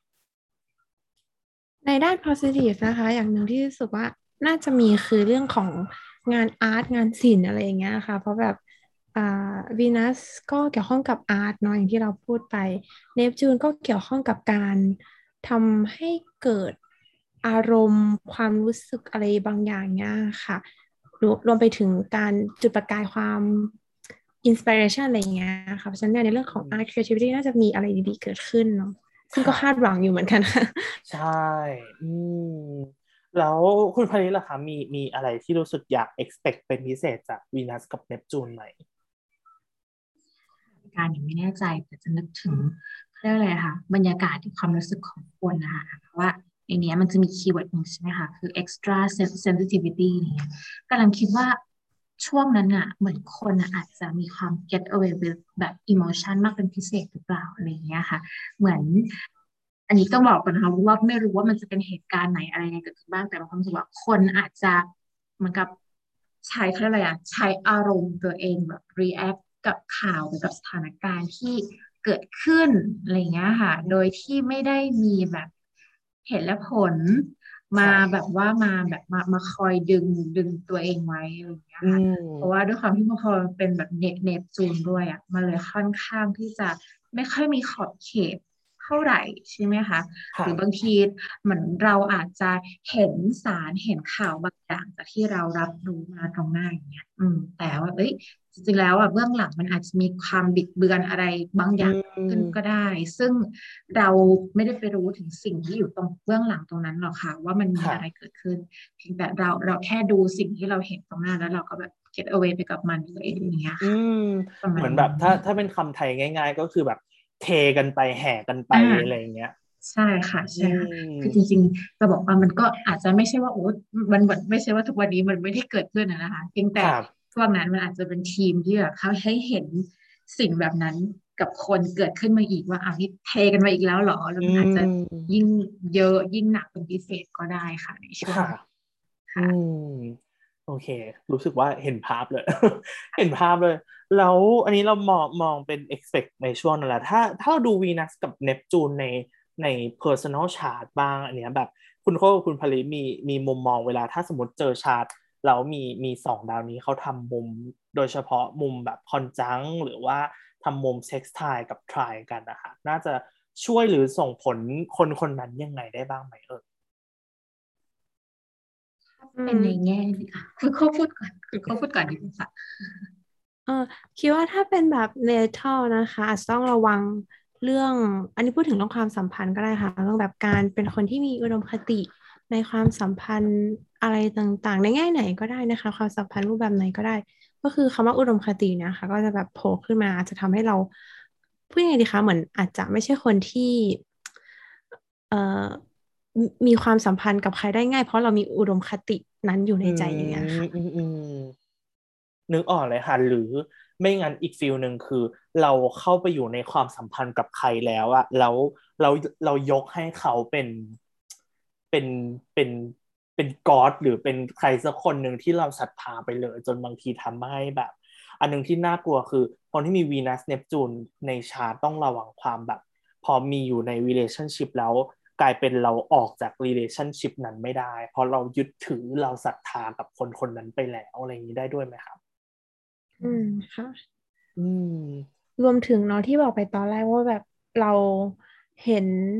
ในด้าน positive นะคะอย่างหนึ่งที่รู้สึกว่าน่าจะมีคือเรื่องของงานอาร์ตงานศิลป์อะไรอย่างเงี้ยค่ะเพราะแบบอ่าวีนัสก็เกี่ยวข้องกับอาร์ตเนาะอย่างที่เราพูดไปเนปจูนก็เกี่ยวข้องกับการทำให้เกิดอารมณ์ความรู้สึกอะไรบางอย่างเนี้ยค่ะรวมรวมไปถึงการจุดประกายความอินสปิเรชันอะไรอย่างเงี้ยค่ะเพราะฉะนั้นเนี่ยในเรื่องของอืม art creativity น่าจะมีอะไรดีๆเกิดขึ้นเนาะซึ่งก็ค่ะคาดหวังอยู่เหมือนกันค่ะใช่อืมแล้วคุณพานิชล่ะคะมีมีอะไรที่รู้สึกอยาก expect เป็นพิเศษจากวีนัสกับเนปจูนไหมการยังไม่แน่ใจแต่จะนึกถึงเขาเรียกอะไรค่ะบรรยากาศที่ความรู้สึกของคนนะคะเพราะว่าในเนี้ยมันจะมีคีย์เวิร์ดหนึ่งใช่ไหมคะคือ extra sensitivity เนี่ยกำลังคิดว่าช่วงนั้นอ่ะเหมือนคนอ่ะอาจจะมีความ get away with แบบ emotion มากเป็นพิเศษหรือเปล่าอะไรอย่างเงี้ยค่ะเหมือนอันนี้ต้องบอกก่อนนะคะว่าไม่รู้ว่ามันจะเป็นเหตุการณ์ไหนอะไรยังไงเกิดขึ้นบ้างแต่บางความรู้สึกว่าคนอาจจะเหมือนกับใช้เขาเรียกอะไรอ่ะใช้อารมณ์ตัวเองแบบ react กับข่าวหรือกับสถานการณ์ที่เกิดขึ้นอะไรอย่างเงี้ยค่ะโดยที่ไม่ได้มีแบบเหตุและผลมาแบค่ะบว่ามาแบบมามาคอยดึงดึงตัวเองไว้อะไรอย่างเงี้ยอืค่ะเพราะว่ามด้วยความที่พอมันเป็นแบบเนปเนปจูนด้วยอ่ะมันเลยค่อนข้างที่จะไม่ค่อยมีขอบเขตเท่าไหร่ใช่ไหมคะหรือบางค่ะทีเหมือนเราอาจจะเห็นสารเห็นข่าวบางอย่างจากที่เรารับรู้มาตรงหน้าอย่างเงี้ยอืมแต่ว่าเอ้ย จริงๆแล้วอ่ะเบื้องหลังมันอาจจะมีความบิดเบือนอะไรบางออืย่างขึ้นก็มได้ซึ่งเราไม่ได้ไปรู้ถึงสิ่งที่อยู่ตรงเบื้องหลังตรงนั้นหรอกค่ะว่ามันมีอะไรค่ะเกิดขึ้นเพียงแต่เราเราแค่ดูสิ่งที่เราเห็นตรงหน้าแล้วเราก็แบบ get away ไปกับมันเลยอย่างเงี้ยอืค่ะมประเหมือนแบบมาณนี้ถ้าถ้าเป็นคำไทยง่ายๆก็คือแบบเทกันไปแห่กันไปอ่อะไรอาย่างเงี้ยใช่ค่ะอืใช่ค่ะคือจมริงๆจะบอกว่ามันก็อาจจะไม่ใช่ว่าโอ้มันเหมือนไม่ใช่ว่าทุกวันนี้มันไม่ได้เกิดขึ้นนะนะคะเพียงแต่ครับช่วงนั้นมันอาจจะเป็นทีมที่แบบเขาให้เห็นสิ่งแบบนั้นกับคนเกิดขึ้นมาอีกว่าอ้าวนี่เทกันมาอีกแล้วเหรอแล้วอืมันอาจจะมยิ่งเยอะยิ่งหนักเป็นพิเศษก็ได้ค่ะในช่วงค่ะนั้นอืค่ะมโอเครู้สึกว่าเห็นภาพเลยเห็นภาพเลยแล้วอันนี้เรามองมองเป็น expect ในช่วงนั้นแหละถ้าถ้าเราดูวีนัสกับเนปจูนในใน personal chart บ้างอันเนี้ยแบบคุณโคคุณผลิมีมีมุมมองเวลาถ้าสมมติเจอชาร์ตแล้วมีมีสองดาวนี้เขาทำมุมโดยเฉพาะมุมแบบคอนจังหรือว่าทำมุมเซ็กซ์ไทกับทรายกันนะคะน่าจะช่วยหรือส่งผลคนคนนั้นยังไงได้บ้างไหมเอออืเป็นมในแง่ดีค่ะคุณเขาพูดก่อนคุณเขาพูดก่อนดีกว่าค่ะเออคิดว่าถ้าเป็นแบบเนเทลนะคะอาจจะต้องระวังเรื่องอันนี้พูดถึงเรื่องความสัมพันธ์ก็ได้ค่ะเรื่องแบบการเป็นคนที่มีอุดมคติในความสัมพันธ์อะไรต่างๆในแง่ไหนก็ได้นะคะความสัมพันธ์รูปแบบไหนก็ได้ก็คือคำว่าอุดมคติเนะคะก็จะแบบโผล่ขึ้นมาอาจจะทำให้เราพูดยังไงดีคะเหมือนอาจจะไม่ใช่คนที่เอ่อมีมีความสัมพันธ์กับใครได้ง่ายเพราะเรามีอุดมคตินั้นอยู่อืในใจอย่างเงี้ยมค่ะอืมอืมนึกออกเลยค่ะหรือไม่งั้นอีกฟิลหนึ่งคือเราเข้าไปอยู่ในความสัมพันธ์กับใครแล้วอะแล้วเราเรายกให้เขาเป็นเป็นเป็นเป็นกอดหรือเป็นใครสักคนหนึ่งที่เราศรัทธาไปเลยจนบางทีทำให้แบบอันหนึ่งที่น่ากลัวคือคนที่มีวีนัสเนปจูนในชาร์ตต้องระวังความแบบพอมีอยู่ใน relationship แล้วกลายเป็นเราออกจาก relationship นั้นไม่ได้เพราะเรายึดถือเราศรัทธากับคนคนนั้นไปแล้วอะไรอย่างนี้ได้ด้วยไหมครับอืมค่ะอืมรวมถึงเนาะที่บอกไปตอนแรกว่าแบบเราเห็น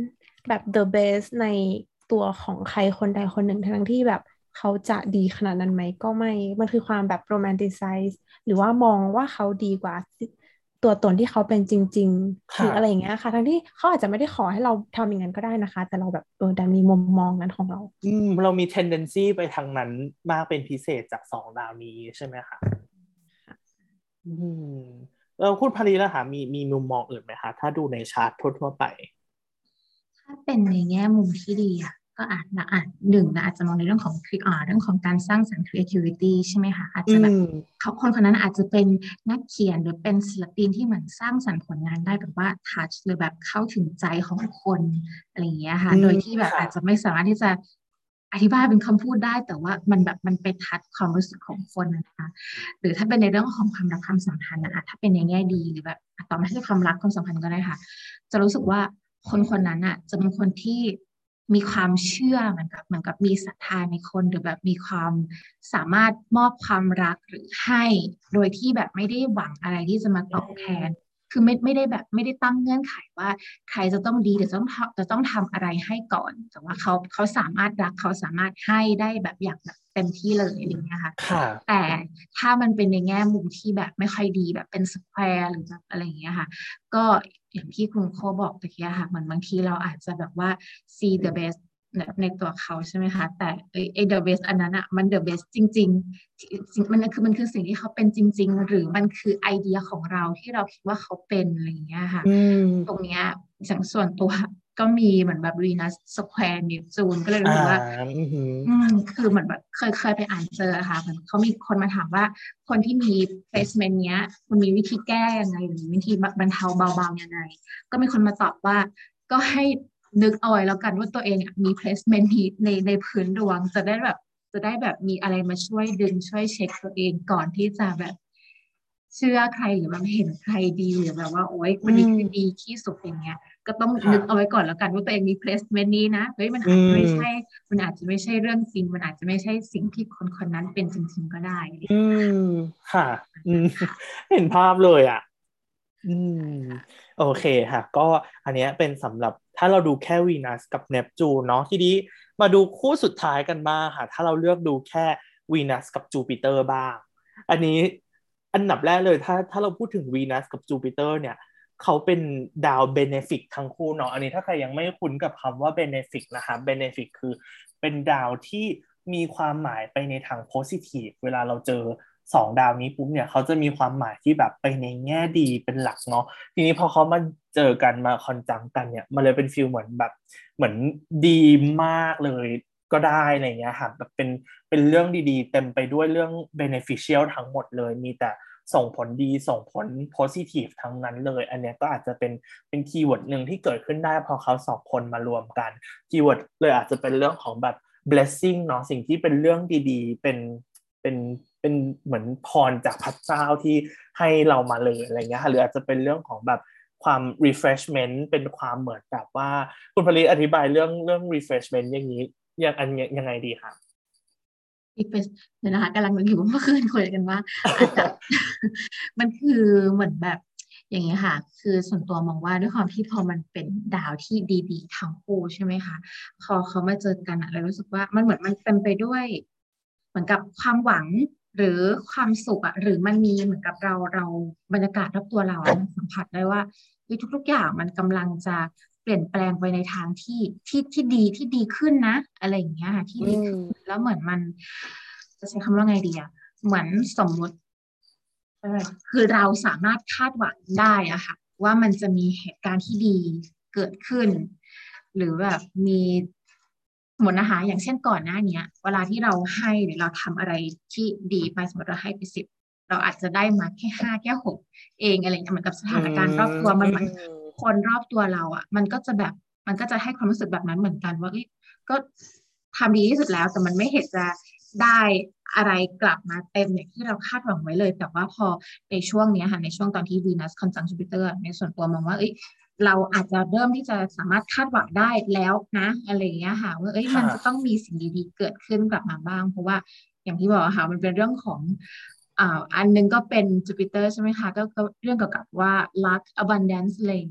แบบ the best ในตัวของใครคนใดคนหนึ่งทั้งที่แบบเขาจะดีขนาดนั้นไหมก็ไม่มันคือความแบบ romanticize หรือว่ามองว่าเขาดีกว่าตัวตนที่เขาเป็นจริงๆหรือค่ะอะไรอย่างเงี้ยค่ะทั้งที่เขาอาจจะไม่ได้ขอให้เราทำอย่างนั้นก็ได้นะคะแต่เราแบบเออดันมีมุมมองนั้นของเราอืมเรามี tendency ไปทางนั้นมากเป็นพิเศษจากสองดาวนี้ใช่ไหมคะอืมแล้วคุณพารีล่ะคะมีมีมุมมองอื่นไหมคะถ้าดูในชาร์ตทั่วๆไปถ้าเป็นในแง่มุมที่ดีอะก็อาจนะอาจหนึ่งนะอาจจะมองในเรื่องของครีอ่าเรื่องของการสร้างสรรค์ creativity ใช่ไหมคะอาจอืจะแบบมเขาคนคนนั้นอาจจะเป็นนักเขียนหรือเป็นศิลปินที่เหมือนสร้างสรรค์ผลงานได้แบบว่า touch หรือแบบเข้าถึงใจของคนอะไรอย่างเงี้ยค่ะอืมโดยที่แบบค่ะอาจจะไม่สามารถที่จะอธิบายเป็นคำพูดได้แต่ว่ามันแบบมันไปทัดความรู้สึกของคนนะคะหรือถ้าเป็นในเรื่องของความรักความสัมพันธ์นะคะถ้าเป็นในแง่ดีหรือแบบต่อไม่ใช่ความรักความสัมพันธ์ก็ได้ค่ะจะรู้สึกว่าคนคนนั้นอ่ะจะเป็นคนที่ มีความเชื่อเหมือนกับเหมือนกับมีศรัทธาในคนหรือแบบมีความสามารถมอบความรักหรือให้โดยที่แบบไม่ได้หวังอะไรที่จะมาตอือบแทนมคือไม่ไม่ได้แบบไม่ได้ตั้งเงื่อนไขว่าใครจะต้องดีหรือจะต้องทำจะต้องทำอะไรให้ก่อนแต่ว่าเขาเขาสามารถรักเขาสามารถให้ได้แบบอย่างแบบเต็มที่เลยอะไรอย่างเงี้ยค่ะค่ะแต่ถ้ามันเป็นในแง่มุมที่แบบไม่ค่อยดีแบบเป็นสแควร์หรือแบบอะไรอย่างเงี้ยค่ะ ก็อย่างที่คุณโคบอกตะกี้ค่ะเหมือนบางทีเราอาจจะแบบว่า see the best แบบในตัวเขาใช่ไหมคะแต่ไอ้ไอ้ the best อันนั้นอ่ะมัน the best จริงๆที่มันคือมันคือสิ่งที่เขาเป็นจริงๆหรือมันคือไอเดียของเราที่เราคิดว่าเขาเป็นอะไรอย่างเงี้ยค่ะอืมตรงเนี้ยอย่างส่วนตัวก็มีเหมือนแบบ Venus Square Neptune ก็เลยอ่ารู้สึกว่าอืมอืมคือเหมือนแบบเคยเคยไปอ่านเจอค่ะเหมือนเขามีคนมาถามว่าคนที่มี placement เนี้ยคุณมีวิธีแก้ยังไงหรือวิธีบรรเทาเบาบางยังไงก็มีคนมาตอบว่าก็ให้นึกเอาไว้แล้วกันว่าตัวเองอะมี placement นี้ในในพื้นดวงจะได้แบบจะได้แบบมีอะไรมาช่วยดึงช่วยเช็คตัวเองก่อนที่จะแบบเชื่อใครหรือแบบเห็นใครดีหรือแบบว่าโอ๊ยคอืนนี้คือดีมที่สุดอย่างเงี้ยก็ต้องนึกเอาไว้ค่ะก่อนแล้วกันว่าตัวเองมี placement นี้นะเฮ้ยมันอือาจจะไม่ใช่มมันอาจจะไม่ใช่เรื่องจริง มันอาจจะไม่ใช่สิ่งที่คนคนนั้นเป็นจริงๆก็ได้อะไรออืย่างเงี้ยมค่ะอืมค่ะเห็นภาพเลยอ่ะ อืมโอเคค่ะก็อันเนี้ยเป็นสำหรับถ้าเราดูแค่วีนัสกับเนปจูนเนาะทีนี้มาดูคู่สุดท้ายกันบ้างค่ะถ้าเราเลือกดูแค่วีนัสกับจูปิเตอร์บ้างอันนี้อันดับแรกเลยถ้าถ้าเราพูดถึงวีนัสกับจูปิเตอร์เนี่ยเขาเป็นดาวเบเนฟิกทั้งคู่เนาะอันนี้ถ้าใครยังไม่คุ้นกับคำว่าเบเนฟิกนะคะเบเนฟิกคือเป็นดาวที่มีความหมายไปในทางโพซิทีฟเวลาเราเจอสองดาวนี้ปุ๊บเนี่ยเขาจะมีความหมายที่แบบไปในแง่ดีเป็นหลักเนาะทีนี้พอเขามาเจอกันมาคอนจังกันเนี่ยมันเลยเป็นฟีลเหมือนแบบเหมือนดีมากเลยก็ได้อะไรเงี้ยค่ะแบบเป็นเป็นเรื่องดีๆเต็มไปด้วยเรื่อง beneficial ทั้งหมดเลยมีแต่ส่งผลดีส่งผล positive ทั้งนั้นเลยอันเนี้ยก็อาจจะเป็นเป็นคีย์เวิร์ดหนึ่งที่เกิดขึ้นได้พอเขาสองคนมารวมกันคีย์เวิร์ดเลยอาจจะเป็นเรื่องของแบบ blessing เนาะสิ่งที่เป็นเรื่องดีๆเป็นเป็นเป็นเหมือนพรจากพระเจ้าที่ให้เรามาเลยอะไรเงี้ยค่ะหรืออาจจะเป็นเรื่องของแบบความ refreshment เป็นความเหมือนแบบว่าคุณผลิตอธิบายเรื่องเรื่อง refreshment อย่างนี้ยังอันยังไงดีคะอีกเป็นเดี๋ยวนะคะกำลังนึกอยู่ว่าเมื่อคืนคุยกันว่าอาจจะ มันคือเหมือนแบบอย่างนี้ค่ะคือส่วนตัวมองว่าด้วยความที่พอมันเป็นดาวที่ดีๆทั้งคู่ใช่ไหมคะพอเขามาเจอกันอะเรารู้สึกว่ามันเหมือนมันเต็มไปด้วยเหมือนกับความหวังหรือความสุขอะหรือมันมีเหมือนกับเราเราบรรยากาศรอบตัวเราอะมันสัมผัสได้ว่าเฮ้ยทุกๆอย่างมันกำลังจะเปลี่ยนแปลงไปในทางที่ที่ที่ดีที่ดีขึ้นนะอะไรอย่างเงี้ยค่ะที่อืดีมขึ้น แล้วเหมือนมันจะใช้คำว่าไงดีอะเหมือนสมมติเออคือเราสามารถคาดหวังได้อะค่ะว่ามันจะมีเหตุการณ์ที่ดีเกิดขึ้นหรือแบบมีสมมตินะคะอย่างเช่นก่อนหน้าเนี้ยเวลาที่เราให้หรือเราทำอะไรที่ดีไปสมมติเราให้ไปสิบเราอาจจะได้มาแค่ห้าแค่หกเองอะไรอย่างเงี้ยเหมือนกับสอืถานการณ์รอบตัวมันเหมือนมคนรอบตัวเราอ่ะมันก็จะแบบมันก็จะให้ความรู้สึกแบบนั้นเหมือนกันว่าเอ้ย ก็ทำดีที่สุดแล้วแต่มันไม่เห็นจะได้อะไรกลับมาเต็มอย่างที่เราคาดหวังไว้เลยแต่ว่าพอในช่วงนี้ค่ะในช่วงตอนที่ Venus conjunct Jupiter ในส่วนตัวมองว่าเอ้ยเราอาจจะเริ่มที่จะสามารถคาดหวังได้แล้วนะอะไรอย่างเงี้ยค่ะว่าเอ้ยมันจะต้อค่ะงมีสิ่งดีๆเกิดขึ้นกลับมาบ้างเพราะว่าอย่างที่บอกค่ะมันเป็นเรื่องของอ่าอันนึงก็เป็น Jupiter ใช่ไหมคะก็ก็เรื่องเกี่ยวกับว่า luck abundance อะไรอย่างเงี้ย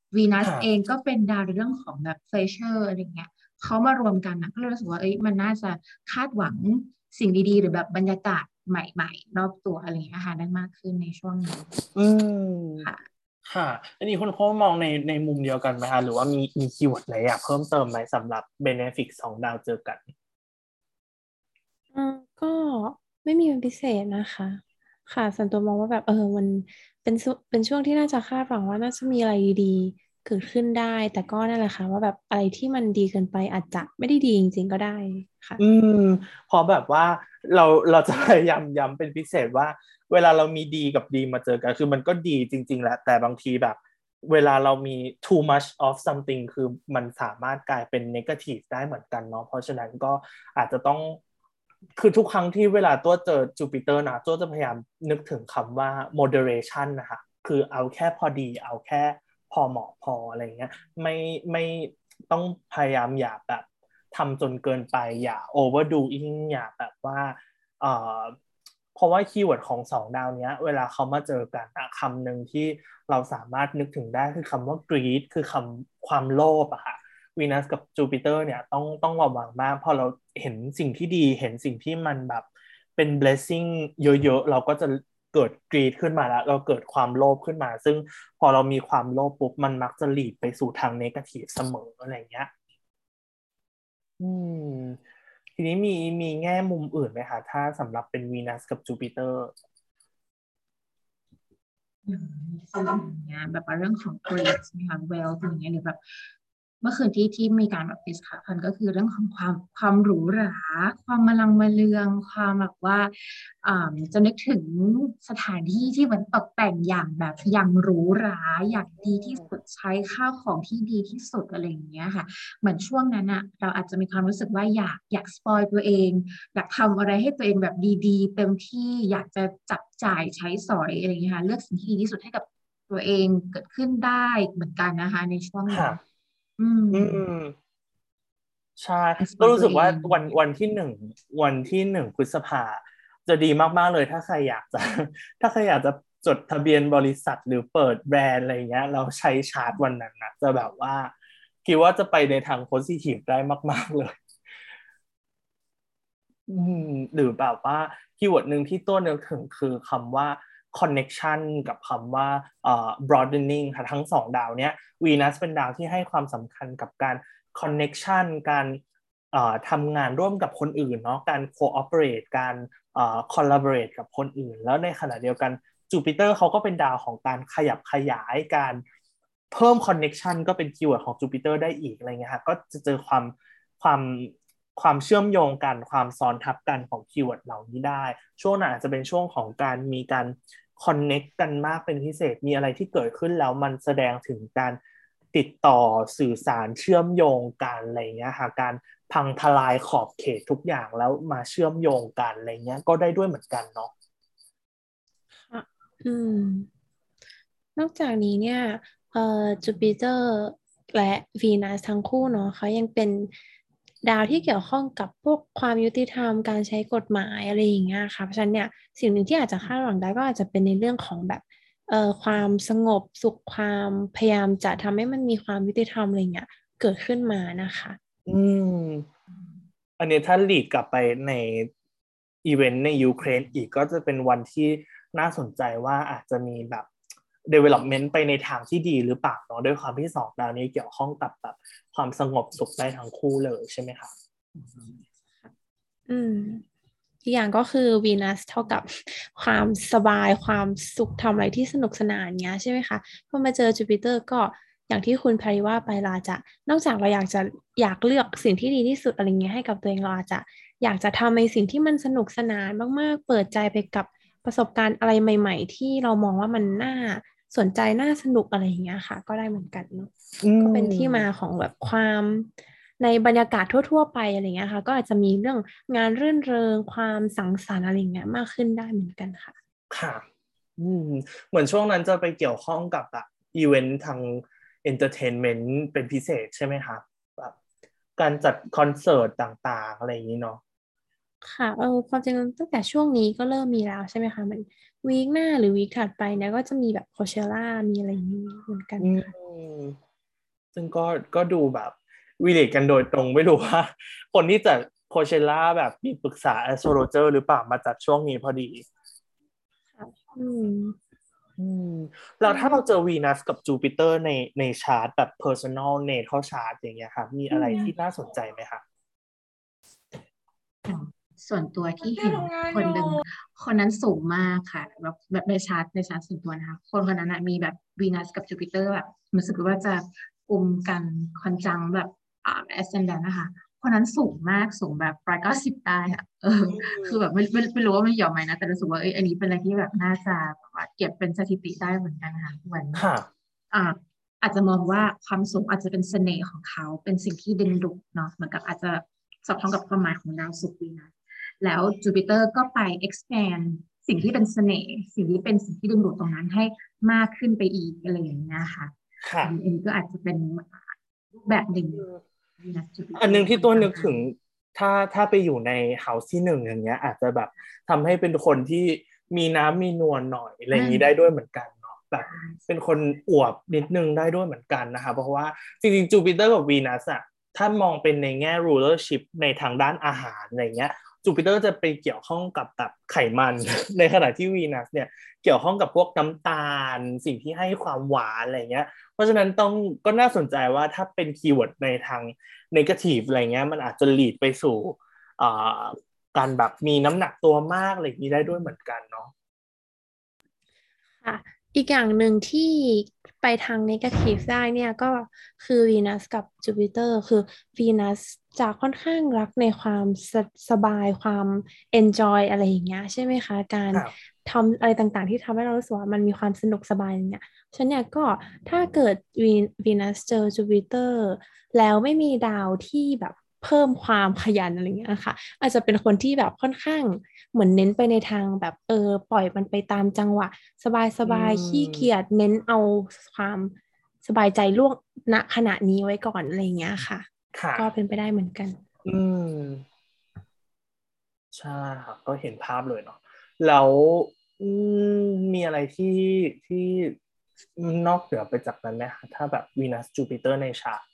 วีนัสค่ะเองก็เป็นดาวในเรื่องของแบบเพลเชอร์อะไรเงี้ยเขามารวมกันนะก็เลยรู้สึกว่าเอ้ยมันน่าจะคาดหวังสิ่งดีๆหรือแบบบรรยากาศใหม่ๆรอบตัวอะไรเงี้ยค่ะได้มากขึ้นในช่วงนี้อืมค่ะค่ะอันนี้คุณโค้ชมองในในมุมเดียวกันไหมคะหรือว่ามีมีคีย์เวิร์ดไหนอยากเพิ่มเติมไหมสำหรับเบเนฟิกสองดาวเจอกันอ่าก็ไม่มีเป็นพิเศษนะคะค่ะส่วนตัวมองว่าแบบเออมันเป็นซุเป็นช่วงที่น่าจะคาดหวังว่าน่าจะมีอะไรดีๆเกิดขึ้นได้แต่ก็นั่นแหละค่ะว่าแบบอะไรที่มันดีเกินไปอาจจะไม่ได้ดีจริงๆก็ได้ค่ะอืมเพอแบบว่าเราเราจะพยายามย้ำเป็นพิเศษว่าเวลาเรามีดีกับดีมาเจอกันคือมันก็ดีจริงๆแหละแต่บางทีแบบเวลาเรามี too much of something คือมันสามารถกลายเป็น negative ได้เหมือนกันเนาะเพราะฉะนั้นก็อาจจะต้องคือทุกครั้งที่เวลาตัวเจอจูปิเตอร์นะตัวจะพยายามนึกถึงคำว่า moderation นะคะคือเอาแค่พอดีเอาแค่พอเหมาะพออะไรเงี้ยไม่ไม่ต้องพยายามอย่าแบบทำจนเกินไปอย่า overdoing อย่าแบบว่าเอ่อเพราะว่าคีย์เวิร์ดของสองดาวเนี้ยเวลาเขามาเจอกันอะคำหนึ่งที่เราสามารถนึกถึงได้คือคำว่า greed คือคำความโลภอะค่ะ วีนัสกับจูปิเตอร์เนี่ยต้องต้องระวังมากพอเราเห็นสิ่งที่ดีเห็นสิ่งที่มันแบบเป็น blessing เยอะๆเราก็จะเกิดกรีดขึ้นมาแล้วเราเกิดความโลภขึ้นมาซึ่งพอเรามีความโลภปุ๊บมันมักจะหลีดไปสู่ทางเนกาทีฟเสมออะไรเงี้ยอืมทีนี้มีมีแง่มุมอื่นไหมคะถ้าสำหรับเป็นวีนัสกับจูปิเตอร์อืมซึ่งอย่างเงี้ยแบบว่าเรื่องของ grades นะคะ wealth อย่างเงี้ยหรือแบบเมื่อคืนที่ที่มีการแบบดิสคัสกันก็คือเรื่องของความความหรูหราความมะลังมะเลืองความแบบว่าอ่าจะนึกถึงสถานที่ที่เหมือนตกแต่งอย่างแบบอย่างหรูหราอย่างดีที่สุดใช้ข้าวของที่ดีที่สุดอะไรอย่างเงี้ยค่ะเหมือนช่วงนั้นอะเราอาจจะมีความรู้สึกว่าอยากอยากสปอยตัวเองอยากทำอะไรให้ตัวเองแบบดีๆเต็มที่อยากจะจับจ่ายใช้สอยอะไรอย่างเงี้ยค่ะเลือกสิ่งที่ดีที่สุดให้กับตัวเองเกิดขึ้นได้เหมือนกันนะคะในช่วงนี้ค่ะอืมอืม ใช่สปอยก็รู้สึกว่าตัวเองวันวันที่หนึ่งวันที่หนึ่งพฤษภาจะดีมากๆเลยถ้าใครอยากจะถ้าใครอยากจะจดทะเบียนบริษัทหรือเปิดแบรนด์อะไรเงี้ยเราใช้ชาร์ตวันนั้นนะจะแบบว่าคิดว่าจะไปในทางโพซิทีฟได้มากๆเลยอืมหรือแบบว่าคีย์เวิร์ดหนึ่งที่ตัวนึกถึงคือคำว่า connection กับคำว่าเอ่อ broadening ค่ะทั้งสองดาวเนี้ยวีนัสเป็นดาวที่ให้ความสำคัญกับการ connection การเอ่อทำงานร่วมกับคนอื่นเนาะการ cooperate การเอ่อ collaborate กับคนอื่นแล้วในขณะเดียวกันจูปิเตอร์เขาก็เป็นดาวของการขยับขยายการเพิ่ม connection ก็เป็นคีย์เวิร์ดของจูปิเตอร์ได้อีกอะไรเงี้ยค่ะก็จะเจอความความความเชื่อมโยงกันความซ้อนทับกันของคีย์เวิร์ดเหล่านี้ได้ช่วงนั้นอาจจะเป็นช่วงของการมีการ connect กันมากเป็นพิเศษมีอะไรที่เกิดขึ้นแล้วมันแสดงถึงการติดต่อสื่อสารเชื่อมโยงกันอะไรเงี้ยค่ะการพังทลายขอบเขตทุกอย่างแล้วมาเชื่อมโยงกันอะไรเงี้ยก็ได้ด้วยเหมือนกันเนาะค่ะอืมนอกจากนี้เนี่ยเอ่อจูปิเตอร์และวีนัสทั้งคู่เนาะเขายังเป็นดาวที่เกี่ยวข้องกับพวกความยุติธรรมการใช้กฎหมายอะไรอย่างเงี้ยค่ะเพราะฉะนั้นเนี่ยสิ่งหนึ่งที่อาจจะคาดหวังได้ก็อาจจะเป็นในเรื่องของแบบเอ่อความสงบสุขความพยายามจะทำให้มันมีความยุติธรรมอะไรเงี้ยเกิดขึ้นมานะคะอืมอันนี้ถ้าลีดกลับไปในอีเวนต์ในยูเครนอีกก็จะเป็นวันที่น่าสนใจว่าอาจจะมีแบบ development ไปในทางที่ดีหรือเปล่าเนาะด้วยความที่สองดาวนี้เกี่ยวข้องกับแบบความสงบสุขได้ทั้งคู่เลยใช่ไหมคะอืม อีกอย่างก็คือวีนัสเท่ากับความสบายความสุขทำอะไรที่สนุกสนานเงี้ยใช่ไหมคะพอมาเจอจูปิเตอร์ก็อย่างที่คุณแพรว่าไปเราอาจจะนอกจากเราอยากจะอยากเลือกสิ่งที่ดีที่สุดอะไรเงี้ยให้กับตัวเองเราอาจจะอยากจะทำในสิ่งที่มันสนุกสนานมากๆเปิดใจไปกับประสบการณ์อะไรใหม่ๆที่เรามองว่ามันน่าสนใจน่าสนุกอะไรอย่างเงี้ยค่ะก็ได้เหมือนกันเนาะอืก็เป็นที่มามของแบบความในบรรยากาศทั่วๆไปอะไรเงี้ยค่ะก็อาจจะมีเรื่องงานรื่นเริงความสังสรรค์อะไรเงี้ยมากขึ้นได้เหมือนกันค่ะค่ะอืมเหมือนช่วงนั้นจะไปเกี่ยวข้องกับแบบอีเวนต์ทางเอนเตอร์เทนเมนต์เป็นพิเศษใช่ไหมคะแบบการจัดคอนเสิร์ตต่างๆอะไรอย่างนี้เนาะค่ะเออความจริงตั้งแต่ช่วงนี้ก็เริ่มมีแล้วใช่ไหมคะเหมือนวีคหน้าหรือวีคถัดไปเนี่ยก็จะมีแบบโคเชล่ามีอะไรอย่างนี้เหมือนกันอืมค่ะมซึ่งก็ก็ดูแบบวิเลตกันโดยตรงไม่รู้ว่าคนที่จัดโคเชล่าแบบมีปรึกษา astrologer หรือเปล่ามาจัดช่วงนี้พอดีอืมอืมแล้วถ้าเราเจอวีนัสกับจูปิเตอร์ในในชาร์ตแบบ personal natal chart อย่างเงี้ยครับมีอะไรที่น่าสนใจไหมครับอย่างส่วนตัวที่เห็นคนหนึ่งคนนั้นสูงมากค่ะแบบแบบในชาร์ตในชาร์ตส่วนตัวนะคะคนคนนั้นนะมีแบบวีนัสกับจูปิเตอร์แบบรู้สึกว่าจะกุมกันคอนจังแบบอ่า ascendant นะคะคนนั้นสูงมากสูงแบบร้อยเก้าสิบได้ค่ะเออคือแบบไม่ไม่ไม่รู้ว่ามันยอมไหมนะแต่รู้สึกว่าเอ้ยอันนี้เป็นอะไรที่แบบน่าจะแบบว่าเก็บเป็นสถิติได้เหมือนกันนะคะเหมือนค่ะอ่าอาจจะมองว่าความสูงอาจจะเป็นเสน่ห์ของเขาเป็นสิ่งที่ดึงดูดเนาะเหมือนกับอาจจะสอดคล้องกับความหมายของดาวศุกร์วีนัส แล้วจูปิเตอร์ก็ไป expand สิ่งที่เป็นเสน่ห์สิ่งที่เป็นสิ่งที่ดึงดูดตรงนั้นให้มากขึ้นไปอีกอะไรอย่างเงี้ยค่ะค่ะอันนี้ก็อาจจะเป็นรูปแบบหนึ่งนะจูปิเตอันอร์นึงที่ตัวคอนจังกันนึกถึงถ้าถ้าไปอยู่ในเฮาส์ที่หนึ่งอย่างเงี้ยอาจจะแบบทำให้เป็นคนที่มีน้ำมีนวลหน่อยอะไรอย่างนี้ได้ด้วยเหมือนกันเนาะแบบเป็นคนอวบนิดนึงได้ด้วยเหมือนกันนะคะเพราะว่าจริงๆจูปิเตอร์กับวีนัสอะถ้ามองเป็นในแง่ rulership ในทางด้านอาหารอะไรเงี้ยจูปิเตอร์จะไปเกี่ยวข้องกับแบบไขมัน ในขณะที่วีนัสเนี่ยเกี่ยวข้องกับพวกน้ำตาลสิ่งที่ให้ความหวานอะไรเงี้ยเพราะฉะนั้นต้องก็น่าสนใจว่าถ้าเป็นคีย์เวิร์ดในทาง negative อะไรเงี้ยมันอาจจะ lead ไปสู่อ่าการแบบมีน้ำหนักตัวมากอะไรอย่างนี้ได้ด้วยเหมือนกันเนาะค่ะอีกอย่างหนึ่งที่ไปทาง negative ได้เนี่ยก็คือวีนัสกับจูปิเตอร์คือวีนัสจะค่อนข้างรักในความสสบายความ enjoy อะไรอย่างเงี้ยใช่ไหมคะการครับทำอะไรต่างๆที่ทำให้เรารู้สึกว่ามันมีความสนุกสบายอย่างเงี้ยฉะนันเนี่ยก็ถ้าเกิดวีวีนัสเจอจูปิเตอร์แล้วไม่มีดาวที่แบบเพิ่มความขยันอะไรเงี้ยค่ะอาจจะเป็นคนที่แบบค่อนข้างเหมือนเน้นไปในทางแบบเออปล่อยมันไปตามจังหวะ สบายสอืบายขี้เกียมจเน้นเอาความสบายใจล่วงณขณะนี้ไว้ก่อนอะไรอย่างเงี้ยค่ะค่ะก็เป็นไปได้เหมือนกันอืมใช่ครับก็เห็นภาพเลยเนาะแล้วอืมมีอะไรที่ที่นอกเหนือไปจากนั้นไหมคะถ้าแบบวีนัสจูปิเตอร์ในชาร์ต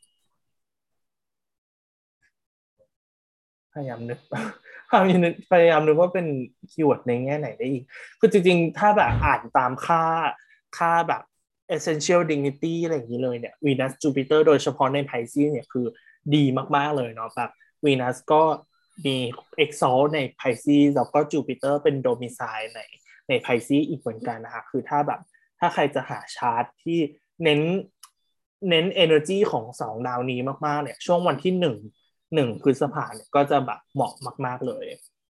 พยายามนึกพยายามนึกพยายามนึกว่าเป็นคีย์เวิร์ดในแง่ไหนได้อีกคือจริงๆถ้าแบบอ่านตามค่าค่าแบบ essential dignity อะไรอย่างนี้เลยเนี่ยวีนัสจูปิเตอร์โดยเฉพาะในไพซีเนี่ยคือดีมากๆเลยเนาะแบบวีนัสก็มี exalt ในไพซีแล้วก็จูปิเตอร์เป็นโดมิไซน์ในในไพซีอีกเหมือนกันนะคะคือถ้าแบบถ้าใครจะหาชาร์ตที่เน้นเน้น energy ของสองดาวนี้มากๆเนี่ยช่วงวันที่หนึ่งหนึ่งพฤษภาเนี่ยก็จะแบบเหมาะมากๆเลย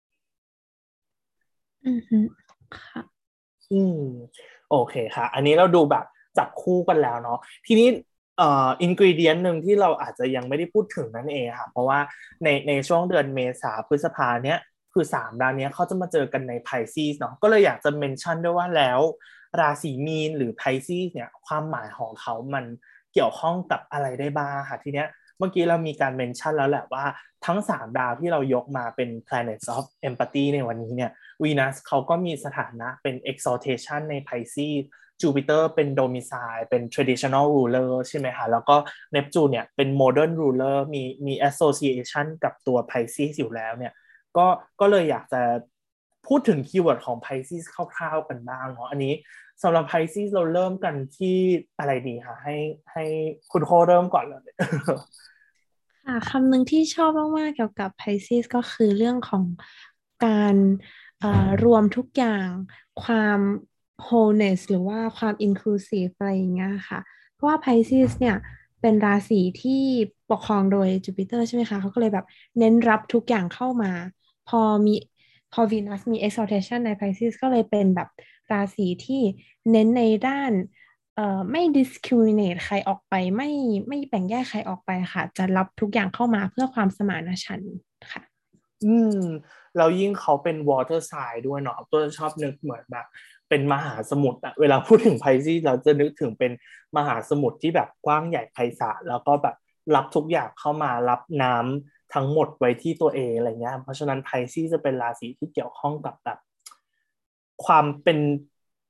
อือฮึค่ะอืมโอเคค่ะอันนี้เราดูแบบจับคู่กันแล้วเนาะทีนี้เอ่ออินกรีเดียนหนึ่งที่เราอาจจะยังไม่ได้พูดถึงนั่นเองค่ะเพราะว่าในในช่วงเดือนเมษาพฤษภาเนี้ยคือสามดาวเนี้ยเขาจะมาเจอกันในไพซีสเนาะก็เลยอยากจะเมนชั่นด้วยว่าแล้วราศีมีนหรือไพซีสเนี่ยความหมายของเขามันเกี่ยวข้องกับอะไรได้บ้างค่ะทีเนี้ย เมื่อกี้เรามีการเมนชั่นแล้วแหละว่าทั้งสามดาวที่เรายกมาเป็น planets of empathy ในวันนี้เนี่ยวีนัสเขาก็มีสถานะเป็น exaltation ใน Pisces จูปิเตอร์เป็น domicile เป็น traditional ruler ใช่ไหมคะแล้วก็เนปจูนเนี่ยเป็น modern ruler มีมี association กับตัว Pisces อยู่แล้วเนี่ยก็ก็เลยอยากจะพูดถึงคีย์เวิร์ดของ Pisces คร่าวๆกันบ้างเนาะอันนี้สำหรับ Pisces เราเริ่มกันที่อะไรดีคะให้ให้คุณโคเริ่มก่อนเลยค่ะคำหนึ่งที่ชอบมากๆเกี่ยวกับ Pisces ก็คือเรื่องของการเอ่อรวมทุกอย่างความ wholeness หรือว่าความ inclusive อะไรอย่างเงี้ยค่ะเพราะว่า Pisces เนี่ยเป็นราศีที่ปกครองโดยจูปิเตอร์ใช่ไหมคะเขาก็เลยแบบเน้นรับทุกอย่างเข้ามาพอมีพอ Venus มี exaltation ใน Pisces ก็เลยเป็นแบบราศีที่เน้นในด้าน เอ่อไม่ discriminate ใครออกไปไม่ไม่แบ่งแยกใครออกไปค่ะจะรับทุกอย่างเข้ามาเพื่อความสมานฉันท์ค่ะอืมแล้วยิ่งเขาเป็น water sign ด้วยเนาะตัวชอบนึกเหมือนแบบเป็นมหาสมุทรอะเวลาพูดถึงไพซีเราจะนึกถึงเป็นมหาสมุทรที่แบบกว้างใหญ่ไพศาลแล้วก็แบบรับทุกอย่างเข้ามารับน้ำทั้งหมดไว้ที่ตัวเองอะไรเงี้ยเพราะฉะนั้นไพซีจะเป็นราศีที่เกี่ยวข้องกับแบบความเป็น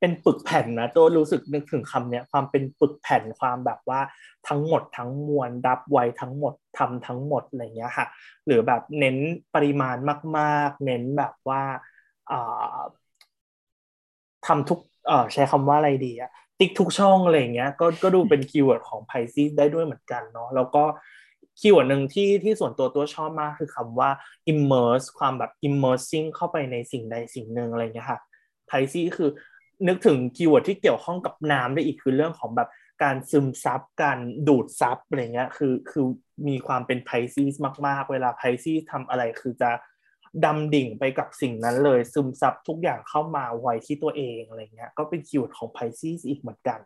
เป็นปึกแผ่นนะตัวรู้สึกนึกถึงคำเนี้ยความเป็นปึกแผ่นความแบบว่าทั้งหมดทั้งมวลรับไว้ทั้งหมดทำทั้งหมดอะไรเงี้ยค่ะหรือแบบเน้นปริมาณมากๆเน้นแบบว่าอ่าทำทุกเอ่อใช้คำว่าอะไรดีอะติ๊กทุกช่องอะไรเงี้ยก็ก็ดูเป็นคีย์เวิร์ดของ Pisces ได้ด้วยเหมือนกันเนาะแล้วก็คีย์เวิร์ดหนึ่งที่ที่ส่วนตัวตัวชอบมากคือคำว่า immerse ความแบบ immersing เข้าไปในสิ่งใดสิ่งหนึ่งอะไรเงี้ยค่ะ Pisces คือนึกถึงคีย์เวิร์ดที่เกี่ยวข้องกับน้ำได้อีกคือเรื่องของแบบการซึมซับการดูดซับอะไรเงี้ยคือคือมีความเป็น Pisces มากๆเวลา Pisces ทำอะไรคือจะดำดิ่งไปกับสิ่งนั้นเลยซึมซับทุกอย่างเข้ามาไว้ที่ตัวเองอะไรเงี้ยก็เป็นคีย์เวิร์ดของ Pisces อีกเหมือนกัน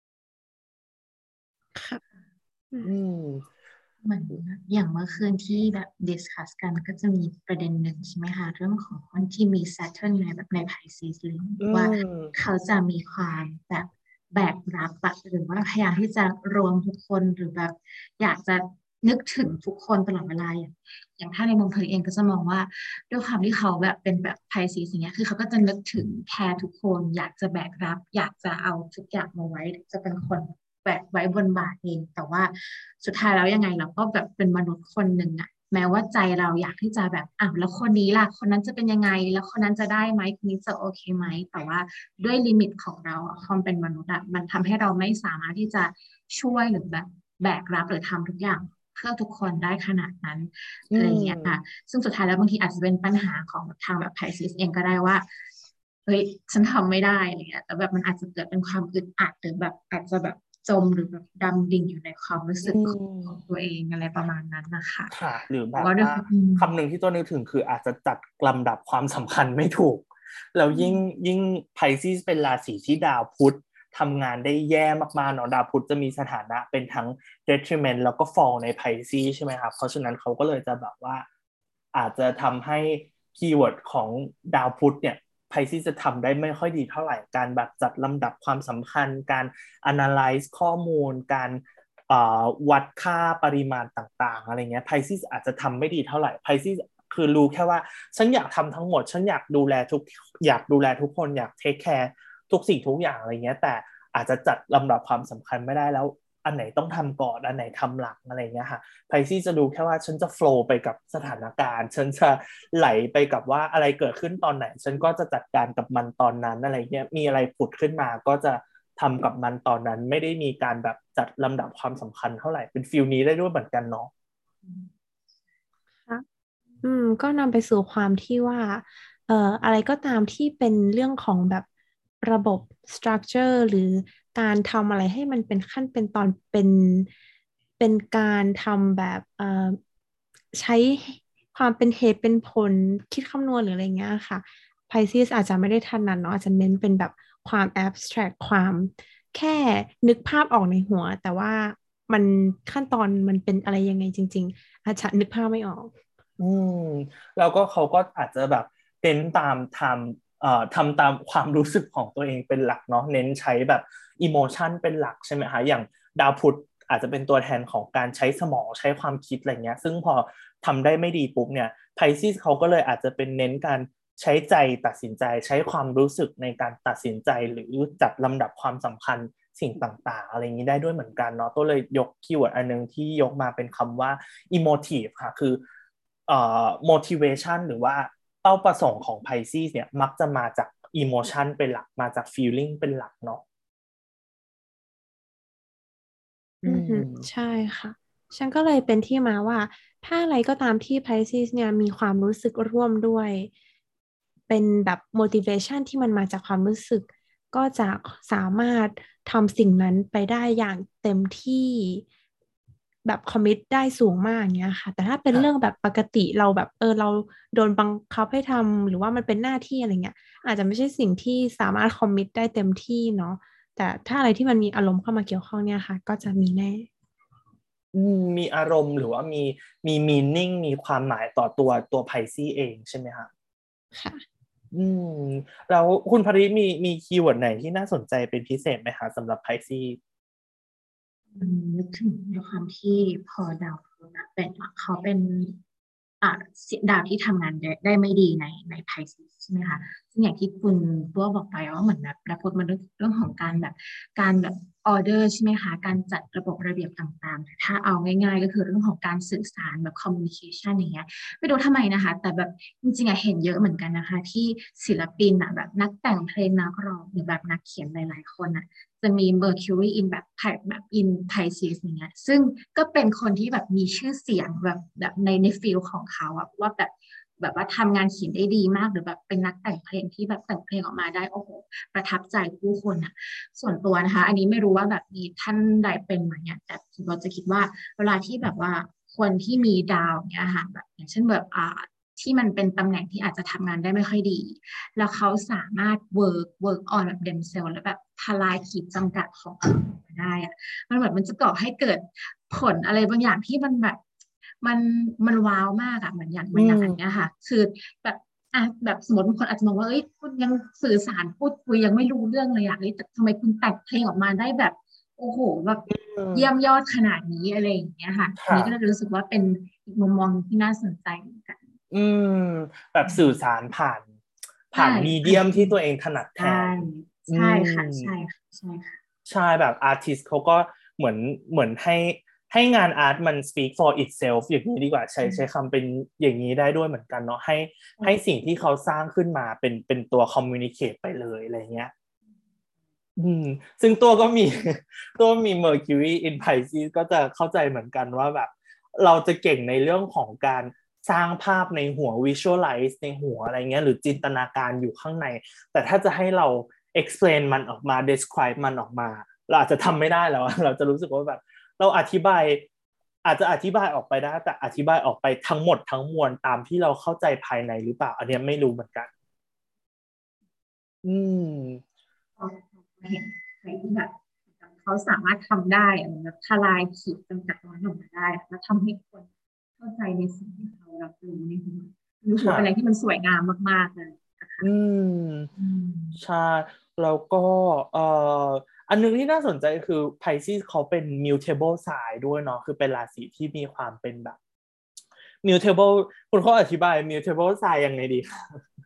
ค่ะอืมเหมือนอย่างเมื่อคืนที่แบบดิสคัสกันก็จะมีประเด็นหนึ่งใช่ไหมคะเรื่องของคนที่มี Saturn ในแบบใน Pisces เลยว่าเขาจะมีความแบบแบกรับอะหรือว่าพยายามที่จะรวมทุกคนหรือแบบอยากจะนึกถึงทุกคนตลอดเวลาอย่างอย่างถ้าในมุมเธอเองก็จะมองว่าด้วยความที่เขาแบบเป็นแบบ Pisces อย่างเงี้ยคือเขาก็จะนึกถึงแคร์ทุกคนอยากจะแบกรับอยากจะเอาทุกอย่างมาไว้จะเป็นคนแบกไว้บนบ่าเองแต่ว่าสุดท้ายแล้วยังไงเราก็แบบเป็นมนุษย์คนหนึ่งอะแม้ว่าใจเราอยากที่จะแบบอ่ะแล้วคนนี้ล่ะคนนั้นจะเป็นยังไงแล้วคนนั้นจะได้ไหมคนนี้จะโอเคไหมแต่ว่าด้วยลิมิตของเราอะความเป็นมนุษย์อะมันทำให้เราไม่สามารถที่จะช่วยหรือแบบแบกรับหรือทำทุกอย่างเพื่อทุกคนได้ขนาดนั้นอะไรอย่างเงี้ยค่ะซึ่งสุดท้ายแล้วบางทีอาจจะเป็นปัญหาของทางแบบไพซิสเองก็ได้ว่าเฮ้ยฉันทำไม่ได้อะไรเงี้ยแต่แบบมันอาจจะเกิดเป็นความอึดอัดหรือแบบอาจจะแบบจมหรือแบบดำดิ่งอยู่ในความรู้สึกของตัวเองอะไรประมาณนั้นนะคะค่ะหรือแบบว่าด้วยว่าคำหนึ่งที่ตัวนึกถึงคืออาจจะจัดลำดับความสำคัญไม่ถูกแล้วยิ่งยิ่งไพซีสเป็นราศีที่ดาวพุธทำงานได้แย่มากๆเนาะดาวพุธจะมีสถานะเป็นทั้ง detriment แล้วก็ fall ในไพซีใช่ไหมครับเพราะฉะนั้นเขาก็เลยจะแบบว่าอาจจะทำให้คีย์เวิร์ดของดาวพุธเนี่ยไพซีจะทำได้ไม่ค่อยดีเท่าไหร่การแบบจัดลำดับความสำคัญการ analyze ข้อมูลการวัดค่าปริมาณต่างๆอะไรเงี้ยไพซิสอาจจะทำไม่ดีเท่าไหร่ไพซิสคือรู้แค่ว่าฉันอยากทำทั้งหมดฉันอยากดูแลทุกอยากดูแลทุกคนอยากเทคแคร์ทุกสิ่งทุกอย่างอะไรเงี้ยแต่อาจจะจัดลำดับความสำคัญไม่ได้แล้วอันไหนต้องทำก่อนอันไหนทำหลังอะไรเงี้ยค่ะไพซิสจะดูแค่ว่าฉันจะโฟล์ไปกับสถานการณ์ฉันจะไหลไปกับว่าอะไรเกิดขึ้นตอนไหนฉันก็จะจัดการกับมันตอนนั้นอะไรเงี้ยมีอะไรผุดขึ้นมาก็จะทำกับมันตอนนั้นไม่ได้มีการแบบจัดลำดับความสำคัญเท่าไหร่เป็นฟิลนี้ได้ด้วยเหมือนกันเนาะค่ะอืมก็นำไปสู่ความที่ว่าเอ่ออะไรก็ตามที่เป็นเรื่องของแบบระบบ structure หรือการทำอะไรให้มันเป็นขั้นเป็นตอนเป็นเป็นการทำแบบเอ่อใช้ความเป็นเหตุเป็นผลคิดคำนวณหรืออะไรเงี้ยค่ะ Pisces อาจจะไม่ได้ทันนั้นเนาะอาจจะเน้นเป็นแบบความ abstract ความแค่นึกภาพออกในหัวแต่ว่ามันขั้นตอนมันเป็นอะไรยังไงจริงๆอาจจะนึกภาพไม่ออกอืมแล้วก็เขาก็อาจจะแบบเน้นตามทำเอ่อทำตามความรู้สึกของตัวเองเป็นหลักเนาะเน้นใช้แบบอิโมชันเป็นหลักใช่ไหมคะอย่างดาวพุธอาจจะเป็นตัวแทนของการใช้สมองใช้ความคิดอะไรเงี้ยซึ่งพอทำได้ไม่ดีปุ๊บเนี่ยไพซิสเขาก็เลยอาจจะเป็นเน้นการใช้ใจตัดสินใจใช้ความรู้สึกในการตัดสินใจหรือจัดลำดับความสำคัญสิ่งต่างๆอะไรอย่างนี้ได้ด้วยเหมือนกันเนาะตัวเลยยกคีย์เวิร์ดอันนึงที่ยกมาเป็นคำว่า emotive ค่ะคือเอ่อ motivation หรือว่าเป้าประสงค์ของ Pisces เนี่ยมักจะมาจาก emotion เป็นหลักมาจาก feeling เป็นหลักเนาะอือือหือมใช่ค่ะ ฉันก็เลยเป็นที่มาว่าถ้าอะไรก็ตามที่ Pisces เนี่ยมีความรู้สึกร่วมด้วย เป็นแบบ motivation ที่มันมาจากความรู้สึก ก็จะสามารถทำสิ่งนั้นไปได้อย่างเต็มที่แบบคอมมิตได้สูงมากอย่างเงี้ยค่ะแต่ถ้าเป็นเรื่องค่ะแบบปกติเราแบบเออเราโดนบังคับให้ทำหรือว่ามันเป็นหน้าที่อะไรเงี้ยอาจจะไม่ใช่สิ่งที่สามารถคอมมิตได้เต็มที่เนาะแต่ถ้าอะไรที่มันมีอารมณ์เข้ามาเกี่ยวข้องเนี่ยค่ะก็จะมีแน่อืมมีอารมณ์หรือว่ามีมี meaning มีความหมายต่อตัวตัว Pisces เองใช่ไหมคะค่ะอืมแล้วคุณภริมีมีคีย์เวิร์ดไหนที่น่าสนใจเป็นพิเศษไหมคะสำหรับ Pisces อืมนึกถึงในความที่พอดาวพุธอะเป็นเขาเป็นอ่าดาวที่ทำงานได้ได้ไม่ดีในในไพซิสใช่ไหมคะซึ่งอย่างที่คุณตัวบอกไปว่าเหมือนแบบแล้วพูดมาเรื่องเรื่องของการแบบการแบบออเดอร์ใช่ไหมคะการจัดระบบระเบียบต่างๆแต่ถ้าเอาง่ายๆก็คือเรื่องของการสื่อสารแบบคอมมิวนิเคชันอย่างเงี้ยไม่รู้ทำไมนะคะแต่แบบจริงๆอะเห็นเยอะเหมือนกันนะคะที่ศิลปินอะแบบนักแต่งเพลงนักร้องหรือแบบนักเขียนหลายๆคนอะ จะมี Mercury in แบบแบบ in Pisces อย่างเงี้ยซึ่งก็เป็นคนที่แบบมีชื่อเสียงแบบแบบในในฟิลของเขาอะว่าแบบแบบว่าทำงานเขียนได้ดีมากหรือแบบเป็นนักแต่งเพลงที่แบบแต่งเพลงออกมาได้โอ้โหประทับใจผู้คนอะส่วนตัวนะคะอันนี้ไม่รู้ว่าแบบมีท่านใดเป็นไหมเนี่ยแต่เราจะคิดว่าเวลาที่แบบว่าคนที่มีดาวเนี่ยค่ะแบบอย่างเช่นแบบอ่าที่มันเป็นตำแหน่งที่อาจจะทำงานได้ไม่ค่อยดี แล้วเขาสามารถ work work on แบบ themselves แล้วแบบทลายขีดจำกัดของเขาได้อะมันแบบมันจะก่อให้เกิดผลอะไรบางอย่างที่มันแบบมันมันว้าวมากอะเหมือนอย่างเหอืมือนอย่างอันเนี้มยค่ะคือแบบอ่ะแบบสมมติบางคนอาจจะมองว่าเอ้ยคุณยังสื่อสารพูดคุยยังไม่รู้เรื่องเลยอะเอ้ยแต่ทำไมคุณแต่งเพลงออกมาได้แบบโอ้โหแบบอืมเยี่ยมยอดขนาดนี้อะไรอย่างเงี้ยค่ะอันค่ะนี้ก็เลยรู้สึกว่าเป็นอีกมุมมองที่น่าสนใจเหมือนกันอืมแบบสื่อสารผ่านผ่าใช่นมีเดีผ่านยมที่ตัวเองถนัดแทใช่นอืใช่มค่ะใช่ค่ะใช่ค่ะใช่แบบอาร์ติสเขาก็เหมือนเหมือนให้ให้งานอาร์ตมัน speak for itself อย่างนี้ดีกว่าใช้ใช้คำเป็นอย่างนี้ได้ด้วยเหมือนกันเนาะให้ให้สิ่งที่เขาสร้างขึ้นมาเป็นเป็นตัว communicate ไปเลยอะไรเงี้ยอืมซึ่งตัวก็มีตัวมี Mercury in Pisces ก็จะเข้าใจเหมือนกันว่าแบบเราจะเก่งในเรื่องของการสร้างภาพในหัว visualize ในหัวอะไรเงี้ยหรือจินตนาการอยู่ข้างในแต่ถ้าจะให้เรา explain มันออกมา describe มันออกมาเราอาจจะทำไม่ได้แล้วเราจะรู้สึกว่าแบบเราอธิบายอาจจะอธิบายออกไปได้แต่อธิบายออกไปทั้งหมดทั้งมวลตามที่เราเข้าใจภายในหรือเปล่าอันนี้ไม่รู้เหมือนกันอืมเขาเห็นใครที่แบบเขาสามารถทำได้อะมันแบบทลายขีดจำกัดตรงนั้นออกมาได้แล้วทำให้คนเข้าใจในสิ่งที่เขารับรู้ในหัวรู้สึกว่าค่ะเป็นอะไรที่มันสวยงามมากๆเลยนะคะอืมอืมใช่แล้วก็เอ่ออันนึงที่น่าสนใจคือ Pisces เขาเป็น mutable sign ด้วยเนาะคือเป็นราศีที่มีความเป็นแบบ mutable คุณเขาอธิบาย mutable sign ยังไงดีคะ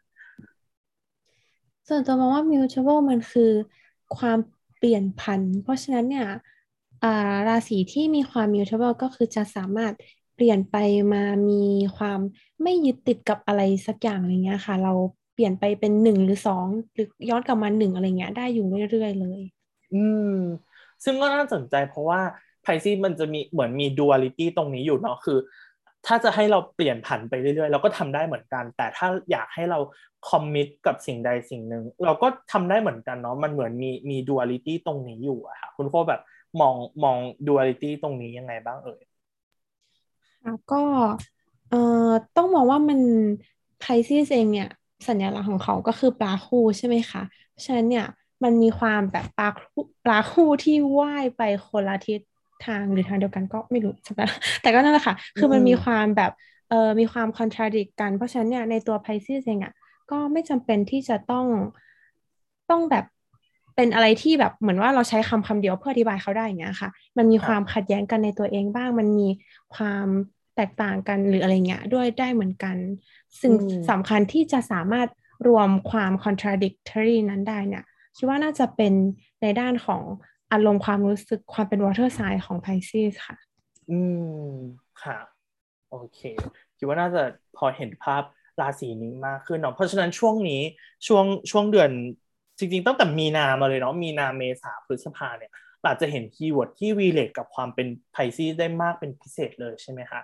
ส่วนตัวมองว่า mutable มันคือความเปลี่ยนผันเพราะฉะนั้นเนี่ยอ่าราศีที่มีความ mutable ก็คือจะสามารถเปลี่ยนไปมามีความไม่ยึดติดกับอะไรสักอย่างอะไรเงี้ยค่ะเราเปลี่ยนไปเป็นหนึ่งหรือสองหรือย้อนกลับมาหนึ่งอะไรเงี้ยได้อยู่เรื่อยๆเลยอืมซึ่งก็น่าสนใจเพราะว่า Pisces มันจะมีเหมือนมี duality ตรงนี้อยู่เนาะคือถ้าจะให้เราเปลี่ยนผันไปเรื่อยๆเราก็ทำได้เหมือนกันแต่ถ้าอยากให้เราคอมมิตกับสิ่งใดสิ่งหนึ่งเราก็ทำได้เหมือนกันเนาะมันเหมือนมีมี duality ตรงนี้อยู่อะค่ะคุณโคแบบมองมอง duality ตรงนี้ยังไงบ้างเอ่ยค่ะก็เอ่อต้องมองว่ามันไพซีสเองเนี่ยสัญลักษณ์ของเขาก็คือปลาคู่ใช่ไหมคะเพราะฉะนั้นเนี่ยมันมีความแบบปลาคู่ปลาคู่ที่ว่ายไปคนละทิศทางหรือทางเดียวกันก็ไม่รู้สักแต่ก็นั่นแหละค่ะอืคือมันมีความมแบบเอ่อมีความ contradict กันเพราะฉะนั้นเนี่ยในตัวไพซีสเองอ่ะก็ไม่จำเป็นที่จะต้องต้องแบบเป็นอะไรที่แบบเหมือนว่าเราใช้คำคำเดียวเพื่ออธิบายเขาได้อย่างเงี้ยค่ะมันมีความค่ะขัดแย้งกันในตัวเองบ้างมันมีความแตกต่างกันหรืออะไรเงี้ยด้วยได้เหมือนกันอืซึ่งมสำคัญที่จะสามารถรวมความ contradictory นั้นได้เนี่ยคิดว่าน่าจะเป็นในด้านของอารมณ์ความรู้สึกความเป็น water sign ของ Pisces ค่ะอืมค่ะโอเคคิดว่าน่าจะพอเห็นภาพราศีนี้มากขึ้นเนาะเพราะฉะนั้นช่วงนี้ช่วงช่วงเดือนจริงๆตั้งแต่มีนามาเลยเนาะมีนาเมษาพฤษภาเนี่ยอาจจะเห็นคีย์เวิร์ดที่ relate กับความเป็นไพซีได้มากเป็นพิเศษเลยใช่ไหมคะ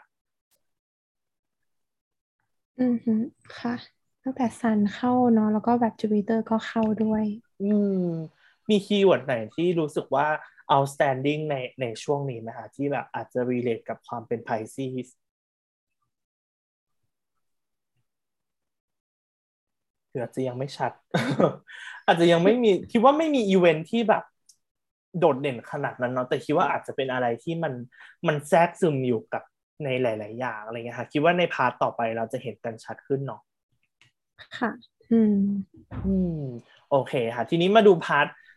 อือฮึค่ะตั้งแต่ซันเข้าเนาะแล้วก็แบบจูปิเตอร์ก็เข้าด้วยอืมมีคีย์เวิร์ดไหนที่รู้สึกว่า outstanding ในในช่วงนี้ไหมคะที่แบบอาจจะ relate กับความเป็นไพซี หรืออาจจะยังไม่ชัดอาจจะยังไม่มีคิดว่าไม่มีอีเวนท์ที่แบบโดดเด่นขนาดนั้นเนาะแต่คิดว่าอาจจะเป็นอะไรที่มันมันแทรกซึมอยู่กับในหลายๆอย่างอะไรเงี้ยค่ะคิดว่าในพาร์ทต่อไปเราจะเห็นกันชัดขึ้นเนาะค่ะอืมอืมโอเคค่ะทีนี้มาดูพาร์ท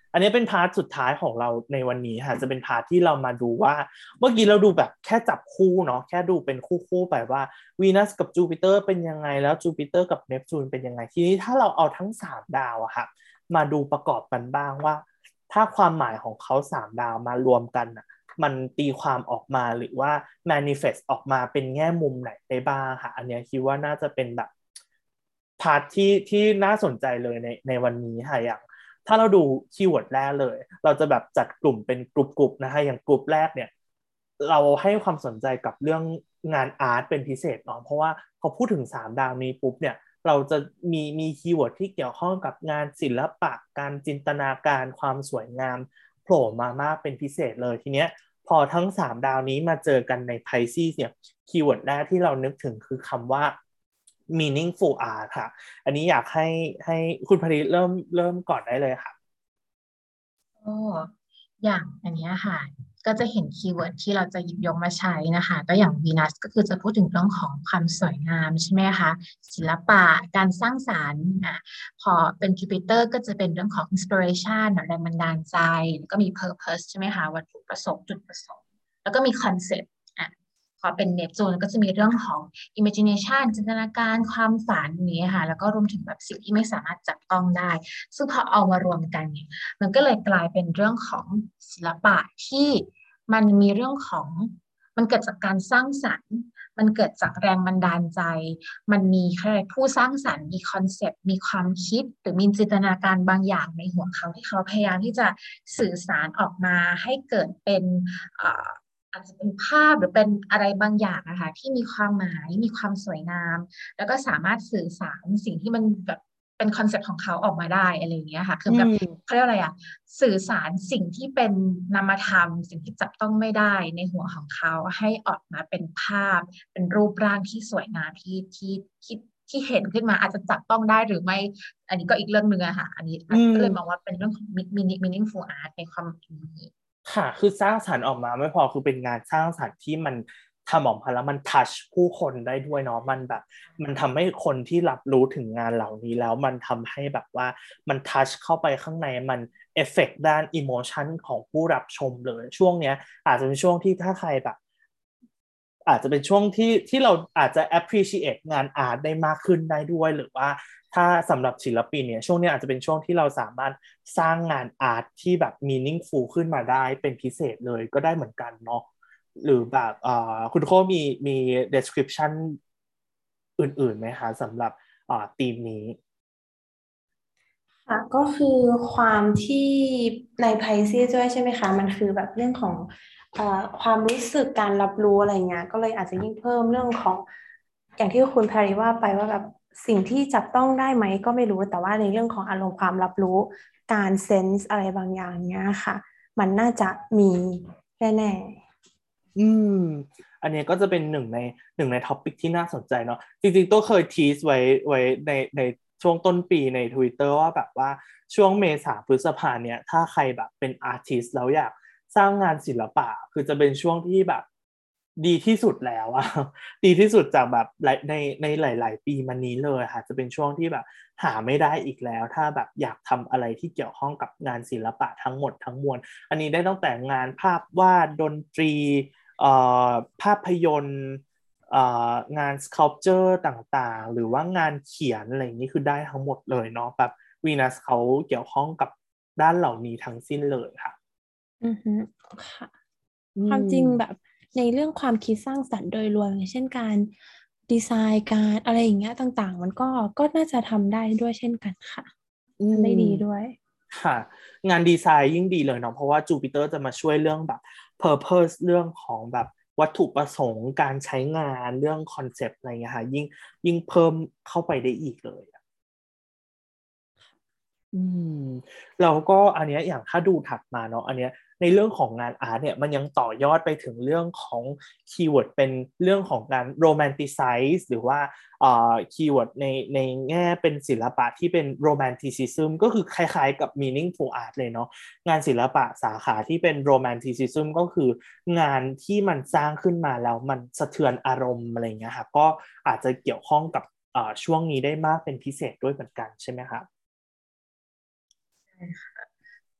อันนี้เป็นพาร์ทสุดท้ายของเราในวันนี้ค่ะจะเป็นพาร์ทที่เรามาดูว่าเมื่อกี้เราดูแบบแค่จับคู่เนาะแค่ดูเป็นคู่ๆไปว่าวีนัสกับจูปิเตอร์เป็นยังไงแล้วจูปิเตอร์กับเนปจูนเป็นยังไงทีนี้ถ้าเราเอาทั้งสามดาวอะค่ะมาดูประกอบกันบ้างว่าถ้าความหมายของเขาสามดาวมารวมกันอะมันตีความออกมาหรือว่า manifest ออกมาเป็นแง่มุมไหนได้บ้างค่ะอันนี้คิดว่าน่าจะเป็นแบบพาร์ทที่ที่น่าสนใจเลยในในวันนี้ค่ะอย่างถ้าเราดูคีย์เวิร์ดแรกเลยเราจะแบบจัดกลุ่มเป็นกลุ่มๆนะคะอย่างกลุ่มแรกเนี่ยเราให้ความสนใจกับเรื่องงานอาร์ตเป็นพิเศษเนาะเพราะว่าพอพูดถึงสามดาวนี้ปุ๊บเนี่ยเราจะมีมีคีย์เวิร์ดที่เกี่ยวข้องกับงานศิลปะการจินตนาการความสวยงามโผล่มามากเป็นพิเศษเลยทีเนี้ยพอทั้งสามดาวนี้มาเจอกันใน Pisces เนี่ยคีย์เวิร์ดแรกที่เรานึกถึงคือคำว่า meaningful art ค่ะอันนี้อยากให้ให้คุณภริเริ่มเริ่มก่อนได้เลยค่ะก็อย่างอันเนี้ยค่ะก็จะเห็นคีย์เวิร์ดที่เราจะหยิบยกมาใช้นะคะก็อย่างวีนัสก็คือจะพูดถึงเรื่องของความสวยงามใช่ไหมคะศิลปะการสร้างสรรค์อ่ะพอเป็นจูปิเตอร์ก็จะเป็นเรื่องของ inspiration แรงบันดาลใจแล้วก็มี purpose ใช่ไหมคะวัตถุประสงค์จุดประสงค์แล้วก็มี concept อ่ะพอเป็นเนปจูนก็จะมีเรื่องของ imagination จินตนาการความฝันนี้ค่ะแล้วก็รวมถึงแบบสิ่งที่ไม่สามารถจับต้องได้ซึ่งพอเอามารวมกันเนี่ยมันก็เลยกลายเป็นเรื่องของศิลปะที่มันมีเรื่องของมันเกิดจากการสร้างสรรค์มันเกิดจากแรงบันดาลใจมันมีใครผู้สร้างสรรค์มีคอนเซปต์มีความคิดหรือมีจินตนาการบางอย่างในหัวเขาที่เขาพยายามที่จะสื่อสารออกมาให้เกิดเป็นอาจจะเป็นภาพหรือเป็นอะไรบางอย่างนะคะที่มีความหมายมีความสวยงามแล้วก็สามารถสื่อสารสิ่งที่มันแบบเป็นคอนเซ็ปต์ของเขาออกมาได้อะไรอย่างเงี้ยค่ะคือแบบเขาเรียกอะไรอ่ะสื่อสารสิ่งที่เป็นนามธรรมสิ่งที่จับต้องไม่ได้ในหัวของเขาให้ออกมาเป็นภาพเป็นรูปร่างที่สวยงามที่ที่ที่ที่เห็นขึ้นมาอาจจะจับต้องได้หรือไม่อันนี้ก็อีกเรื่องหนึ่งอะค่ะอันนี้ก็เลยมองว่าเป็นเรื่องของ meaningful art ในความนี้ค่ะคือสร้างสรรค์ออกมาไม่พอคือเป็นงานสร้างสรรค์ที่มันทำออกมาแล้วมันทัชผู้คนได้ด้วยเนาะมันแบบมันทำให้คนที่รับรู้ถึงงานเหล่านี้แล้วมันทำให้แบบว่ามันทัชเข้าไปข้างในมันเอฟเฟกต์ด้านอิโมชันของผู้รับชมเลยช่วงเนี้ยอาจจะเป็นช่วงที่ถ้าใครแบบอาจจะเป็นช่วงที่ที่เราอาจจะ appreciate งานอาร์ตได้มากขึ้นได้ด้วยหรือว่าถ้าสำหรับศิลปินเนี่ยช่วงนี้อาจจะเป็นช่วงที่เราสามารถสร้างงานอาร์ตที่แบบ meaningful ขึ้นมาได้เป็นพิเศษเลยก็ได้เหมือนกันเนาะหรือแบบอ่าคุณโค้มีมี description อื่นๆไหมคะสำหรับอ่าธีมนี้ค่ะก็คือความที่ในไพซีด้วยใช่ไหมคะมันคือแบบเรื่องของเอ่อความรู้สึกการรับรู้อะไรเงี้ยก็เลยอาจจะยิ่งเพิ่มเรื่องของอย่างที่คุณแพรรี่ว่าไปว่าแบบสิ่งที่จับต้องได้ไหมก็ไม่รู้แต่ว่าในเรื่องของอารมณ์ความรับรู้การเซนส์อะไรบางอย่างเนี้ยค่ะมันน่าจะมีแน่อืมอันนี้ก็จะเป็นหนึ่งในหนึ่งในท็อปิกที่น่าสนใจเนาะจริงๆตัวเคยทีสไว้ไว้ในในช่วงต้นปีใน Twitter ว่าแบบว่าช่วงเมษาพฤษภาเนี่ยถ้าใครแบบเป็นอาร์ติสต์แล้วอยากสร้างงานศิลปะคือจะเป็นช่วงที่แบบดีที่สุดแล้วอะ ดีที่สุดจากแบบในในหลายๆปีมานี้เลยค่ะจะเป็นช่วงที่แบบหาไม่ได้อีกแล้วถ้าแบบอยากทำอะไรที่เกี่ยวข้องกับงานศิลปะทั้งหมดทั้งมวลอันนี้ได้ตั้งแต่งานภาพวาดดนตรีเอ่อภาพยนตร์เอ่องาน sculpture ต่างๆหรือว่างานเขียนอะไรอย่างนี้คือได้ทั้งหมดเลยเนาะแบบวีนัสเขาเกี่ยวข้องกับด้านเหล่านี้ทั้งสิ้นเลยค่ะๆอือฮึค่ะความจริงแบบในเรื่องความคิดสร้างสรรค์โดยรวมอย่างเช่นการดีไซน์การอะไรอย่างเงี้ยต่างๆมันก็ก็น่าจะทำได้ด้วยเช่นกันค่ะทำได้ดีด้วยค่ะงานดีไซน์ยิ่งดีเลยเนาะเพราะว่าจูปิเตอร์จะมาช่วยเรื่องแบบ purpose เรื่องของแบบวัตถุประสงค์การใช้งานเรื่องคอนเซปต์อะไรเงี้ยค่ะยิ่งยิ่งเพิ่มเข้าไปได้อีกเลยอืมแล้วก็อันเนี้ยอย่างถ้าดูถัดมาเนาะอันเนี้ยในเรื่องของงานอาร์ตเนี่ยมันยังต่อยอดไปถึงเรื่องของคีย์เวิร์ดเป็นเรื่องของการโรแมนติไซส์หรือว่าเอ่อคีย์เวิร์ดในในแง่เป็นศิลปะที่เป็นโรแมนติซิซึมก็คือคล้ายๆกับ meaningful art เลยเนาะงานศิลปะสาขาที่เป็นโรแมนติซิซึมก็คืองานที่มันสร้างขึ้นมาแล้วมันสะเทือนอารมณ์อะไรเงี้ยค่ะก็อาจจะเกี่ยวข้องกับเอ่อช่วงนี้ได้มากเป็นพิเศษด้วยเหมือนกันใช่ไหมครับใช่ค่ะ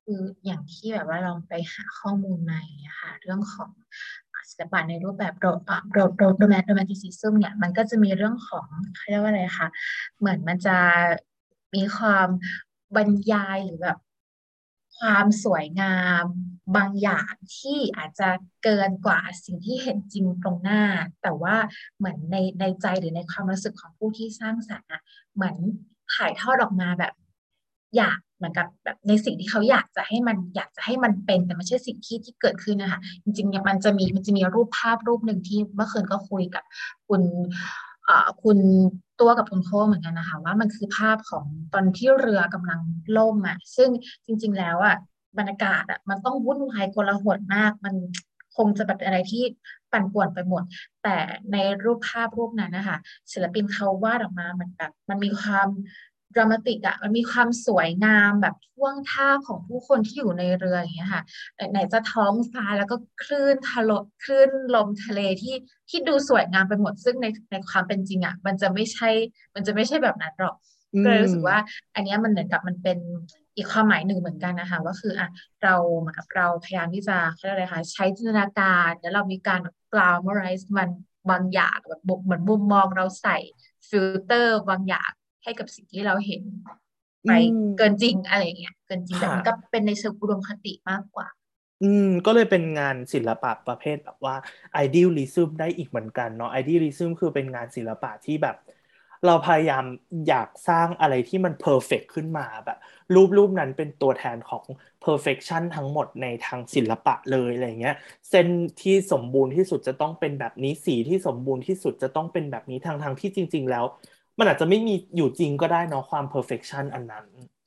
คืออย่างที่แบบว่าลองไปหาข้อมูลมาอย่างเงี้ยค่ะเรื่องของศิลปะในรูปแบบโรอ่าโรโรโรแมนโรแมนติซิซึมเนี่ยมันก็จะมีเรื่องของเขาเรียกว่าอะไรคะเหมือนมันจะมีความบรรยายหรือแบบความสวยงามบางอย่างที่อาจจะเกินกว่าสิ่งที่เห็นจริงตรงหน้าแต่ว่าเหมือนในในใจหรือในความรู้สึกของผู้ที่สร้างสรรค์อะเหมือนถ่ายทอดออกมาแบบ อยากเหมือนกับแบบในสิ่งที่เขาอยากจะให้มันอยากจะให้มันเป็นแต่ไม่ใช่สิ่งที่ที่เกิดขึ้นนะคะจริงๆเนี่ยมันจะมีมันจะมีรูปภาพรูปหนึ่งที่เมื่อคืนก็คุยกับคุณเอ่อคุณตัวกับคุณโคเหมือนกันนะคะว่ามันคือภาพของตอนที่เรือกำลังล่มอ่ะซึ่งจริงๆแล้วอ่ะบรรยากาศอ่ะมันต้องวุ่นวายโกลาหลมากมันคงจะแบบอะไรที่ปั่นป่วนไปหมดแต่ในรูปภาพรูปนั้นนะคะศิลปินเขาวาดออกมาเหมือนแบบมันมีความ ดรามาติกอะมันมีความสวยงามแบบท่วงท่าของผู้คนที่อยู่ในเรืออย่างเงี้ยค่ะไหนจะท้องฟ้าแล้วก็คลื่นทะลคลื่นลมทะเลที่ที่ดูสวยงามไปหมดซึ่งในในความเป็นจริงอะมันจะไม่ใช่มันจะไม่ใช่แบบนั้นหรอกอืก็เลยรู้สึกว่ามอันเนี้ยมันเหมือนกับมันเป็นอีกความหมายหนึ่งเหมือนกันนะคะว่าคืออ่ะเราเหมือนกับเราพยายามที่จะเขาเรียกอะไรคะใช้จินตนาการแล้วเรามีการแบบ glamorize มันบางอย่างแบบเหมือนมุมมองเราใส่ฟิลเตอร์บางอย่าง ให้กับสิ่งที่เราเห็นอืไปเกินมจริงอะไรอย่างเงี้ยเกินจริงแบบค่ะมันก็เป็นในเชิงอุดมคติมากกว่าอืมก็เลยเป็นงานศิลปะประเภทแบบว่า idealism ได้อีกเหมือนกันเนาะ idealism คือเป็นงานศิลปะที่แบบเราพยายามอยากสร้างอะไรที่มัน perfect ขึ้นมาแบบรูปรูปนั้นเป็นตัวแทนของ perfection ทั้งหมดในทางศิลปะเลยอะไรเงี้ยเส้นที่สมบูรณ์ที่สุดจะต้องเป็นแบบนี้สีที่สมบูรณ์ที่สุดจะต้องเป็นแบบนี้ทางทางที่จริงๆแล้วมันอาจจะไม่มีอยู่จริงก็ได้เนาะความ perfection อันนั้น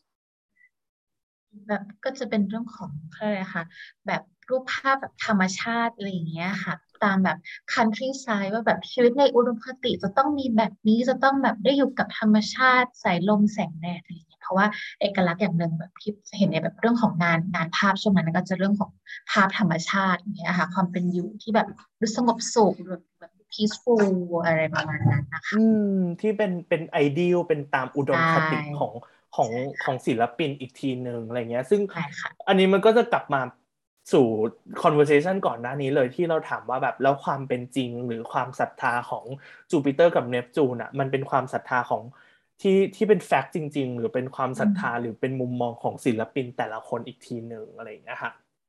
แบบก็จะเป็นเรื่องของอะไรยกคะแบบรูปภาพแบบธรรมชาติอะไรอย่างเงี้ยค่ะตามแบบ country side ว่าแบบชีวิตในอุดมคติจะต้องมีแบบนี้จะต้องแบบได้อยู่กับธรรมชาติสายลมแสงแดดอะไรอย่างเงี้ยเพราะว่าเอกลักษณ์อย่างหนึ่งแบบที่จะเห็นในแบบเรื่องของงานงานภาพช่วงนั้นก็จะเรื่องของภาพธรรมชาติอย่างเงี้ยค่ะความเป็นอยู่ที่แบบดูสงบสุขแบบแบบ peaceful อะไรประมาณนั้นนะอืคะมที่เป็นเป็นไอเดียลเป็นตามอุดใชมคติขอ่งของใช่ของค่ะศิลปินอีกทีหนึ่งอะไรเงี้ยซึ่งใช่ค่ะอันนี้มันก็จะกลับมาสู่ conversation ก่อนหน้านี้เลยที่เราถามว่าแบบแล้วความเป็นจริงหรือความศรัทธาของจูปิเตอร์กับเนปจูนอ่ะมันเป็นความศรัทธาของที่ที่เป็นแฟกต์จริงๆหรือเป็นความศรัทธาหรือเป็นมุมมองของศิลปินแต่ละคนอีกทีหนึ่งอะไรอย่างเงี้ยค่ะ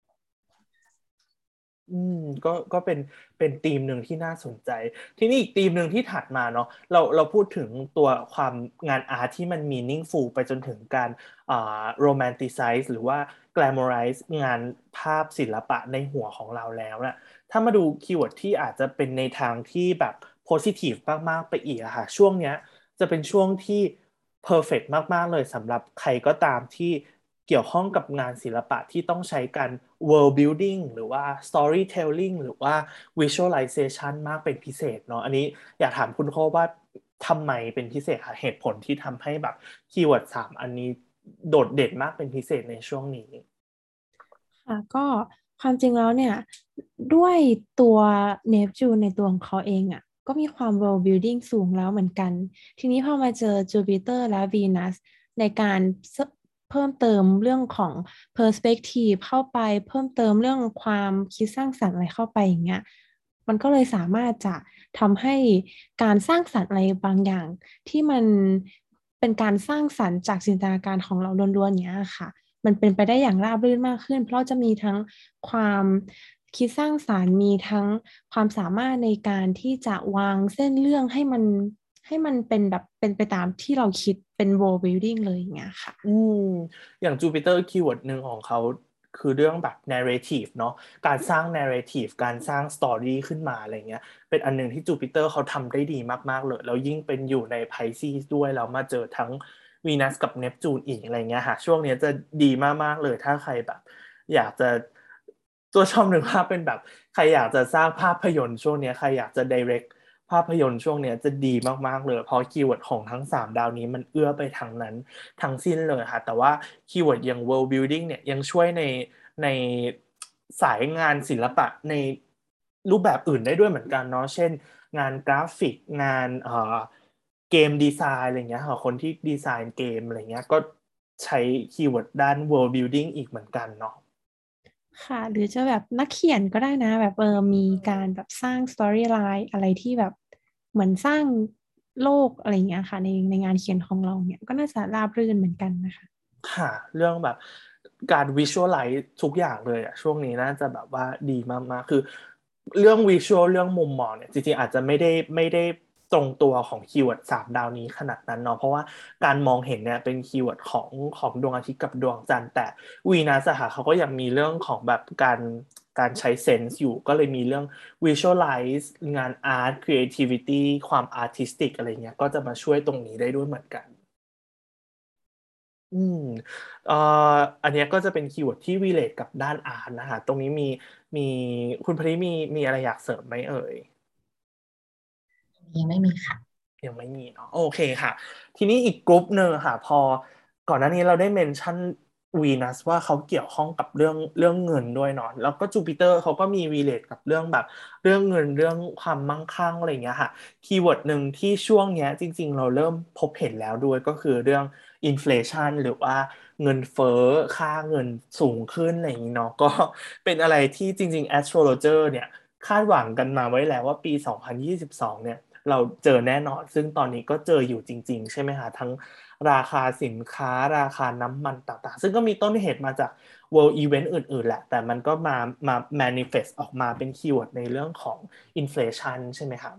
อืมก็ก็เป็นเป็นธีมหนึ่งที่น่าสนใจทีนี้อีกธีมหนึ่งที่ถัดมาเนาะเราเราพูดถึงตัวความงานอาร์ตที่มัน meaningful ไปจนถึงการอ่า romanticize หรือว่า glamorize งานภาพศิลปะในหัวของเราแล้วนะถ้ามาดูคีย์เวิร์ดที่อาจจะเป็นในทางที่แบบ positive มากๆไปอีกอะค่ะช่วงเนี้ยจะเป็นช่วงที่ perfect มากๆเลยสำหรับใครก็ตามที่เกี่ยวข้องกับงานศิลปะที่ต้องใช้การ world building หรือว่า storytelling หรือว่า visualization มากเป็นพิเศษเนาะอันนี้อยากถามคุณโคว่าทำไมเป็นพิเศษค่ะเหตุผลที่ทำให้แบบคีย์เวิร์ดสามอันนี้โดดเด่นมากเป็นพิเศษในช่วงนี้ค่ะก็ความจริงแล้วเนี่ยด้วยตัวเนปจูนในตัวของเขาเองอ่ะก็มีความ world building สูงแล้วเหมือนกันทีนี้พอมาเจอจูปิเตอร์และวีนัสในการเสเพิ่มเติมเรื่องของ perspective เข้าไปเพิ่มเติมเรื่องความคิดสร้างสรรค์อะไรเข้าไปอย่างเงี้ยมันก็เลยสามารถจะทำให้การสร้างสรรค์อะไรบางอย่างที่มันเป็นการสร้างสรรค์จากจินตนาการของเราล้วนๆเนี้ยค่ะ มันเป็นไปได้อย่างราบรื่นมากขึ้นเพราะจะมีทั้งความคิดสร้างสรรค์มีทั้งความสามารถในการที่จะวางเส้นเรื่องให้มันให้มันเป็นแบบเป็นไปตามที่เราคิดเป็น world building เลยอย่างเงี้ยค่ะอืมอย่างจูปิเตอร์คีย์เวิร์ดหนึ่งของเขาคือเรื่องแบบ narrative เนาะการสร้าง narrative การสร้าง story ขึ้นมาอะไรเงี้ยเป็นอันหนึ่งที่จูปิเตอร์เขาทำได้ดีมากๆเลยแล้วยิ่งเป็นอยู่ใน Pisces ด้วยแล้วมาเจอทั้งวีนัสกับเนปจูนอีกอะไรเงี้ยค่ะช่วงนี้จะดีมากๆเลยถ้าใครแบบอยากจะตัวชอบหนึ่งภาพเป็นแบบใครอยากจะสร้างภาพยนตร์ช่วงนี้ใครอยากจะ direct ภาพยนตร์ช่วงนี้จะดีมากๆเลยเพราะคีย์เวิร์ดของทั้งสามดาวนี้มันเอื้อไปทางนั้นทั้งสิ้นเลยค่ะแต่ว่าคีย์เวิร์ดอย่าง world building เนี่ยยังช่วยในในสายงานศิลปะในรูปแบบอื่นได้ด้วยเหมือนกันเนาะเช่นงานกราฟิกงานเอ่อเกมดีไซน์อะไรเงี้ยค่ะคนที่ดีไซน์เกมอะไรเงี้ยก็ใช้คีย์เวิร์ดด้าน world building อีกเหมือนกันเนาะค่ะหรือจะแบบนักเขียนก็ได้นะแบบเออมีการแบบสร้างสตอรี่ไลน์อะไรที่แบบเหมือนสร้างโลกอะไรอย่างเงี้ยค่ะในในงานเขียนของเราเนี่ยก็น่าจะราบรื่นเหมือนกันนะคะค่ะเรื่องแบบการ visualize ทุกอย่างเลยอะช่วงนี้น่าจะแบบว่าดีมากๆคือเรื่อง visual เรื่องมุมมองเนี่ยจริงๆอาจจะไม่ได้ไม่ได้ตรงตัวของคีย์เวิร์ดสามดาวนี้ขนาดนั้นเนาะเพราะว่าการมองเห็นเนี่ยเป็นคีย์เวิร์ดของของดวงอาทิตย์กับดวงจันทร์แต่วีนัสอะค่ะเขาก็ยังมีเรื่องของแบบการการใช้เซนส์อยู่ก็เลยมีเรื่อง visualize งาน art creativity ความ artistic อะไรเงี้ยก็จะมาช่วยตรงนี้ได้ด้วยเหมือนกัน อืมเอ่ออันเนี้ยก็จะเป็นคีย์เวิร์ดที่ relate กับด้านอาร์ตนะคะตรงนี้มีมีคุณพริมีมีอะไรอยากเสริมไหมเอ่ยยังไม่มีค่ะยังไม่มีเนาะโอเคค่ะทีนี้อีกกลุ่มหนึ่งค่ะพอก่อนหน้านี้เราได้เมนชั่นวีนัสว่าเขาเกี่ยวข้องกับเรื่องเรื่องเงินด้วยเนาะแล้วก็จูปิเตอร์เขาก็มีรีเลทกับเรื่องแบบเรื่องเงินเรื่องความมั่งคั่งอะไรอย่างเงี้ยค่ะคีย์เวิร์ดหนึ่งที่ช่วงเนี้ยจริงๆเราเริ่มพบเห็นแล้วด้วยก็คือเรื่องอินฟลชันหรือว่าเงินเฟ้อค่าเงินสูงขึ้นอะไรอย่างงี้เนาะก็เป็นอะไรที่จริงๆ astrologer เนี่ยคาดหวังกันมาไว้แล้วว่าปีสองพันยี่สิบสองเนี่ย เราเจอแน่นอนซึ่งตอนนี้ก็เจออยู่จริงๆใช่ไหมคะทั้งราคาสินค้าราคาน้ำมันต่างๆซึ่งก็มีต้นเหตุมาจาก World Event อื่นๆแหละแต่มันก็มามา manifest ออกมาเป็นคีย์เวิร์ดในเรื่องของ inflation ใช่ไหมครับ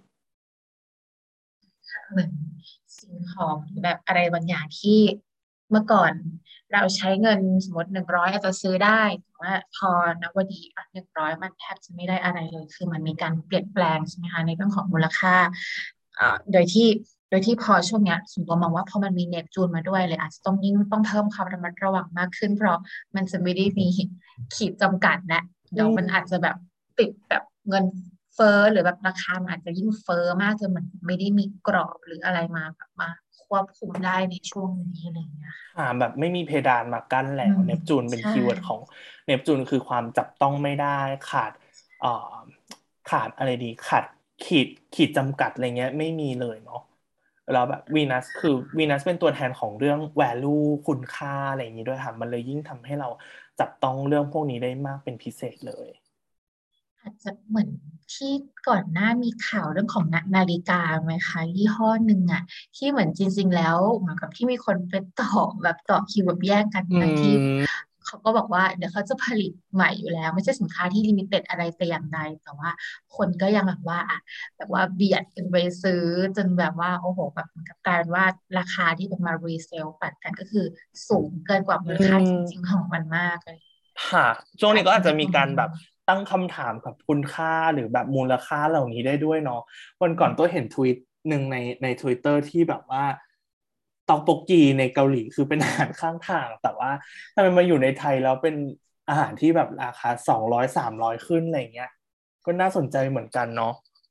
เหมือนสิ่งของหรือแบบอะไรบางอย่างที่เมื่อก่อนเราใช้เงินสมมติหนึ่งร้อยอาจจะซื้อได้แต่ว่าพอณวันนี้อ่ะหนึ่งร้อยมันแทบจะไม่ได้อะไรเลยคือมันมีการเปลี่ยนแปลงใช่ไหมคะในเรื่องของมูลค่าอ่าโดยที่โดยที่พอช่วงเนี้ยส่วนตัวมองว่าพอมันมีเนปจูนมาด้วยเลยอาจจะต้องยิ่งต้องเพิ่มความระมัดระวังมากขึ้นเพราะมันจะไม่ได้มีขีดจำกัดและอืเดี๋ยวมันอาจจะมแบบติดแบบเงิน เฟ้อหรือแบบราคามันอาจจะยิ่งเฟ้อมากจนมันไม่ได้มีกรอบหรืออะไรมาแบบมาควบคุมได้ในช่วงนี้อะไรอย่างเงี้ยค่ะหาแบบไม่มีเพดานมากั้นแล้วอืมเนปจูนเป็นใช่คีย์เวิร์ดของเนปจูนคือความจับต้องไม่ได้ขาดเอ่อขาดอะไรดีขาดขีดขีดจำกัดอะไรเงี้ยไม่มีเลยเนาะแล้วแบบวีนัสคือวีนัสเป็นตัวแทนของเรื่อง value คุณค่าอะไรอย่างนี้ด้วยค่ะมันเลยยิ่งทำให้เราจับต้องเรื่องพวกนี้ได้มากเป็นพิเศษเลยอาจจะเหมือนที่ก่อนหน้ามีข่าวเรื่องของนานาฬิกาไหมคะยี่ห้อหนึ่งอ่ะที่เหมือนจริงๆแล้วเหมือนกับที่มีคนไปต่อแบบต่อคิวแบบแย่งกันอืทั้งที่มเขาก็บอกว่าเดี๋ยวเขาจะผลิตใหม่อยู่แล้วไม่ใช่สินค้าที่ลิมิเต็ดอะไรแต่อย่างใดแต่ว่าคนก็ยังแบบว่าอ่ะ แบบว่าเบียดกันไปซื้อจนแบบว่าโอ้โหแบบเหมือนกับกลายเป็นว่าราคาที่แบบมารีเซลปัดกันก็คือสูงเกินกว่ามูอืลค่าจริงๆขมองมันมากเลยค่ะช่วงนี้ก็อาจจะอาจจะมีตมีการแบบรงนี้ด้วยตั้งคำถามกับคุณค่าหรือแบบมูลค่าเหล่านี้ได้ด้วยเนาะวันก่อนตัวเห็นทวีตหนึ่งในใน Twitter ที่แบบว่าตอกโบกกีในเกาหลีคือเป็นอาหารข้างทางแต่ว่าทำไมมาอยู่ในไทยแล้วเป็นอาหารที่แบบราคาสองร้อยสามร้อยขึ้นอะไรเงี้ยก็น่าสนใจเหมือนกันเนาะ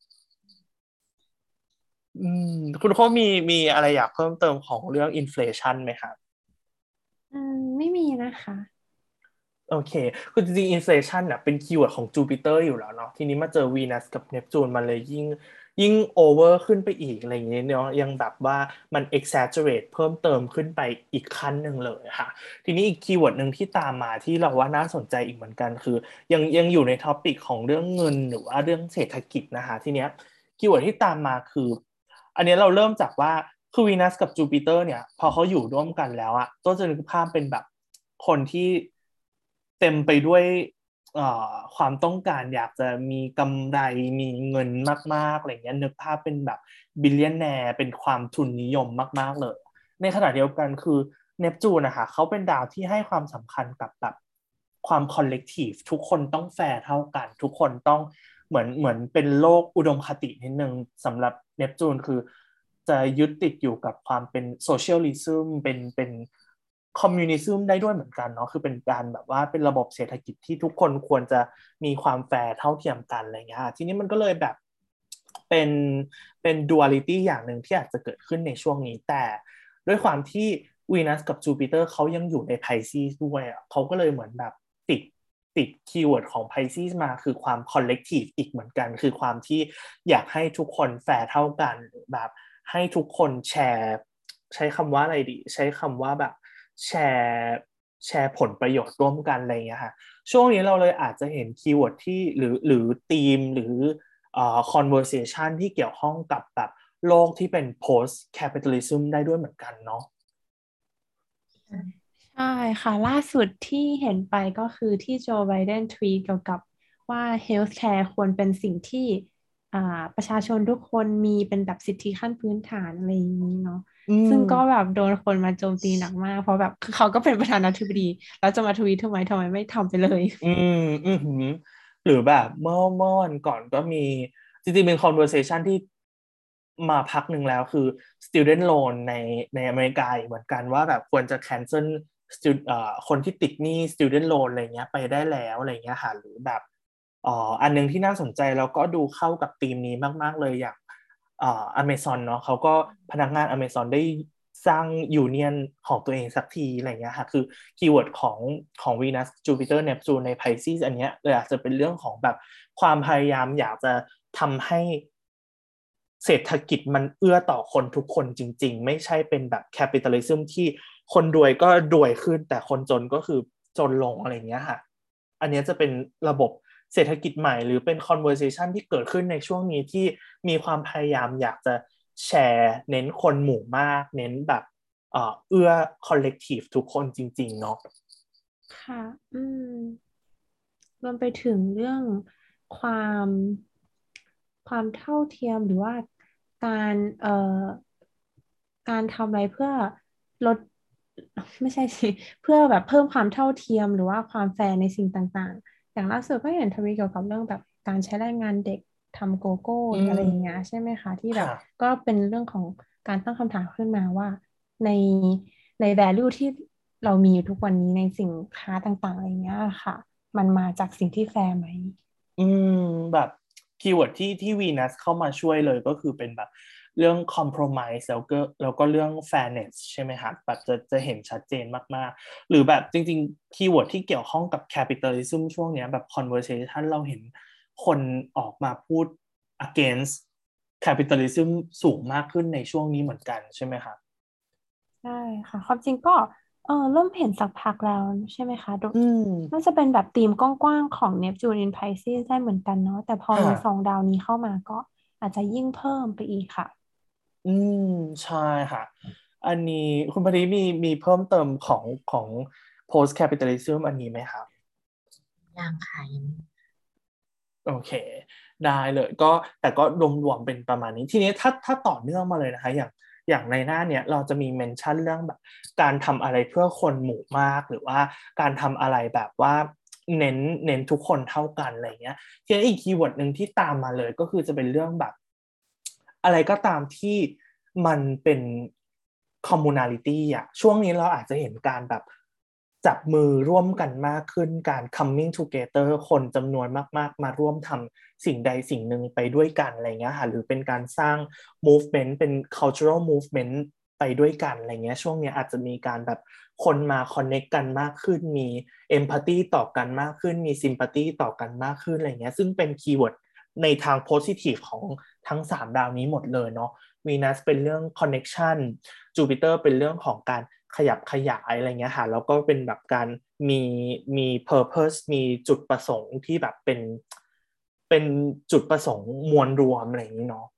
อืมคุณเขามีมีอะไรอยากเพิ่มเติมของเรื่องอินฟลชันไหมครับอืมไม่มีนะคะโอเคคือจริงๆ inflation น่ะเป็นคีย์เวิร์ดของจูปิเตอร์อยู่แล้วเนาะทีนี้มาเจอวีนัสกับเนปจูนมันเลยยิ่งยิ่งโอเวอร์ขึ้นไปอีกอะไรอย่างเงี้ยเนาะยังแบบว่ามัน exaggerate เพิ่มเติมขึ้นไปอีกขั้นหนึ่งเลยค่ะทีนี้อีกคีย์เวิร์ดหนึ่งที่ตามมาที่เราว่าน่าสนใจอีกเหมือนกันคือยังยังอยู่ในท็อปิกของเรื่องเงินหรือว่าเรื่องเศรษฐกิจนะคะทีเนี้ยคีย์เวิร์ดที่ตามมาคืออันเนี้ยเราเริ่มจากว่าคือวีนัสกับจูปิเตอร์เนี่ยพอเขาอยู่ร่วมกันแล้วอะก็จะนึกภาพเป็นแบบ คนที่เต็มไปด้วยเอ่อความต้องการอยากจะมีกำไรมีเงินมากๆอะไรเงี้ยนึกภาพเป็นแบบบิลเลียนแนร์เป็นความทุนนิยมมากๆเลยในขณะเดียวกันคือเนปจูนนะคะเขาเป็นดาวที่ให้ความสำคัญกับแบบความคอลเลกทีฟทุกคนต้องแฟร์เท่ากันทุกคนต้องเหมือนเหมือนเป็นโลกอุดมคตินิดนึงสำหรับเนปจูนคือจะยึดติดอยู่กับความเป็นโซเชียลิซึมเป็นเป็น คอมมิวนิซึมได้ด้วยเหมือนกันเนาะคือเป็นการแบบว่าเป็นระบบเศรษฐกิจที่ทุกคนควรจะมีความแฟร์เท่าเทียมกันอะไรเงี้ยทีนี้มันก็เลยแบบเป็นเป็นดูอาลิตี้อย่างหนึ่งที่อาจจะเกิดขึ้นในช่วงนี้แต่ด้วยความที่วีนัสกับจูปิเตอร์เขายังอยู่ในไพซีสด้วยอ่ะเขาก็เลยเหมือนแบบติดติดคีย์เวิร์ดของไพซีสมาคือความคอลเลกทีฟอีกเหมือนกันคือความที่อยากให้ทุกคนแฟร์เท่ากันแบบให้ทุกคนแชร์ใช้คำว่าอะไรดีใช้คำว่าแบบแชร์แชร์ผลประโยชน์ร่วมกันอะไรอย่างเงี้ยค่ะช่วงนี้เราเลยอาจจะเห็นคีย์เวิร์ดที่หรือหรือธีมหรือเอ่อ conversation ที่เกี่ยวข้องกับแบบโลกที่เป็น post capitalism ได้ด้วยเหมือนกันเนาะใช่ค่ะล่าสุดที่เห็นไปก็คือที่โจไบเดนทวีตเกี่ยวกับว่า healthcare ควรเป็นสิ่งที่อ่าประชาชนทุกคนมีเป็นแบบสิทธิขั้นพื้นฐานอะไรอย่างนี้เนาะอืซึ่งก็มแบบโดนคนมาโจมตีหนักมากเพราะแบบคือเขาก็เป็นประธานาธิบดีแล้วจะมาทวีตทำไมทำไมไม่ทำไปเลยอืมอืมหืมหรือแบบเมื่อเมื่อวันก่อนก็มีจริงๆเป็น conversation ที่มาพักหนึ่งแล้วคือ student loan ในในอเมริกาเหมือนกันว่าแบบควรจะ cancel stu- เอ่อคนที่ติดหนี้ student loan อะไรเงี้ยไปได้แล้วอะไรเงี้ยค่ะหรือแบบเอ่ออันนึงที่น่าสนใจแล้วก็ดูเข้ากับธีมนี้มากๆเลยอย่างเอ่อ Amazon เนาะเขาก็พนักงาน Amazon ได้สร้างยูเนียนของตัวเองสักทีอะไรเงี้ยค่ะคือคีย์เวิร์ดของของ Venus Jupiter Neptune ใน Pisces อันเนี้ยเลยอาจจะเป็นเรื่องของแบบความพยายามอยากจะทำให้เศรษฐกิจมันเอื้อต่อคนทุกคนจริงๆไม่ใช่เป็นแบบแคปิตอลิซึมที่คนรวยก็รวยขึ้นแต่คนจนก็คือจนลงอะไรเงี้ยค่ะอันนี้จะเป็นระบบเศรษฐกิจใหม่หรือเป็น conversation ที่เกิดขึ้นในช่วงนี้ที่มีความพยายามอยากจะแชร์เน้นคนหมู่มากเน้นแบบเอ่อเอื้อ collective ทุกคนจริงๆเนาะค่ะอืมรวมไปถึงเรื่องความความเท่าเทียมหรือว่าการเอ่อการทำอะไรเพื่อลดไม่ใช่สิเพื่อแบบเพิ่มความเท่าเทียมหรือว่าความแฟร์ในสิ่งต่างๆอย่างล่าสุดก็เห็นทวีตเกี่ยวกับเรื่องแบบการใช้แรงงานเด็กทำโกโก้อืหรืออะไรอย่างเงี้ยมใช่ไหมคะที่แบบค่ะก็เป็นเรื่องของการตั้งคำถามขึ้นมาว่าในใน value ที่เรามีอยู่ทุกวันนี้ในสินค้าต่างๆอะไรเงี้ยค่ะ มันมาจากสิ่งที่แฟร์ไหมอืมแบบคีย์เวิร์ดที่ที่วีนัสเข้ามาช่วยเลยก็คือเป็นแบบเรื่อง compromise แล้วก็แล้วก็เรื่อง fairness ใช่ไหมครับแบบจะจะเห็นชัดเจนมากๆหรือแบบจริงๆคีย์เวิร์ดที่เกี่ยวข้องกับ capitalism ช่วงเนี้ยแบบ conversation เราเห็นคนออกมาพูด against capitalism สูงมากขึ้นในช่วงนี้เหมือนกันใช่ไหมครับใช่ค่ะความจริงก็เออเริ่มเห็นสักพักแล้วใช่ไหมคะโดอืมน่าจะเป็นแบบธีมกว้างๆของ Neptune in Pisces ได้เหมือนกันเนาะแต่พอค่ะมีสองดาวนี้เข้ามาก็อาจจะยิ่งเพิ่มไปอีกค่ะอืมใช่ค่ะอันนี้คุณปริมีมีเพิ่มเติมของของ post capitalism อันนี้ไหมครับอย่างค่ะยังโอเคได้เลยก็แต่ก็รวมๆเป็นประมาณนี้ทีนี้ถ้าถ้าต่อเนื่องมาเลยนะคะอย่างอย่างในหน้าเนี้ยเราจะมีเมนชั่นเรื่องแบบการทำอะไรเพื่อคนหมู่มากหรือว่าการทำอะไรแบบว่าเน้นเน้นทุกคนเท่ากันอะไรเงี้ยทีนี้อีกคีย์เวิร์ดหนึ่งที่ตามมาเลยก็คือจะเป็นเรื่องแบบอะไรก็ตามที่มันเป็น communality อะช่วงนี้เราอาจจะเห็นการแบบจับมือร่วมกันมากขึ้นการ coming together คนจำนวนมากๆมาร่วมทำสิ่งใดสิ่งหนึ่งไปด้วยกันอะไรเงี้ยค่ะหรือเป็นการสร้าง movement เป็น cultural movement ไปด้วยกันอะไรเงี้ยช่วงนี้อาจจะมีการแบบคนมา connect กันมากขึ้นมี empathy ต่อกันมากขึ้นมี sympathy ต่อกันมากขึ้นอะไรเงี้ยซึ่งเป็นคีย์เวิร์ดในทาง positive ของทั้งสามดาวนี้หมดเลยเนาะ วีนัสเป็นเรื่อง connection จูปิเตอร์เป็นเรื่องของการขยับขยายอะไรเงี้ยค่ะแล้วก็เป็นแบบการมีมี purpose มีจุดประสงค์ที่แบบเป็นเป็นจุดประสงค์มวลรวมอะไรอย่างนี้เนาะ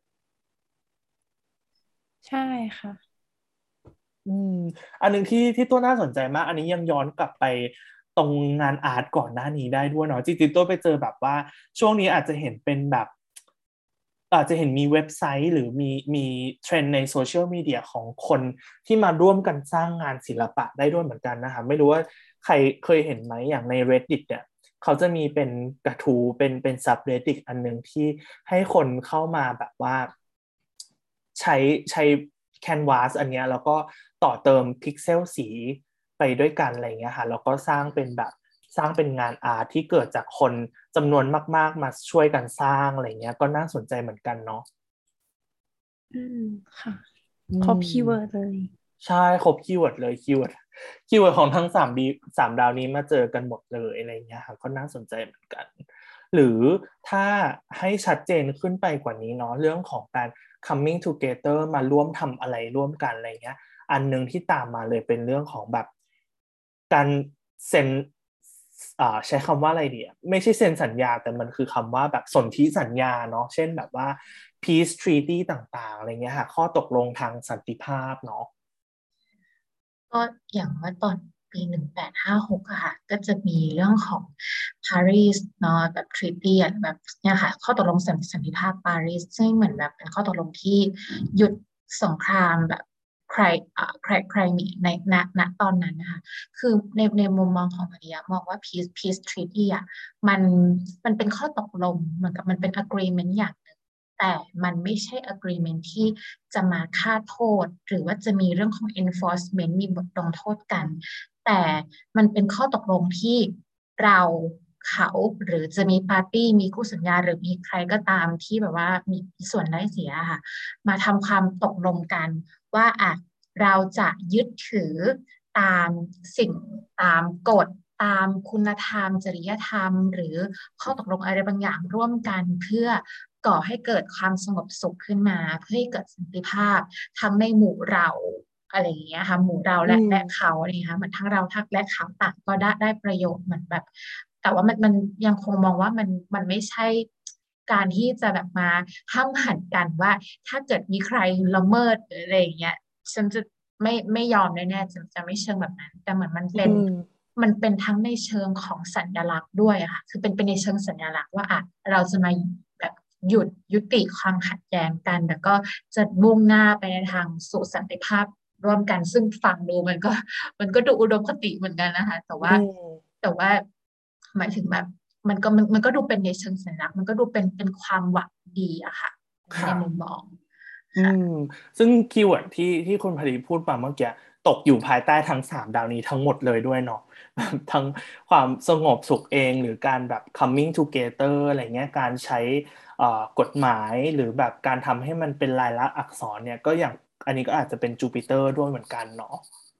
ใช่ค่ะอืมอันหนึ่งที่ที่ตัวน่าสนใจมากอันนี้ยังย้อนกลับไปตรงงานอาร์ตก่อนหน้านี้ได้ด้วยเนาะจริงๆตัวไปเจอแบบว่าช่วงนี้อาจจะเห็นเป็นแบบ อาจจะเห็นมีเว็บไซต์หรือมีมีเทรนด์ในโซเชียลมีเดียของคนที่มาร่วมกันสร้างงานศิลปะได้ด้วยเหมือนกันนะคะไม่รู้ว่าใครเคยเห็นไหมอย่างใน Reddit เนี่ยเขาจะมีเป็นกระทู้เป็นเป็น subreddit อันหนึ่งที่ให้คนเข้ามาแบบว่าใช้ใช้ Canvas อันเนี้ยแล้วก็ต่อเติมพิกเซลสีไปด้วยกันอะไรเงี้ยค่ะแล้วก็สร้างเป็นแบบสร้างเป็นงานอาร์ตที่เกิดจากคนจำนวนมากๆมาช่วยกันสร้างอะไรเงี้ยก็น่าสนใจเหมือนกันเนาะอืมค่ะอืครบคีย์เวิร์ดมเลยใช่ครบคีย์เวิร์ดเลยคีย์เวิร์ดคีย์เวิร์ดของทั้งสามดีสามดาวนี้มาเจอกันหมดเลยอะไรเงี้ยค่ะก็น่าสนใจเหมือนกันหรือถ้าให้ชัดเจนขึ้นไปกว่านี้เนาะเรื่องของการ coming together มาร่วมทำอะไรร่วมกันอะไรเงี้ยอันนึงที่ตามมาเลยเป็นเรื่องของแบบการเซ็นอ่าใช้คำว่าอะไรดีอ่ะไม่ใช่เซ็นสัญญาแต่มันคือคำว่าแบบสนธิสัญญาเนาะเช่นแบบว่า peace treaty ต่างๆอะไรเงี้ยค่ะข้อตกลงทางสันติภาพเนาะก็อย่างว่าตอนปีหนึ่งแปดห้าหกอะค่ะก็จะมีเรื่องของปารีสเนาะแบบทริตี้อะแบบเนี่ยค่ะข้อตกลงสันสันติภาพปารีสซึ่งเหมือนแบบเป็นข้อตกลงที่หยุดสงครามแบบใครอ่าใครใครมีในณณตอนนั้นนะคะคือในในมุมมองของมาริยามองว่า peace peace treaty อะมันมันเป็นข้อตกลงเหมือนกับมันเป็น agreement อย่าง แต่มันไม่ใช่ agreement ที่จะมาฆ่าโทษหรือว่าจะมีเรื่องของ enforcement มีบทลงโทษกันแต่มันเป็นข้อตกลงที่เราเขาหรือจะมีปาร์ตี้มีคู่สัญญาหรือมีใครก็ตามที่แบบว่ามีส่วนได้เสียค่ะมาทำความตกลงกันว่าอ่ะเราจะยึดถือตามสิ่งตามกฎตามคุณธรรมจริยธรรมหรือข้อตกลงอะไรบางอย่างร่วมกันเพื่อ ก่อให้เกิดความสงบสุขขึ้นมาเพื่อให้เกิดสันติภาพทั้งในหมู่เราอะไรอย่างเงี้ยค่ะหมู่เราอืและและมเขาอะไรเงี้ยค่ะเหมือนทั้งเราทั้งและเขาต่างก็ได้ได้ประโยชน์เหมือนแบบแต่ว่ามันมันยังคงมองว่ามันมันไม่ใช่การที่จะแบบมาห้ามหันกันว่าถ้าเกิดมีใครละเมิดหรืออะไรอย่างเงี้ยฉันจะไม่ไม่ยอมแน่ๆจะจะไม่เชิงแบบนั้นแต่เหมือนมันอืเป็นมมันเป็นทั้งในเชิงของสัญลักษณ์ด้วยอะค่ะคือเป็นเป็นในเชิงสัญลักษณ์ว่าอ่ะเราจะมาแบบ หยุดยุติความขัดแย้งกันแล้วก็จะมุ่งหน้าไปในทางสู่สันติภาพร่วมกันซึ่งฟังดูมันก็มันก็ดูอุดมคติเหมือนกันนะคะแต่อืว่ามแต่ว่าหมายถึงแบบมันก็มันมันก็ดูเป็นในเชิงสัญลักษณ์มันก็ดูเป็นเป็นความหวังดีอะค่ะในค่ะมุมมองอืค่ะมซึ่งคีย์เวิร์ดที่ที่คุณผลิพูดมาเมื่อกี้ตกอยู่ภายใต้ทั้งสามดาวนี้ทั้งหมดเลยด้วยเนาะแบบทั้งความสงบสุขเองหรือการแบบ coming together อะไรเงี้ยการใช้เอ่อกฎหมายหรือแบบการทำให้มันเป็นลายลักษณ์อักษรเนี่ยก็อย่างอันนี้ก็อาจจะเป็นจูปิเตอร์ด้วยเหมือนกันเนาะ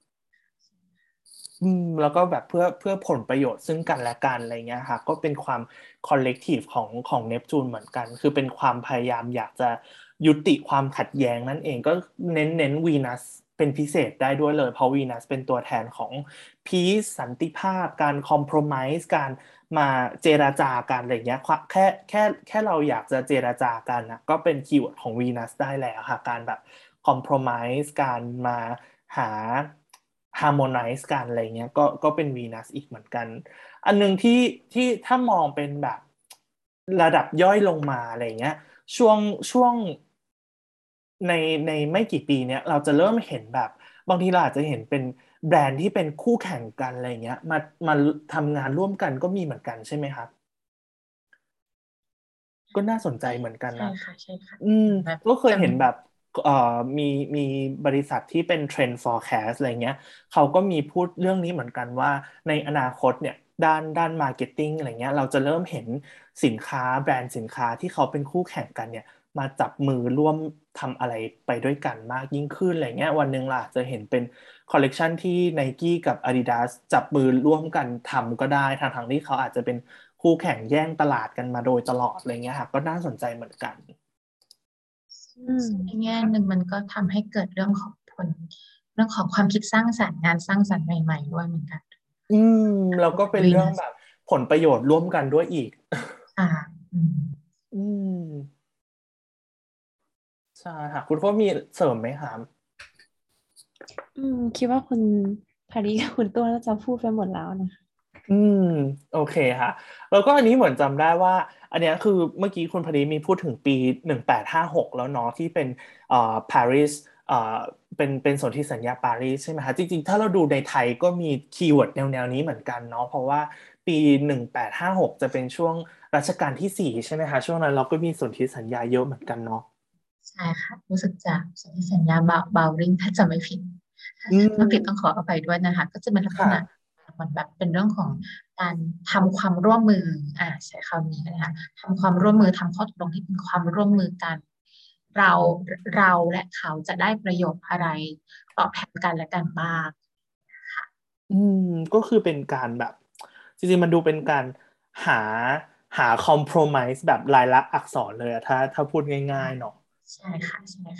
อืมแล้วก็แบบเพื่อเพื่อผลประโยชน์ซึ่งกันและกันอะไรเงี้ยค่ะก็เป็นความคอลเลกทีฟของของเนปจูนเหมือนกันคือเป็นความพยายามอยากจะยุติความขัดแย้งนั่นเองก็เน้นเน้นวีนัสเป็นพิเศษได้ด้วยเลยเพราะวีนัสเป็นตัวแทนของพีซสันติภาพการคอม p พ o m i s e การมาเจรจากันอะไรเงี้ยแค่แค่แค่เราอยากจะเจรจากันนะก็เป็นคีย์เวิร์ดของวีนัสได้แล้วค่ะการแบบคอม p พ o m i s e การมาหา harmonize กันอะไรเงี้ยก็ก็เป็นวีนัสอีกเหมือนกันอันหนึงที่ที่ถ้ามองเป็นแบบระดับย่อยลงมาอะไรเงี้ยช่วงช่วงในในไม่กี่ปีเนี้ยเราจะเริ่มเห็นแบบบางทีเราอาจจะเห็นเป็นแบรนด์ที่เป็นคู่แข่งกันอะไรเงี้ยมามาทำงานร่วมกันก็มีเหมือนกันใช่ไหมครับก็น่าสนใจเหมือนกันใช่นะค่ะใช่ค่ะอืมแบบก็เคยจะมีเห็นแบบเอ่อมีมีบริษัทที่เป็น Trend Forecast อะไรเงี้ยเขาก็มีพูดเรื่องนี้เหมือนกันว่าในอนาคตเนี่ยด้านด้านมาร์เก็ตติ้งอะไรเงี้ยเราจะเริ่มเห็นสินค้าแบรนด์สินค้าที่เขาเป็นคู่แข่งกันเนี่ยมาจับมือร่วมทำอะไรไปด้วยกันมากยิ่งขึ้นอะไรเงี้ยวันหนึ่งเราอาจจะเห็นเป็นคอลเลกชันที่ Nike กับ Adidas จับมือร่วมกันทำก็ได้ทางทางที่เขาอาจจะเป็นคู่แข่งแย่งตลาดกันมาโดยตลอดอะไรเงี้ยค่ะก็น่าสนใจเหมือนกันอืมซึ่งในแง่หนึ่งมันก็ทำให้เกิดเรื่องของผลเรื่องของความคิดสร้างสรรค์งานสร้างสรรค์ใหม่ๆด้วยเหมือนกันอืมแล้วก็เป็นวีนัสเรื่องแบบผลประโยชน์ร่วมกันด้วยอีกค่ะอืมอืมใช่ค่ะคุณพ่อมีเสริมไหมครับอืมคิดว่าคุณพาริกับคุณตัวน่าจะพูดไปหมดแล้วนะคะอืมโอเคค่ะแล้วก็อันนี้เหมือนจำได้ว่าอันเนี้ยคือเมื่อกี้คุณพอดีมีพูดถึงปีหนึ่งแปดห้าหกแล้วเนาะที่เป็นเอ่อปารีสเอ่อเป็นเป็นสนธิสัญญาปารีสใช่ไหมคะจริงๆถ้าเราดูในไทยก็มีคีย์เวิร์ดแนวๆนี้เหมือนกันเนาะเพราะว่าปีหนึ่งแปดห้าหกจะเป็นช่วงรัชกาลที่สี่ใช่ไหมคะช่วงนั้นเราก็มีสนธิสัญญาเยอะเหมือนกันเนาะใช่ค่ะรู้สึกจะสนธิสัญญาบาบาวริงถ้าจำไม่ผิดอืถ้าผิดต้องมขออภัยด้วยนะคะก็จะเป็นลักษณะค่ะมันแบบเป็นเรื่องของการทำความร่วมมืออ่าใช้คำนี้นะคะทำความร่วมมือทำข้อตกลงที่เป็นความร่วมมือกันเราเราและเขาจะได้ประโยชน์อะไรตอบแทนกันและกันบ้างอืมก็คือเป็นการแบบจริงๆมันดูเป็นการหาหาคอม p r o m i s e แบบลายลักษณ์อักษรเลยอะถ้าถ้าพูดง่ายๆเนาะใช่ค่ะใช่ค่ะ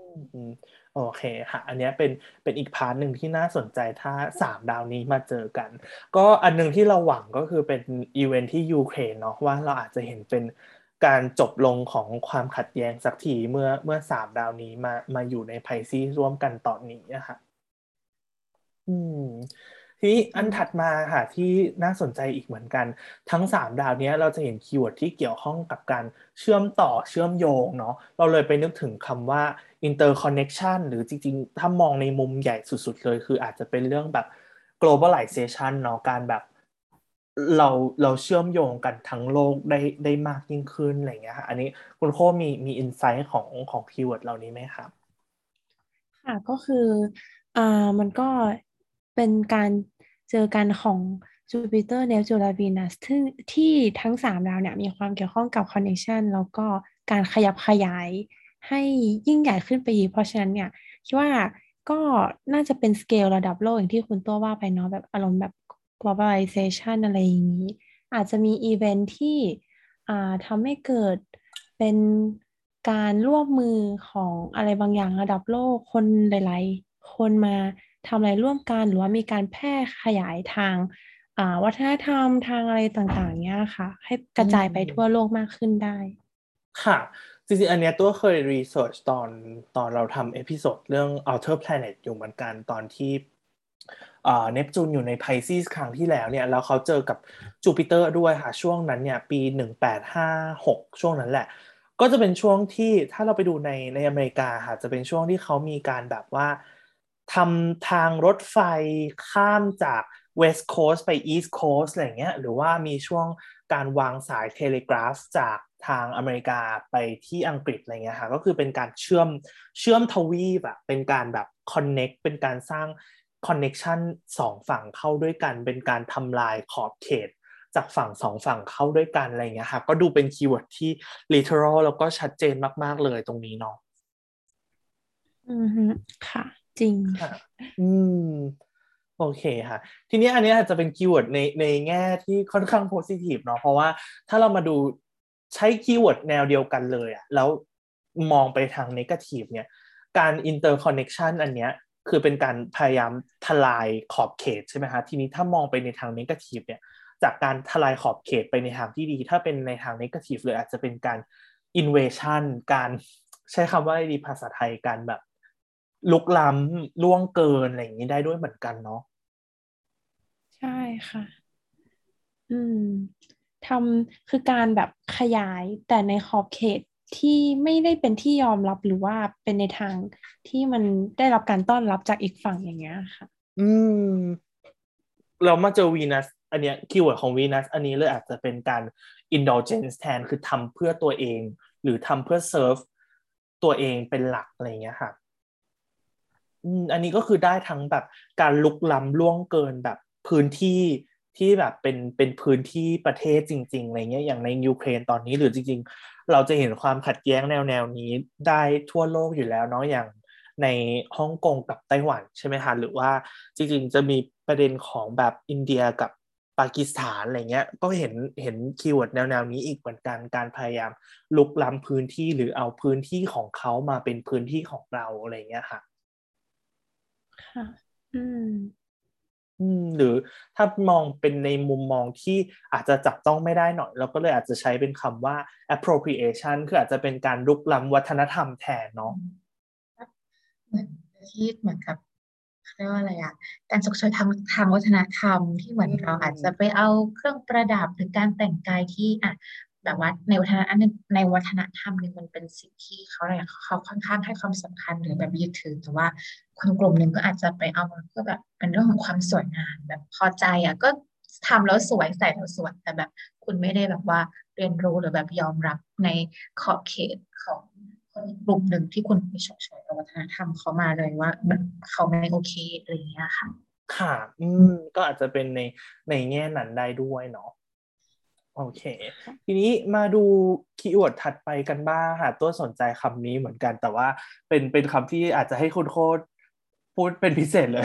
อืมโอเคค่ะอันเนี้ยเป็นเป็นอีกพาร์ทหนึ่งที่น่าสนใจถ้าสามดาวนี้มาเจอกันก็อันหนึ่งที่เราหวังก็คือเป็นอีเวนท์ที่ยูเครนเนาะว่าเราอาจจะเห็นเป็นการจบลงของความขัดแย้งสักทีเมื่อเมื่อสามดาวนี้มามาอยู่ใน Pisces ร่วมกันตอนนี้อะค่ะ อืมทีนี้อันถัดมาค่ะที่น่าสนใจอีกเหมือนกันทั้งสามดาวเนี้ยเราจะเห็นคีย์เวิร์ดที่เกี่ยวข้องกับการเชื่อมต่อเชื่อมโยงเนาะเราเลยไปนึกถึงคำว่า interconnection หรือจริงๆถ้ามองในมุมใหญ่สุดๆเลยคืออาจจะเป็นเรื่องแบบ globalization เนาะการแบบเราเราเชื่อมโยงกันทั้งโลกได้ได้มากยิ่งขึ้นอะไรอย่างเงี้ยค่ะอันนี้คุณโค้มีมีอินไซต์ของของคีย์เวิร์ดเหล่านี้ไหมครับค่ะก็คืออ่ามันก็เป็นการเจอกันของจูปิเตอร์เนปจูนและวีนัสที่ที่ทั้งสามดาวเนี่ยมีความเกี่ยวข้องกับคอนเน c t ชันแล้วก็การขยับขยายให้ยิ่งใหญ่ขึ้นไปอีกเพราะฉะนั้นเนี่ยคิดว่าก็น่าจะเป็นสเกลระดับโลกอย่างที่คุณตัวว่าไปเนาะแบบอารมณ์แบบ globalization อะไรอย่างนี้อาจจะมีอีเวนท์ที่อ่าทำให้เกิดเป็นการร่วมมือของอะไรบางอย่างระดับโลกคนหลายๆคนมาทำอะไรร่วมกันหรือว่ามีการแพร่ขยายทางอ่าวัฒนธรรมทางอะไรต่างๆเนี้ยค่ะให้กอืระจายไปทั่วโลมกมากขึ้นได้ค่ะจริงๆอันเนี้ยตัวเคยรีเสิร์ชตอนตอนเราทำเอพิโซดเรื่อง Outer Planet อยู่เหมือนกันตอนที่เอ่อเนปจูนอยู่ใน Pisces ครั้งที่แล้วเนี่ยแล้วเขาเจอกับจูปิเตอร์ด้วยค่ะช่วงนั้นเนี่ยปีหนึ่งแปดห้าหกช่วงนั้นแหละก็จะเป็นช่วงที่ถ้าเราไปดูในในอเมริกาค่ะจะเป็นช่วงที่เขามีการแบบว่าทำทางรถไฟข้ามจาก West Coast ไป East Coast อะไรเงี้ยหรือว่ามีช่วงการวางสายเทเลกราฟจากทางอเมริกาไปที่อังกฤษอะไรเงี้ยค่ะก็คือเป็นการเชื่อมเชื่อมทวีปอะเป็นการแบบ connect เป็นการสร้าง connection สองฝั่งเข้าด้วยกันเป็นการทำลายขอบเขตจากฝั่งสองฝั่งเข้าด้วยกันอะไรเงี้ยค่ะก็ดูเป็นคีย์เวิร์ดที่ literal แล้วก็ชัดเจนมากๆเลยตรงนี้เนาะอือฮึค่ะจริงค่ะอืมโอเคค่ะทีนี้อันนี้อาจจะเป็นคีย์เวิร์ดในในแง่ที่ค่อนข้างโพซิทีฟเนาะเพราะว่าถ้าเรามาดูใช้คีย์เวิร์ดแนวเดียวกันเลยอะแล้วมองไปทางเนกาทีฟเนี่ยการอินเตอร์คอนเน็กชันอันเนี้ยคือเป็นการพยายามทลายขอบเขตใช่ไหมคะทีนี้ถ้ามองไปในทางเนกาทีฟเนี่ยจากการทลายขอบเขตไปในทางที่ดีถ้าเป็นในทางเนกาทีฟเลยอาจจะเป็นการอินเวชั่นการใช้คำว่าอะไรดีภาษาไทยการแบบลุกล้ำล่วงเกินอะไรอย่างนี้ได้ด้วยเหมือนกันเนาะใช่ค่ะอืมทำคือการแบบขยายแต่ในขอบเขตที่ไม่ได้เป็นที่ยอมรับหรือว่าเป็นในทางที่มันได้รับการต้อนรับจากอีกฝั่งอย่างเงี้ยค่ะอืมเรามาเจอวีนัสอันเนี้ยคีย์เวิร์ดของวีนัสอันนี้เลยอาจจะเป็นการ indulgence แทนคือทำเพื่อตัวเองหรือทำเพื่อเซิร์ฟตัวเองเป็นหลักอะไรอย่างเงี้ยค่ะ อืมอันนี้ก็คือได้ทั้งแบบการลุกล้ำล่วงเกินแบบพื้นที่ที่แบบเป็นเป็นพื้นที่ประเทศจริงๆอะไรเงี้ยอย่างในยูเครนตอนนี้หรือจริงๆเราจะเห็นความขัดแย้งแนวแนวนี้ได้ทั่วโลกอยู่แล้วเนาะอย่างในฮ่องกงกับไต้หวันใช่ไหมคะหรือว่าจริงๆจะมีประเด็นของแบบอินเดียกับปากีสถานอะไรเงี้ยก็เห็นเห็นคีย์เวิร์ดแนวแนวนี้อีกเหมือนกันการพยายามลุกล้ำพื้นที่หรือเอาพื้นที่ของเขามาเป็นพื้นที่ของเราอะไรเงี้ยค่ะค่ะอืมอืมหรือถ้ามองเป็นในมุมมองที่อาจจะจับต้องไม่ได้หน่อยเราก็เลยอาจจะใช้เป็นคำว่า appropriation คืออาจจะเป็นการรุกล้ำวัฒนธรรมแทนเนาะเหมือนที่เหมือนกับเขาเรียกว่าอะไรอะการชดเชยทางทางวัฒนธรรมที่เหมือนอืเราอาจจะไปมเอาเครื่องประดับหรือการแต่งกายที่อ่ะแบบว่าในวัฒนธรรมนึงในวัฒนธรรมหนึงมันเป็นสิ่งที่เขาอะไรอะเขาค่อนข้างให้ความสำคัญหรือแบบยึดถือแต่ว่าคนกลุ่มหนึ่งก็อาจจะไปเอามาเพื่อแบบเป็นเรื่องของความสวยงามแบบพอใจอ่ะก็ทำแล้วสวยใส่แล้วสวยแต่แบบคุณไม่ได้แบบว่าเรียนรู้หรือแบบยอมรับในขอบเขตของ คนกลุ่มหนึ่งที่คุณไปฉกฉวยกับวัฒนธรรมเขามาเลยว่าแบบเขาไม่โอเคอะไรอย่างเงี้ยค่ะค่ะอืมก็อาจจะเป็นในในแง่นั้นได้ด้วยเนาะโอเคทีนี้มาดูคีย์เวิร์ดถัดไปกันบ้างค่ะตัวสนใจคำนี้เหมือนกันแต่ว่าเป็นเป็นคำที่อาจจะให้คุณโค้ดพูดเป็นพิเศษเลย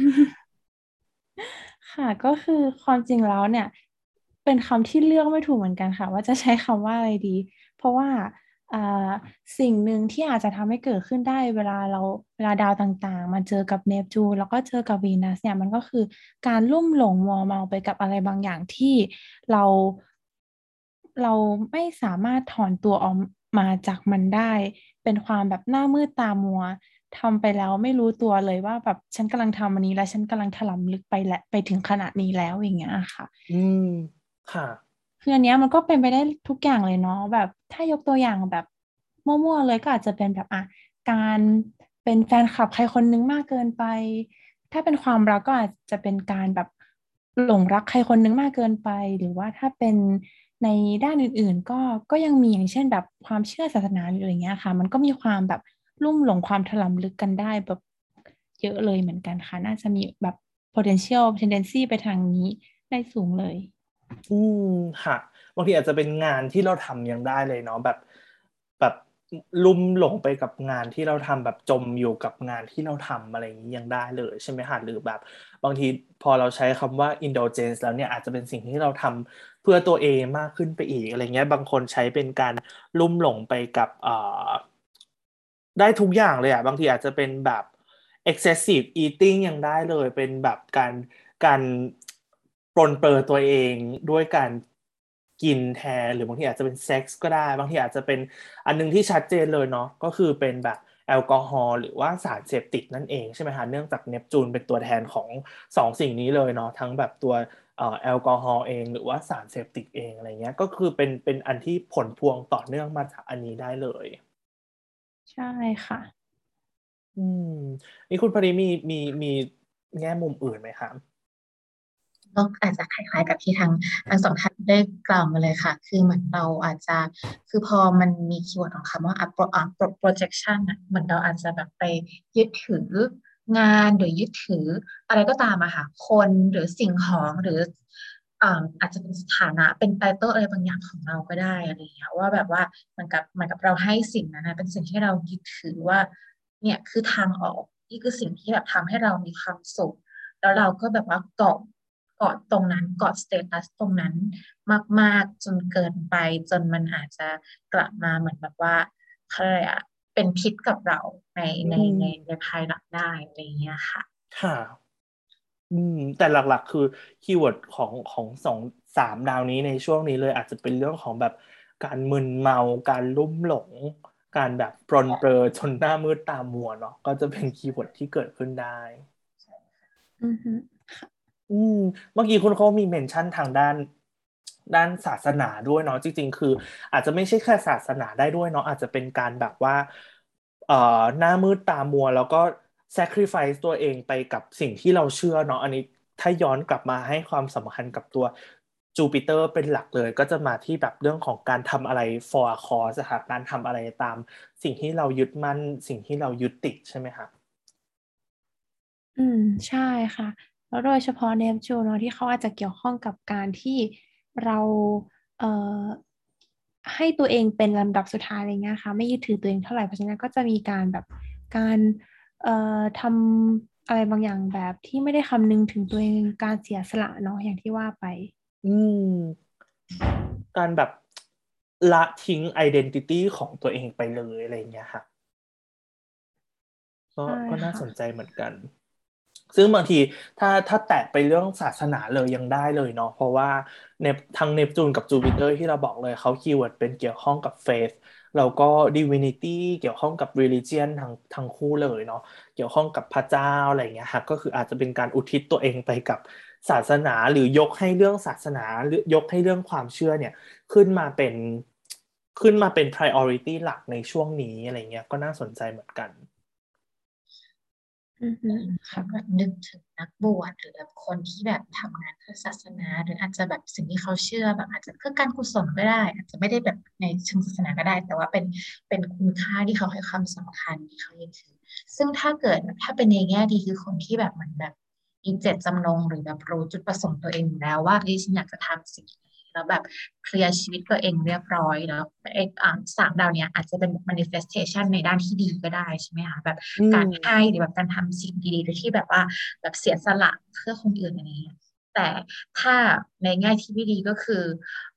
ค่ะก็คือความจริงแล้วเนี่ยเป็นคำที่เลือกไม่ถูกเหมือนกันค่ะว่าจะใช้คำว่าอะไรดีเพราะว่าอ่าสิ่งหนึ่งที่อาจจะทำให้เกิดขึ้นได้เวลาเราเวลาดาวต่างๆมาเจอกับเนปจูนแล้วก็เจอกับวีนัสเนี่ยมันก็คือการลุ่มหลงมัวเมาไปกับอะไรบางอย่างที่เราเราไม่สามารถถอนตัวออกมาจากมันได้เป็นความแบบหน้ามืดตามัวทำไปแล้วไม่รู้ตัวเลยว่าแบบฉันกำลังทำอันนี้และฉันกำลังถลำลึกไปและไปถึงขนาดนี้แล้วอย่างเงี้ยค่ะอืมค่ะคืออันเนี้ยมันก็เป็นไปได้ทุกอย่างเลยเนาะแบบถ้ายกตัวอย่างแบบมั่วๆเลยก็อาจจะเป็นแบบอ่ะการเป็นแฟนคลับใครคนนึงมากเกินไปถ้าเป็นความรักก็อาจจะเป็นการแบบหลงรักใครคนนึงมากเกินไปหรือว่าถ้าเป็นในด้านอื่นๆก็ก็ยังมีอย่างเช่นแบบความเชื่อศาสนาหรืออะไรเงี้ยค่ะมันก็มีความแบบลุ่มหลงความถลำลึกกันได้แบบเยอะเลยเหมือนกันค่ะน่าจะมีแบบ potential tendency ไปทางนี้ได้สูงเลยอืมค่ะบางทีอาจจะเป็นงานที่เราทำยังได้เลยเนาะแบบแบบลุ่มหลงไปกับงานที่เราทำแบบจมอยู่กับงานที่เราทำอะไรอย่างนี้ยังได้เลยใช่ไหมคะหรือแบบบางทีพอเราใช้คำว่า indulgence แล้วเนี่ยอาจจะเป็นสิ่งที่เราทำเพื่อตัวเองมากขึ้นไปอีกอะไรเงี้ยบางคนใช้เป็นการลุ่มหลงไปกับเอ่อได้ทุกอย่างเลยอ่ะบางทีอาจจะเป็นแบบ excessive eating ยังได้เลยเป็นแบบการการปรนเปรอตัวเองด้วยการกินแทนหรือบางทีอาจจะเป็นเซ็กส์ก็ได้บางทีอาจจะเป็นอันนึงที่ชัดเจนเลยเนาะก็คือเป็นแบบแอลกอฮอล์หรือว่าสารเสพติดนั่นเองใช่ไหมคะเนื่องจากเนปจูนเป็นตัวแทนของสองสิ่งนี้เลยเนาะทั้งแบบตัวเอ่อแอลกอฮอล์เองหรือว่าสารเสพติดเองอะไรเงี้ยก็คือเป็นเป็นอันที่ผลพวงต่อเนื่องมาจากอันนี้ได้เลยใช่ค่ะอืมนี่คุณพริมีมีมีแง่มุมอื่นไหมครับก็อาจจะคล้ายๆกับที่ทางทั้งสองท่านได้กล่าวมาเลยค่ะคือเหมือนเราอาจจะคือพอมันมีคีย์เวิร์ดของคำว่า pro- อ่ะ pro- projection อ่ะเหมือนเราอาจจะแบบไปยึดถืองานหรือยึดถืออะไรก็ตามอะค่ะคนหรือสิ่งของหรืออ่าอาจจะเป็นสถานะเป็นไตเติลอะไรบางอย่างของเราก็ได้อะไรอย่างเงี้ยว่าแบบว่าเหมันกับเหมันกับเราให้สิ่งนั้นนะเป็นสิ่งที่เรายึดถือว่าเนี่ยคือทางออกนี่คือสิ่งที่แบบทำให้เรามีความสุข แล้วเราก็แบบว่าเกาะเกาะตรงนั้นเกาะสเตตัสตรงนั้นมากๆจนเกินไปจนมันอาจจะกลับมาเหมือนแบบว่าเขาเรียกอะไรอะเป็นพิษกับเราในอืในในในมภายหลังได้อะไรอย่างเงี้ยค่ะค่ะ อืมแต่หลักๆคือคีย์เวิร์ดของของสองสามดาวนี้ในช่วงนี้เลยอาจจะเป็นเรื่องของแบบการมึนเมาการลุ่มหลงการแบบปรนเปรอจนหน้ามืดตามัวเนาะก็จะเป็นคีย์เวิร์ดที่เกิดขึ้นได้อือฮึอืมเมื่อกี้คุณเขามีเมนชั่นทางด้านด้านศาสนาด้วยเนาะจริงๆคืออาจจะไม่ใช่แค่ศาสนาได้ด้วยเนาะอาจจะเป็นการแบบว่าเอ่อหน้ามืดตามัวแล้วก็ sacrifice ตัวเองไปกับสิ่งที่เราเชื่อเนาะอันนี้ถ้าย้อนกลับมาให้ความสำคัญกับตัวจูปิเตอร์เป็นหลักเลยก็จะมาที่แบบเรื่องของการทำอะไร for a cause อะค่ะการทำอะไรตามสิ่งที่เรายึดมั่นสิ่งที่เรายึดติดใช่ไหมคะอืมใช่ค่ะแล้วโดยเฉพาะเนปจูนเนอะที่เขาอาจจะเกี่ยวข้องกับการที่เราเอ่อให้ตัวเองเป็นลำดับสุดท้ายอะไรเงี้ยค่ะไม่ยึดถือตัวเองเท่าไหร่เพราะฉะนั้นก็จะมีการแบบการเอ่อทำอะไรบางอย่างแบบที่ไม่ได้คำนึงถึงตัวเองการเสียสละเนาะอย่างที่ว่าไปอืม การแบบละทิ้งไอดีนิตี้ของตัวเองไปเลยอะไรอย่างเงี้ยค่ะก็ใช่ก็น่าค่ะสนใจเหมือนกันซึ่งบางทีถ้าถ้าแตะไปเรื่องศาสนาเลยยังได้เลยเนาะเพราะว่าเนปทั้งเนปจูนกับจูปิเตอร์ที่เราบอกเลยเขาคีย์เวิร์ดเป็นเกี่ยวข้องกับเฟธแล้วก็ดิวินิตี้เกี่ยวข้องกับ religion ทั้งทั้งคู่เลยเนาะเกี่ยวข้องกับพระเจ้าอะไรอย่างเงี้ยค่ะก็คืออาจจะเป็นการอุทิศตัวเองไปกับศาสนาหรือยกให้เรื่องศาสนาหรือยกให้เรื่องความเชื่อเนี่ย ขึ้นมาเป็นขึ้นมาเป็น priority หลักในช่วงนี้อะไรเงี้ยก็น่าสนใจเหมือนกันอือฮึค่ะแบบนึกถึงนักบวชหรือแบบคนที่แบบทำงานเพื่อศาสนาหรืออาจจะแบบสิ่งที่เขาเชื่อแบบอาจจะเพื่อการกุศลก็ได้อาจจะไม่ได้แบบในเชิงศาสนาก็ได้แต่ว่าเป็นเป็นคุณค่าที่เขาให้ความสำคัญที่เขายึดถือซึ่งถ้าเกิดแบบถ้าเป็นในแง่ดีคือคนที่แบบเหมือนแบบมีเจตจำนงหรือแบบรู้จุดประสงค์ตัวเองอยู่แล้วว่าเฮ้ยฉันอยากจะทำสิ่งนี้แล้วแบบเคลียร์ชีวิตตัวเองเรียบร้อยแล้วไอ้อ่าสามดาวเนี้ยอาจจะเป็น manifestation ในด้านที่ดีก็ได้ใช่ไหมคะแบบอืการให้มหรือแบบการทำสิ่งดีๆโดยที่แบบว่าแบบเสียสละเพื่อคนอื่นอันนี้แต่ถ้าในแง่ที่ไม่ดีก็คือ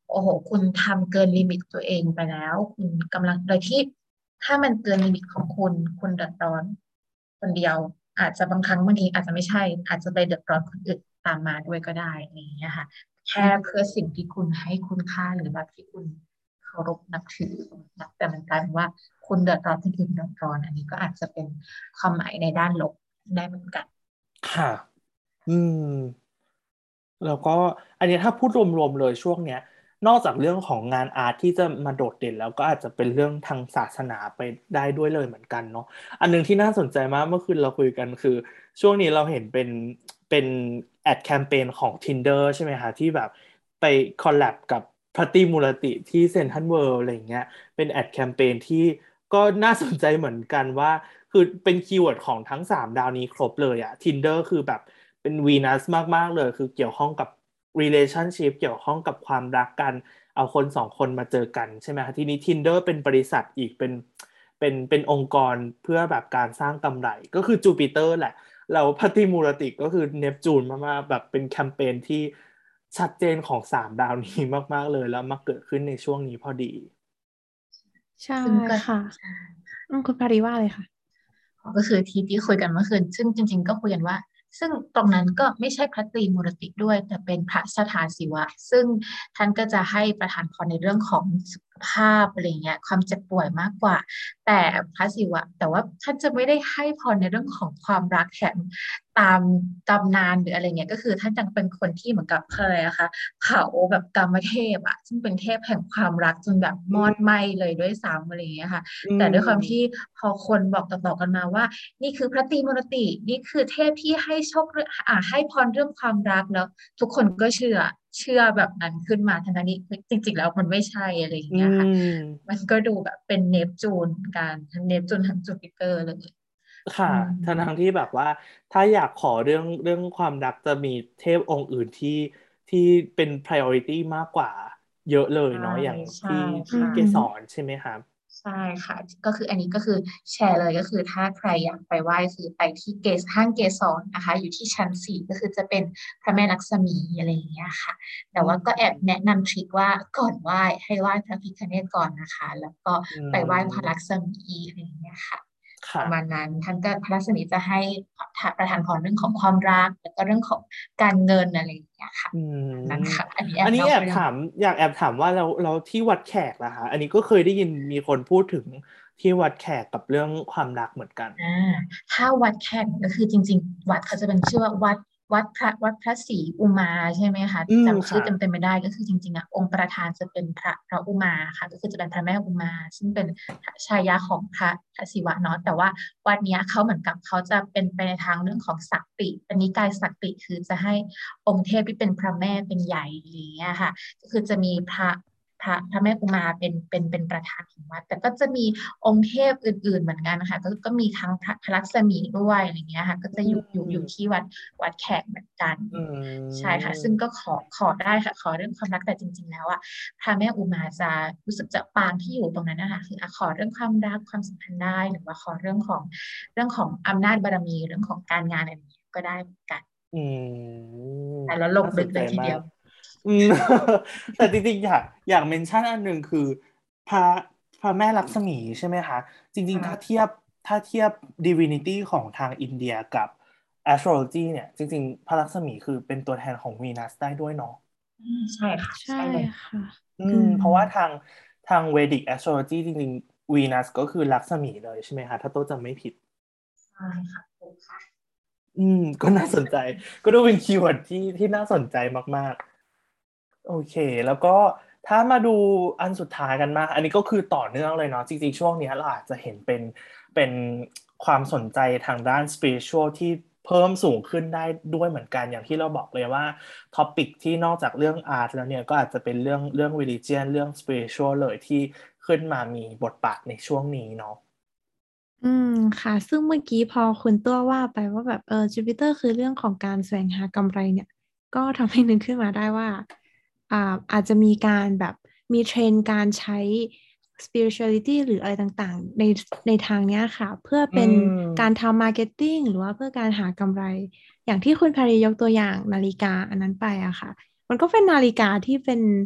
โอ้โหคุณทำเกินลิมิตตัวเองไปแล้วคุณกำลังโดยที่ถ้ามันเกินลิมิตของคุณคุณเดือดร้อนคนเดียวอาจจะบางครั้งบางทีอาจจะไม่ใช่อาจจะไปเดือดร้อนคนอื่นตามมาด้วยก็ได้อะไรอย่างเงี้ยค่ะแค่เพื่อสิ่งที่คุณให้คุณค่าหรือแบบที่คุณเคารพนับถือนะแต่มันกลายเป็นว่าคุณเดือดร้อนคนอื่นเดือดร้อนอันนี้ก็อาจจะเป็นความหมายในด้านลบได้เหมือนกันค่ะ อืม แล้วก็อันนี้ถ้าพูดรวมๆเลยช่วงเนี้ยนอกจากเรื่องของงานอาร์ตที่จะมาโดดเด่นแล้วก็อาจจะเป็นเรื่องทางศาสนาไปได้ด้วยเลยเหมือนกันเนาะอันหนึงที่น่าสนใจมากเมื่อคืนเราคุยกันคือช่วงนี้เราเห็นเป็นเป็นแอดแคมเปญของ Tinder ใช่ไหมคะที่แบบไปคอลแลบกับพระตรีมูรติที่เซ็นทรัลเวิลด์อะไรอย่างเงี้ยเป็นแอดแคมเปญที่ก็น่าสนใจเหมือนกันว่าคือเป็นคีย์เวิร์ดของทั้งสามดาวนี้ครบเลยอะ Tinder คือแบบ เป็นวีนัสมากๆเลยคือเกี่ยวข้องกับ relationship เกี่ยวข้องกับความรักกันเอาคนสองคนมาเจอกันใช่ไหมคะทีนี้ Tinder เป็นบริษัทอีกเป็นเป็นเป็นองค์กรเพื่อแบบการสร้างกำไรก็คือจูปิเตอร์แหละแล้วพัตติมูรติก็คือเนปจูนมากๆแบบเป็นแคมเปญที่ชัดเจนของสามดาวนี้มากๆเลยแล้วมาเกิดขึ้นในช่วงนี้พอดีใช่ซึ่งก็ค่ะใช่อืมคุณปาริว่าเลยค่ะก็คือที่ที่คุยกันเมื่อคืนซึ่งจริงๆก็คุยกันว่าซึ่งตรงนั้นก็ไม่ใช่พระตรีมูรติด้วยแต่เป็นพระสถาศิวะซึ่งท่านก็จะให้ประทานพรในเรื่องของสุขภาพอะไรเงี้ยความเจ็บป่วยมากกว่าแต่พระศิวะแต่ว่าท่านจะไม่ได้ให้พรในเรื่องของความรักแถมตามตำนานหรืออะไรเงี้ยก็คือท่านจังเป็นคนที่เหมือนกับอะไรอะคะเผาแบบกามเทพอะซึ่งเป็นเทพแห่งความรักจนแบบมอือดไหม้มเลยด้วยซ้ำอะไรเงี้ยค่ะอืแต่ด้วยความที่มพอคนบอกต่อๆกันมาว่านี่คือพระตรีมุรตินี่คือเทพที่ให้โชคเรื่องอ่าให้พรเรื่องความรักแล้วทุกคนก็เชื่อเชื่อแบบนั้นขึ้นมาทั้งๆนี้จริงๆแล้วมันไม่ใช่อะไรอย่างอืเงี้ยค่ะมมันก็ดูแบบเป็นเนปจูนกันทั้งเนปจูนทั้งจูปิเตอร์เลยค่ะอืทั้งทั้งมที่แบบว่าถ้าอยากขอเรื่องเรื่องความรักจะมีเทพองค์อื่นที่ที่เป็น priority มากกว่าเยอะเลยใช่เนาะอย่างใช่ที่ที่อืค่ะเกสมรใช่ไหมครับใช่ค่ะก็คืออันนี้ก็คือแชร์เลยก็คือถ้าใครอยากไปไหว้คือไปที่เกสห้างเกสรนะคะอยู่ที่ชั้นสี่ก็คือจะเป็นพระแม่ลักษมีอะไรอย่างเงี้ยค่ะแต่อืว่าก็แอบมแนะนำทริคว่าก่อนไหว้ให้ไหว้พระพิฆเนศก่อนนะคะแล้วก็อืไปไหว้พระลักมษมีอะไรอย่างเงี้ยค่ะปค่ะระมาณนั้นท่านก็พระลักษมีจะให้ประทานพรเรื่องของความรักแล้วก็เรื่องของการเงินอะไรอย่างเงี้ยค่ะอืนั้นมค่ะอันนี้แออันนี้บนอกเรื่องแอบถามอยากแอบถามว่าเราเราที่วัดแขกนะคะอันนี้ก็เคยได้ยินมีคนพูดถึงที่วัดแขกกับเรื่องความรักเหมือนกันอ่าถ้าวัดแขกก็คือจริงๆวัดเขาจะเป็นชื่อว่าวัดวัดพระวัดพระศรีอุมาใช่ไหมคะอืมจำชื่อค่ะเต็มๆไม่ได้ก็คือจริงๆอ่ะองค์ประธานจะเป็นพระพระอุมาค่ะก็คือจะเป็นพระแม่อุมาซึ่งเป็นชายาของพระพระศิวะเนาะแต่ว่าวัดเนี้ยเขาเหมือนกับเขาจะเป็นไปในทางเรื่องของศักติเป็นนิกายศักติคือจะให้องค์เทพที่เป็นพระแม่เป็นใหญ่อย่างเงี้ยค่ะก็คือจะมีพระ พระพระแม่กุมารเป็นเป็นเป็นประธานของวัดแต่ก็จะมีองค์เทพอื่นๆเหมือนกันนะคะก็ก็มีทั้งพระพระลักษมีด้วยอะไรเงี้ยค่ะก็อืจะอยู่อยู่อยู่ที่มวัดวัดแขกเหมือนกันอืใช่ค่ะซึ่งก็มขอขอได้ค่ะขอเรื่องความรักแต่จริงๆแล้วอ่ะพระแม่อุมาจะรู้สึกจะปางที่อยู่ตรงนั้นนะคะคืออะขอเรื่องความรักความสัมพันธ์ได้หรือว่าขอเรื่องของเรื่องของอำนาจบารมีเรื่องของการงานอะไรอย่างเงี้ยก็ได้เหมือนกันอืมแต่แล้วลงลึกน่าสนใจมากเลยทีเดียวอืมแต่จริงๆอยากอยากเมนชั่นอันหนึ่งคือพระพระแม่ลักษมีใช่ไหมคะจริงๆถ้าค่ะเทียบถ้าเทียบ divinity ของทางอินเดียกับ astrology เนี่ยจริงๆพระลักษมีคือเป็นตัวแทนของวีนัสได้ด้วยเนาะอืมใช่ค่ะใช่ใช่เลยค่ะอือืมมเพราะว่าทางทาง Vedic astrology จริงๆวีนัสก็คือลักษมีเลยใช่ไหมคะถ้าโต้จำไม่ผิดใช่ค่ะถูกค่ะอืมก็น่าสนใจก็ดูเป็นคีย์เวิร์ดที่ที่น่าสนใจมากๆ โอเค แล้วก็ถ้ามาดูอันสุดท้ายกันมาก อันนี้ก็คือต่อเนื่องเลยเนาะจริงๆช่วงเนี้ยเราอาจจะเห็นเป็นเป็นความสนใจทางด้าน spiritual ที่เพิ่มสูงขึ้นได้ด้วยเหมือนกันอย่างที่เราบอกเลยว่าท็อปิกที่นอกจากเรื่อง art แล้วเนี่ยก็อาจจะเป็นเรื่องเรื่อง religion เรื่อง spiritual เลยที่ขึ้นมามีบทบาทในช่วงนี้เนาะอืมค่ะซึ่งเมื่อกี้พอคุณตัวว่าไปว่าแบบเออจูปิเตอร์คือเรื่องของการแสวงหากำไรเนี่ยก็ทำให้นึกขึ้นมาได้ว่าอ่าอาจจะมีการแบบมีเทรนด์การใช้ spirituality หรืออะไรต่างๆในในทางเนี้ยค่ะเพื่ออืเป็นการมทำ marketing หรือว่าเพื่อการหากำไรอย่างที่คุณพาริยกตัวอย่างนาฬิกาอันนั้นไปอะค่ะมันก็เป็นนาฬิกาที่เป็น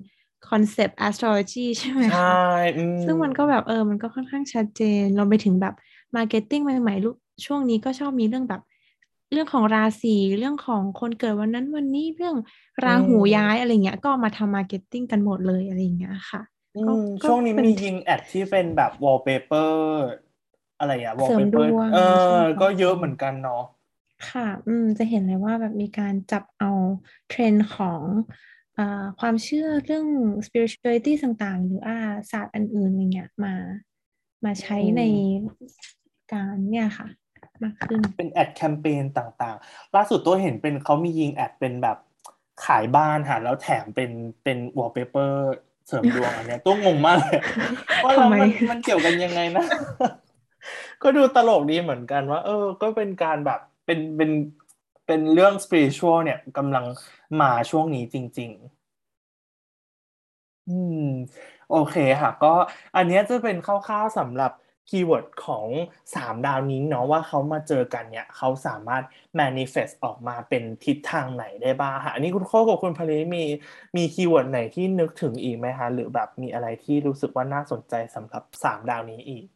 คอนเซปต์ astrology ใช่ไหมใช่คะอืมซึ่งมันก็แบบเออมันก็ค่อนข้างชัดเจนเราไปถึงแบบ marketing ใหม่ๆลูกช่วงนี้ก็ชอบมีเรื่องแบบเรื่องของราศีเรื่องของคนเกิดวันนั้นวันนี้เรื่องอืราหูย้ายมอะไรเงี้ยก็เอามาทำ marketing กันหมดเลยอะไรอย่างเงี้ยค่ะก็อืมก็ช่วงนี้เป็นมียิงแอดที่เป็นแบบ wallpaper อะไรอะเสริมด wallpaper วงเออใช่ไหมคะก็เยอะเหมือนกันเนาะค่ะอืมจะเห็นเลยว่าแบบมีการจับเอาเทรนด์ของอ่าความเชื่อเรื่อง spirituality ต่างๆหรืออ่าศาสตร์อันอื่นอะไรเงี้ยมามาอืใช้ในมการเนี่ยค่ะมากขึ้นเป็นแอดแคมเปญต่างๆล่าสุดตัวเห็นเป็นเขามียิงแอดเป็นแบบขายบ้านค่ะแล้วแถมเป็นเป็น wallpaper เสริมดวงอันเนี้ยตัวงงมากเลย ว่าทำไมแล้วมันมันเกี่ยวกันยังไงนะ ก็ดูตลกดีเหมือนกันว่าเออก็เป็นการแบบเป็นเป็นเป็นเรื่อง spiritual เนี่ยกำลังมาช่วงนี้จริงๆอืมโอเคค่ะก็อันเนี้ยจะเป็นคร่าวๆสำหรับคีย์เวิร์ดของสามดาวนี้เนาะว่าเขามาเจอกันเนี่ยเขาสามารถ manifest ออกมาเป็นทิศทางไหนได้บ้างค่ะอันนี้คุณโค้ชกับคุณพลิมีมีคีย์เวิร์ดไหนที่นึกถึงอีกไหมคะหรือแบบมีอะไรที่รู้สึกว่าน่าสนใจสำหรับสามดาวนี้อีก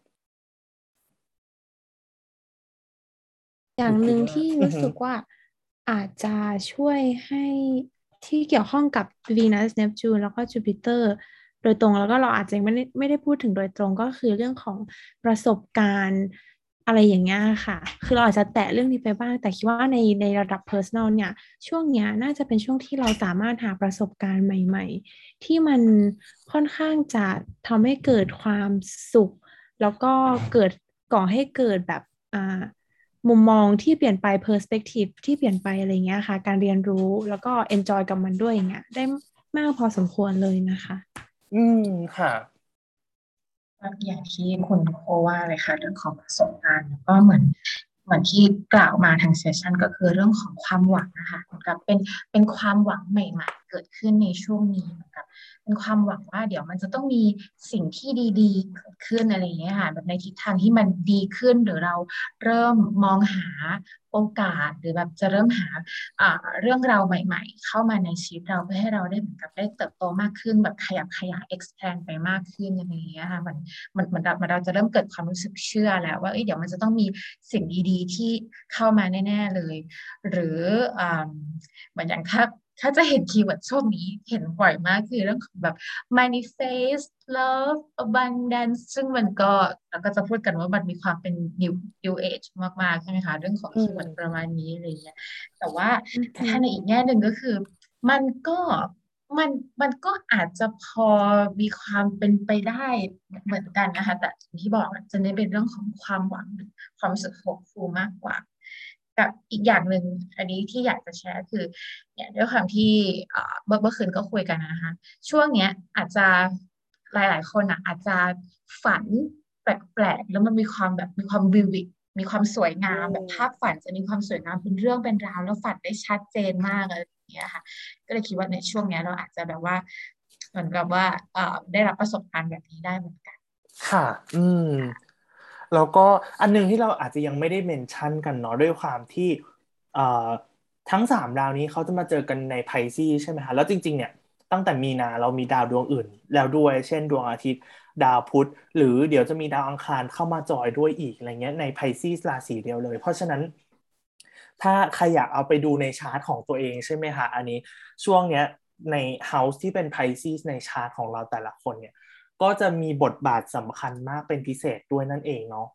อย่างหรือคิดว่าหนึ่งที่อือฮึรู้สึกว่าอาจจะช่วยให้ที่เกี่ยวข้องกับ Venus Neptune แล้วก็ Jupiter โดยตรงแล้วก็เราอาจจะไม่ได้ไม่ได้พูดถึงโดยตรงก็คือเรื่องของประสบการณ์อะไรอย่างเงี้ยค่ะคือเราอาจจะแตะเรื่องนี้ไปบ้างแต่คิดว่าในในระดับ personal เนี่ยช่วงเนี้ยน่าจะเป็นช่วงที่เราสามารถหาประสบการณ์ใหม่ๆที่มันค่อนข้างจะทำให้เกิดความสุขแล้วก็เกิดก่อให้เกิดแบบอ่า มุมมองที่เปลี่ยนไป perspective ที่เปลี่ยนไปอะไรเงี้ยค่ะการเรียนรู้แล้วก็ enjoy กับมันด้วยอย่างเงี้ยได้มากพอสมควรเลยนะคะอืมค่ะอย่างที่คุณโคว่าเลยค่ะเรื่องของประสบการณ์แล้วก็เหมือนเหมือนที่กล่าวมาทางเซสชันก็คือเรื่องของความหวังนะคะเหมือนกับเป็นเป็นความหวังใหม่ๆเกิดขึ้นในช่วงนี้เหมือนกับเป็นความหวังว่าเดี๋ยวมันจะต้องมีสิ่งที่ดีๆเกิดขึ้นอะไรอย่างเงี้ยค่ะแบบในทิศทางที่มันดีขึ้นหรือเราเริ่มมองหาโอกาสหรือแบบจะเริ่มหา อ่าเรื่องราวใหม่ๆเข้ามาในชีวิตเราเพื่อให้เราได้เหมือนกับได้เติบโตมากขึ้นแบบขยับขยาย expand ไปมากขึ้นอะไรอย่างเงี้ยค่ะมันมันมันเรามันเราจะเริ่มเกิดความรู้สึกเชื่อแล้วว่าเอ้ยเดี๋ยวมันจะต้องมีสิ่งดีๆที่เข้ามาแน่ๆเลยหรืออ่าเหมือนอย่างถ้าถ้าจะเห็นคีย์เวิร์ดช่วงนี้เห็นบ่อยมากคือเรื่องของแบบ manifest love abundance ซึ่งมันก็เราก็จะพูดกันว่ามันมีความเป็น new new age มากๆใช่ไหมคะเรื่องของอืคีย์เวิร์ดประมมาณนี้อะไรอย่างเงี้ย แต่ว่าอือหือถ้าในอีกแง่หนึ่งก็คือมันก็มันมันก็อาจจะพอมีความเป็นไปได้เหมือนกันนะคะแต่อย่างที่บอกอะจะเน้นเป็นเรื่องของความหวังความรู้สึกโฮปฟูลมากกว่ากับอีกอย่างหนึ่งอันนี้ที่อยากจะแชร์คือเนี่ยด้วยความที่เอ่อเมื่อเมื่อคืนก็คุยกันนะคะช่วงเนี้ยอาจจะหลายๆคนอ่ะอาจจะฝันแปลกๆแล้วมันมีความแบบมีความวิวิด มีความสวยอืงามแบบภาพมฝันจะมีความสวยงามเป็นเรื่องเป็นราวแล้วฝันได้ชัดเจนมากอะไรอย่างเงี้ยค่ะก็เลยคิดว่าในช่วงเนี้ยเราอาจจะแบบว่าเหมือนกับว่าเอ่อได้รับประสบการณ์แบบนี้ได้เหมือนกันค่ะอืมแล้วก็อันหนึงที่เราอาจจะยังไม่ได้เมนชั่นกันเนาะด้วยความที่เอ่อทั้งสามดาวนี้เขาจะมาเจอกันในไพซีใช่ไหมคะแล้วจริงๆเนี่ยตั้งแต่มีนาเรามีดาวดวงอื่นแล้วด้วยเช่นดวงอาทิตย์ดาวพุธหรือเดี๋ยวจะมีดาวอังคารเข้ามาจอยด้วยอีกอะไรเงี้ยในไพซีราศีเดียวเลยเพราะฉะนั้นถ้าใครอยากเอาไปดูในชาร์ตของตัวเองใช่ไหมคะอันนี้ช่วงเนี้ยในเฮาส์ที่เป็นไพซีในชาร์ตของเราแต่ละคนเนี่ย ก็จะมีบทบาทสำคัญมากเป็นพิเศษด้วยนั่นเองเนาะ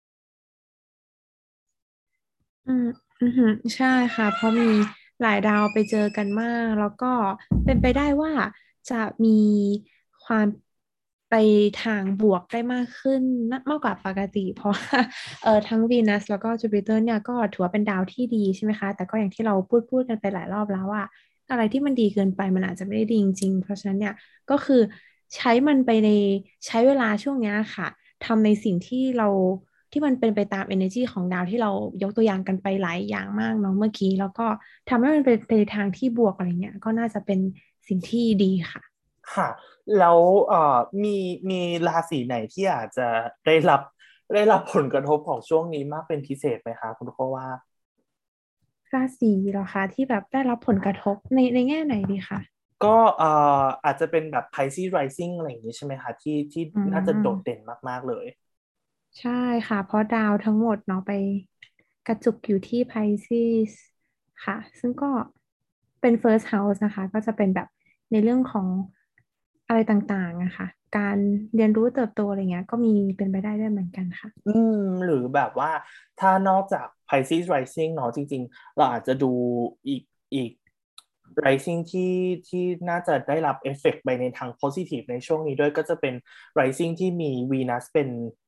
อืมอือหือใช่ค่ะเพราะมีหลายดาวไปเจอกันมากแล้วก็เป็นไปได้ว่าจะมีความไปทางบวกได้มากขึ้นนะมากกว่าปกติเพราะว่าเออทั้งวีนัสแล้วก็จูปิเตอร์เนี่ยก็ถือว่าเป็นดาวที่ดีใช่ไหมคะแต่ก็อย่างที่เราพูดพูดกันไปหลายรอบแล้วว่า อะไรที่มันดีเกินไปมันอาจจะไม่ได้ดีจริงๆเพราะฉะนั้นเนี่ยก็คือใช้มันไปในใช้เวลาช่วงเนี้ยค่ะทำในสิ่งที่เราที่มันเป็นไปตาม energy ของดาวที่เรายกตัวอย่างกันไปหลายอย่างมากเนาะเมื่อกี้แล้วก็ทำให้มันเป็นไปในทางที่บวกอะไรเงี้ยก็น่าจะเป็นสิ่งที่ดีค่ะค่ะแล้วเอ่อมีมีราศีไหนที่อาจจะได้รับได้รับผลกระทบของช่วงนี้มากเป็นพิเศษไหมคะคุณโคว่าราศีเหรอคะที่แบบได้รับผลกระทบในในแง่ไหนดีคะก็เอ่ออาจจะเป็นแบบ Pisces Rising อะไรอย่างนี้ใช่ไหมคะที่ที่อืน่าจะโดดมเด่นมากๆเลยใช่ค่ะเพราะดาวทั้งหมดเนาะไปกระจุกอยู่ที่ Pisces ค่ะซึ่งก็เป็น First House นะคะก็จะเป็นแบบในเรื่องของอะไรต่างๆอะค่ะการเรียนรู้เติบโตอะไรเงี้ยก็มีเป็นไปได้ด้วยเหมือนกันค่ะอืมหรือแบบว่าถ้านอกจาก Pisces Rising เนาะจริงๆเราอาจจะดูอีกอีก Rising ที่ที่น่าจะได้รับเอฟเฟกต์ไปในทาง positive ในช่วงนี้ด้วยก็จะเป็น Rising ที่มี Venus เป็น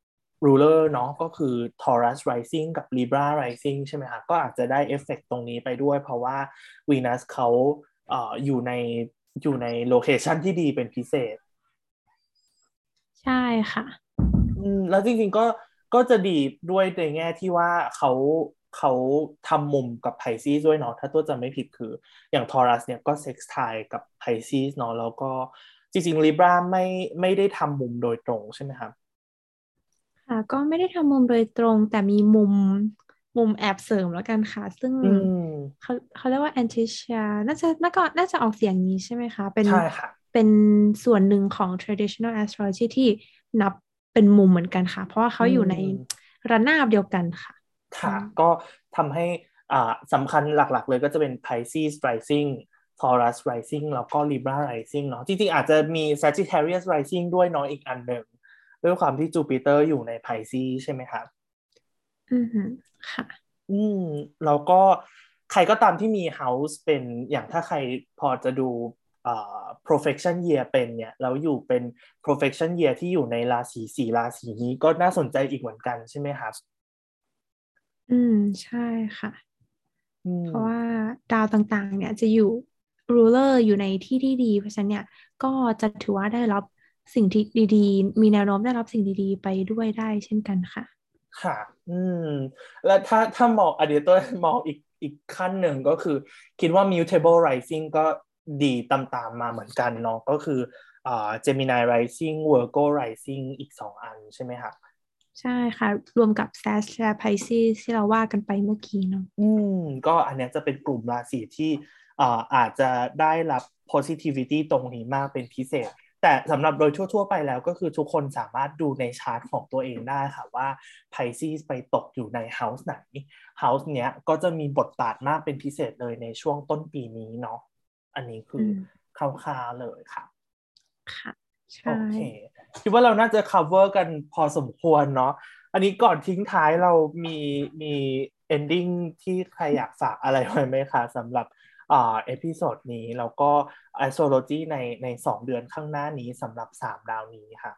ruler เนาะก็คือ Taurus Rising กับ Libra Rising ใช่ไหมคะก็อาจจะได้เอฟเฟกต์ตรงนี้ไปด้วยเพราะว่า Venus เขาเอ่ออยู่ในอยู่ในโลเคชันที่ดีเป็นพิเศษใช่ค่ะอืมแล้วจริงๆก็ก็จะดีด้วยในแง่ที่ว่าเขาเขาทำมุมกับไพซีสด้วยเนาะถ้าตัวจำไม่ผิดคืออย่างทอรัสเนี่ยก็เซ็กซ์ไทกับไพซีสเนาะแล้วก็จริงๆลิบราไม่ไม่ได้ทำมุมโดยตรงใช่ไหมครับค่ะก็ไม่ได้ทำมุมโดยตรงแต่มีมุมมุมแอบเสริมแล้วกันค่ะซึ่งอืมเขาเขาเรียกว่า anticia น่าจะน่าก็น่าจะออกเสียงนี้ใช่ไหมคะเป็นใช่ค่ะเป็นส่วนหนึ่งของ traditional astrology ที่นับเป็นมุมเหมือนกันค่ะเพราะว่าอืเขาอยู่ในมระนาบเดียวกันค่ะอืค่ะมก็ทำให้อ่าสำคัญหลักๆเลยก็จะเป็น Pisces Rising Taurus Rising แล้วก็ Libra Rising เนาะจริงๆอาจจะมี Sagittarius Rising ด้วยเนาะอีกอันหนึ่งด้วยความที่จูปิเตอร์อยู่ใน Pisces ใช่ไหมครับอือหือค่ะอืมแล้วก็ใครก็ตามที่มี House เป็นอย่างถ้าใครพอจะดูเอ่อ profection year เป็นเนี่ยแล้วอยู่เป็น profection year ที่อยู่ในราศีสี่ราศีนี้ก็น่าสนใจอีกเหมือนกันใช่ไหมครับอืมใช่ค่ะอืมเพราะว่าดาวต่างๆเนี่ยจะอยู่ ruler อยู่ในที่ที่ดีเพราะฉะนั้นเนี่ยก็จะถือว่าได้รับสิ่งที่ดีๆมีแนวโน้มได้รับสิ่งดีๆไปด้วยได้เช่นกันค่ะค่ะอืมแล้วถ้าถ้ามองอันนี้ตัวมองอีกอีกขั้นหนึ่งก็คือคิดว่า mutable rising ก็ดีตามๆมาเหมือนกันเนาะก็คืออ่า Gemini rising Virgo rising อีกสองอันใช่ไหมครับใช่ค่ะรวมกับ Sag และ Pisces ที่เราว่ากันไปเมื่อกี้เนาะอืมก็อันเนี้ยจะเป็นกลุ่มราศีที่อ่าอาจจะได้รับ positivity ตรงนี้มากเป็นพิเศษแต่สำหรับโดยทั่วๆไปแล้วก็คือทุกคนสามารถดูในชาร์ตของตัวเองได้ค่ะว่า Pisces ไปตกอยู่ใน house ไหน house เนี้ยก็จะมีบทบาทมากเป็นพิเศษเลยในช่วงต้นปีนี้เนาะอันนี้คืออืมคร่าวๆเลยค่ะค่ะใช่โอเคคิดว่าเราน่าจะ cover กันพอสมควรเนาะอันนี้ก่อนทิ้งท้ายเรามีมี ending ที่ใครอยากฝากอะไรไว้ไหมคะสำหรับอ่าเอพิโซดนี้แล้วก็ astrology ในในสองเดือนข้างหน้านี้สำหรับสามดาวนี้ค่ะ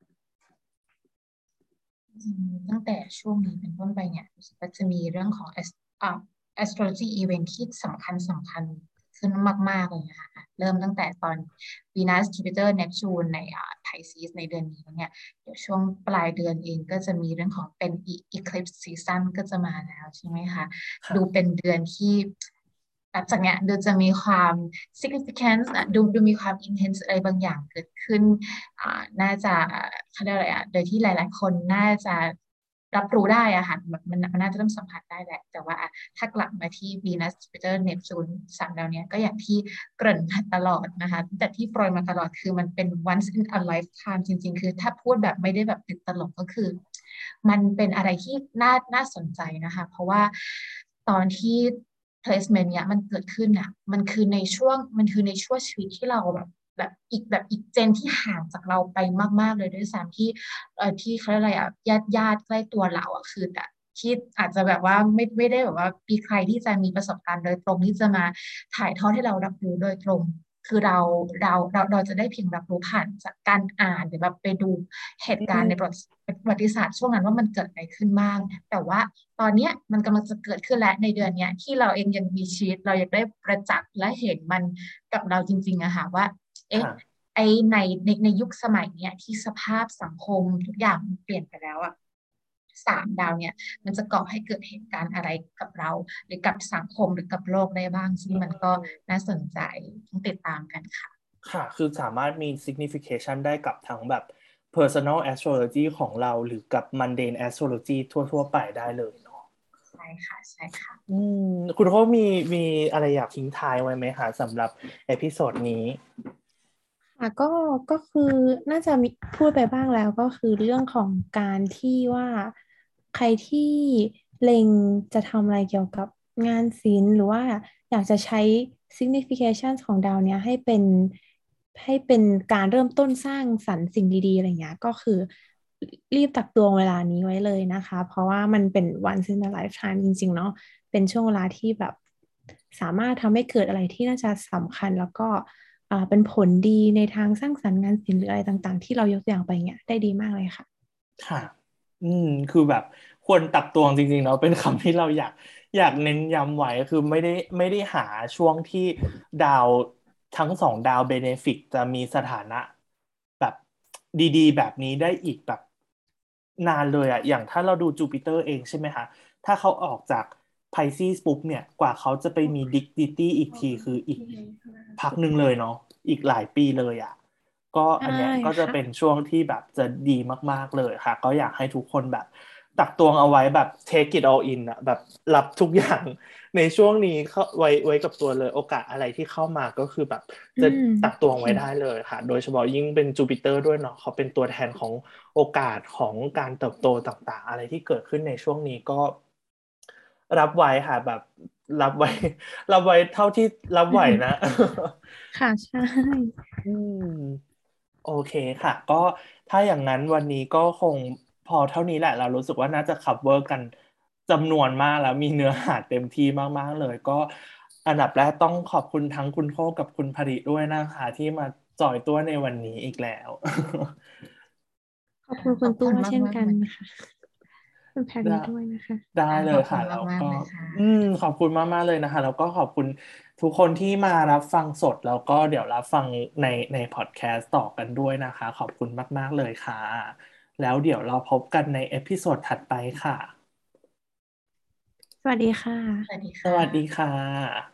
จริงๆตั้งแต่ช่วงนี้เป็นต้นไปเนี่ยรู้สึกว่าจะมีเรื่องของ ast- อ่า astrology event ที่สำคัญสำคัญขึ้นมากๆเลยนะคะเริ่มตั้งแต่ตอน Venus Jupiter Neptune ในอ่า Pisces ในเดือนนี้เนี่ยเดี๋ยวช่วงปลายเดือนเองก็จะมีเรื่องของเป็น e- eclipse season ก็จะมาแล้วใช่ไหมคะดูค่ะเป็นเดือนที่หลังจากเนี้ยดูจะมีความ significance อ่ะดูดูมีความ intense อะไรบางอย่างเกิดขึ้น อ่าน่าจะเขาเรียกอะไรอ่ะโดยที่หลายๆคนน่าจะรับรู้ได้อะค่ะแบบมันมันน่าจะเริ่มสัมผัสได้แหละแต่ว่าอ่ะถ้ากลับมาที่ Venus Jupiter Neptune สามดาวเนี้ยก็อย่างที่เกริ่นมาตลอดนะคะแต่ที่โปรยมาตลอดคือมันเป็น once in a lifetime จริงๆคือถ้าพูดแบบไม่ได้แบบติดตลกก็คือมันเป็นอะไรที่น่าน่าสนใจนะคะเพราะว่าตอนที่ placement เนี้ยมันเกิดขึ้นอ่ะมันคือในช่วงมันคือในช่วงชีวิตที่เราแบบ แบบอีกแบบอีกเจนที่ห่างจากเราไปมากๆเลยด้วยซ้ำที่เอ่อที่เขาเรียกอะไรอ่ะญาติญาติใกล้ตัวเราอ่ะคือแต่ที่อาจจะแบบว่าไม่ไม่ได้แบบว่ามีใครที่จะมีประสบการณ์โดยตรงที่จะมาถ่ายทอดให้เรารับรู้โดยตรงคือเราเราเราเราจะได้เพียงรับรู้ผ่านจากการอ่านหรือแบบไปดูเหตุการณ์ในประวัติศาสตร์ช่วงนั้นว่ามันเกิดอะไรขึ้นบ้างแต่ว่าตอนเนี้ยมันกำลังจะเกิดขึ้นแล้วในเดือนเนี้ยที่เราเองยังมีชีวิตเรายังได้ประจักษ์และเห็นมันกับเราจริงๆอะค่ะว่า เอ๊ะค่ะไอในในในยุคสมัยเนี้ยที่สภาพสังคมทุกอย่างมันเปลี่ยนไปแล้วอะสามดาวเนี่ยมันจะก่อให้เกิดเหตุการณ์อะไรกับเราหรือกับสังคมหรือกับโลกได้บ้างซึ่งอืมันก็มน่าสนใจต้องติดตามกันค่ะค่ะคือสามารถมี signification ได้กับทั้งแบบ personal astrology ของเราหรือกับ mundane astrology ทั่วๆไปได้เลยเนาะค่ะใช่ค่ะอืมคุณเขามีมีอะไรอยากทิ้งท้ายไว้ไหมคะสำหรับเอพิโซดนี้ค่ะก็ก็คือน่าจะมีพูดไปบ้างแล้วก็คือเรื่องของการที่ว่าใครที่เล็งจะทำอะไรเกี่ยวกับงานศิลป์หรือว่าอยากจะใช้ signification ของดาวเนี้ยให้เป็นให้เป็นการเริ่มต้นสร้างสรรค์สิ่งดีๆอะไรเงี้ยก็คือรีบตักตวงเวลานี้ไว้เลยนะคะเพราะว่ามันเป็น once in a lifetime จริงๆเนาะเป็นช่วงเวลาที่แบบสามารถทำให้เกิดอะไรที่น่าจะสำคัญแล้วก็ อ่าเป็นผลดีในทางสร้างสรรค์งานศิลป์หรืออะไรต่างๆที่เรายกตัวอย่างไปเนี่ยได้ดีมากเลยค่ะค่ะอืมคือแบบควรตักตวงจริงๆเนาะเป็นคำที่เราอยากอยากเน้นย้ำไว้คือไม่ได้ไม่ได้หาช่วงที่ดาวทั้งสองดาวเบเนฟิกจะมีสถานะแบบดีๆแบบนี้ได้อีกแบบนานเลยอะอย่างถ้าเราดูจูปิเตอร์เองใช่ไหมคะถ้าเขาออกจากไพซีสปุ๊บเนี่ยกว่าเขาจะไปมีดิกดิตี้อีกทีคืออีกพักหนึ่งเลยเนาะอีกหลายปีเลยอะ ก็ใช่อันเนี้ยก็จะค่ะเป็นช่วงที่แบบจะดีมากๆเลยค่ะก็อยากให้ทุกคนแบบตักตวงเอาไว้แบบ take it all in อะแบบรับทุกอย่างในช่วงนี้เข้าไว้ไว้กับตัวเลยโอกาสอะไรที่เข้ามาก็คือแบบอืจะมตักตวงไว้ได้เลยค่ะโดยเฉพาะยิ่งเป็นจูปิเตอร์ด้วยเนาะเขาเป็นตัวแทนของโอกาสของการเติบโตต่างๆอะไรที่เกิดขึ้นในช่วงนี้ก็รับไว้ค่ะแบบรับไว้รับไว้เท่าที่รับไหวนะค่ะใช่อืม โอเคค่ะก็ถ้าอย่างนั้นวันนี้ก็คงพอเท่านี้แหละเรารู้สึกว่าน่าจะ cover กันจำนวนมากแล้วมีเนื้อหาเต็มที่มากๆเลยก็อันดับแรกต้องขอบคุณทั้งคุณโคกับคุณผริด้วยนะคะที่มาจอยตัวในวันนี้อีกแล้วขอบคุณขอบคุณคุณตัวเช่นมากๆเลยกันนะคะคุณแพรได้รี่ด้วยนะคะได้เลยค่ะขอบคุณค่ะแล้วมากก็ๆเลยค่ะอืมขอบคุณมากๆเลยนะคะแล้วก็ขอบคุณทุกคนที่มารับฟังสดแล้วก็เดี๋ยวรับฟังในในพอดแคสต์ต่อกันด้วยนะคะขอบคุณมากๆเลยค่ะแล้วเดี๋ยวเราพบกันในเอพิโซดถัดไปค่ะสวัสดีค่ะสวัสดีสวัสดีค่ะค่ะ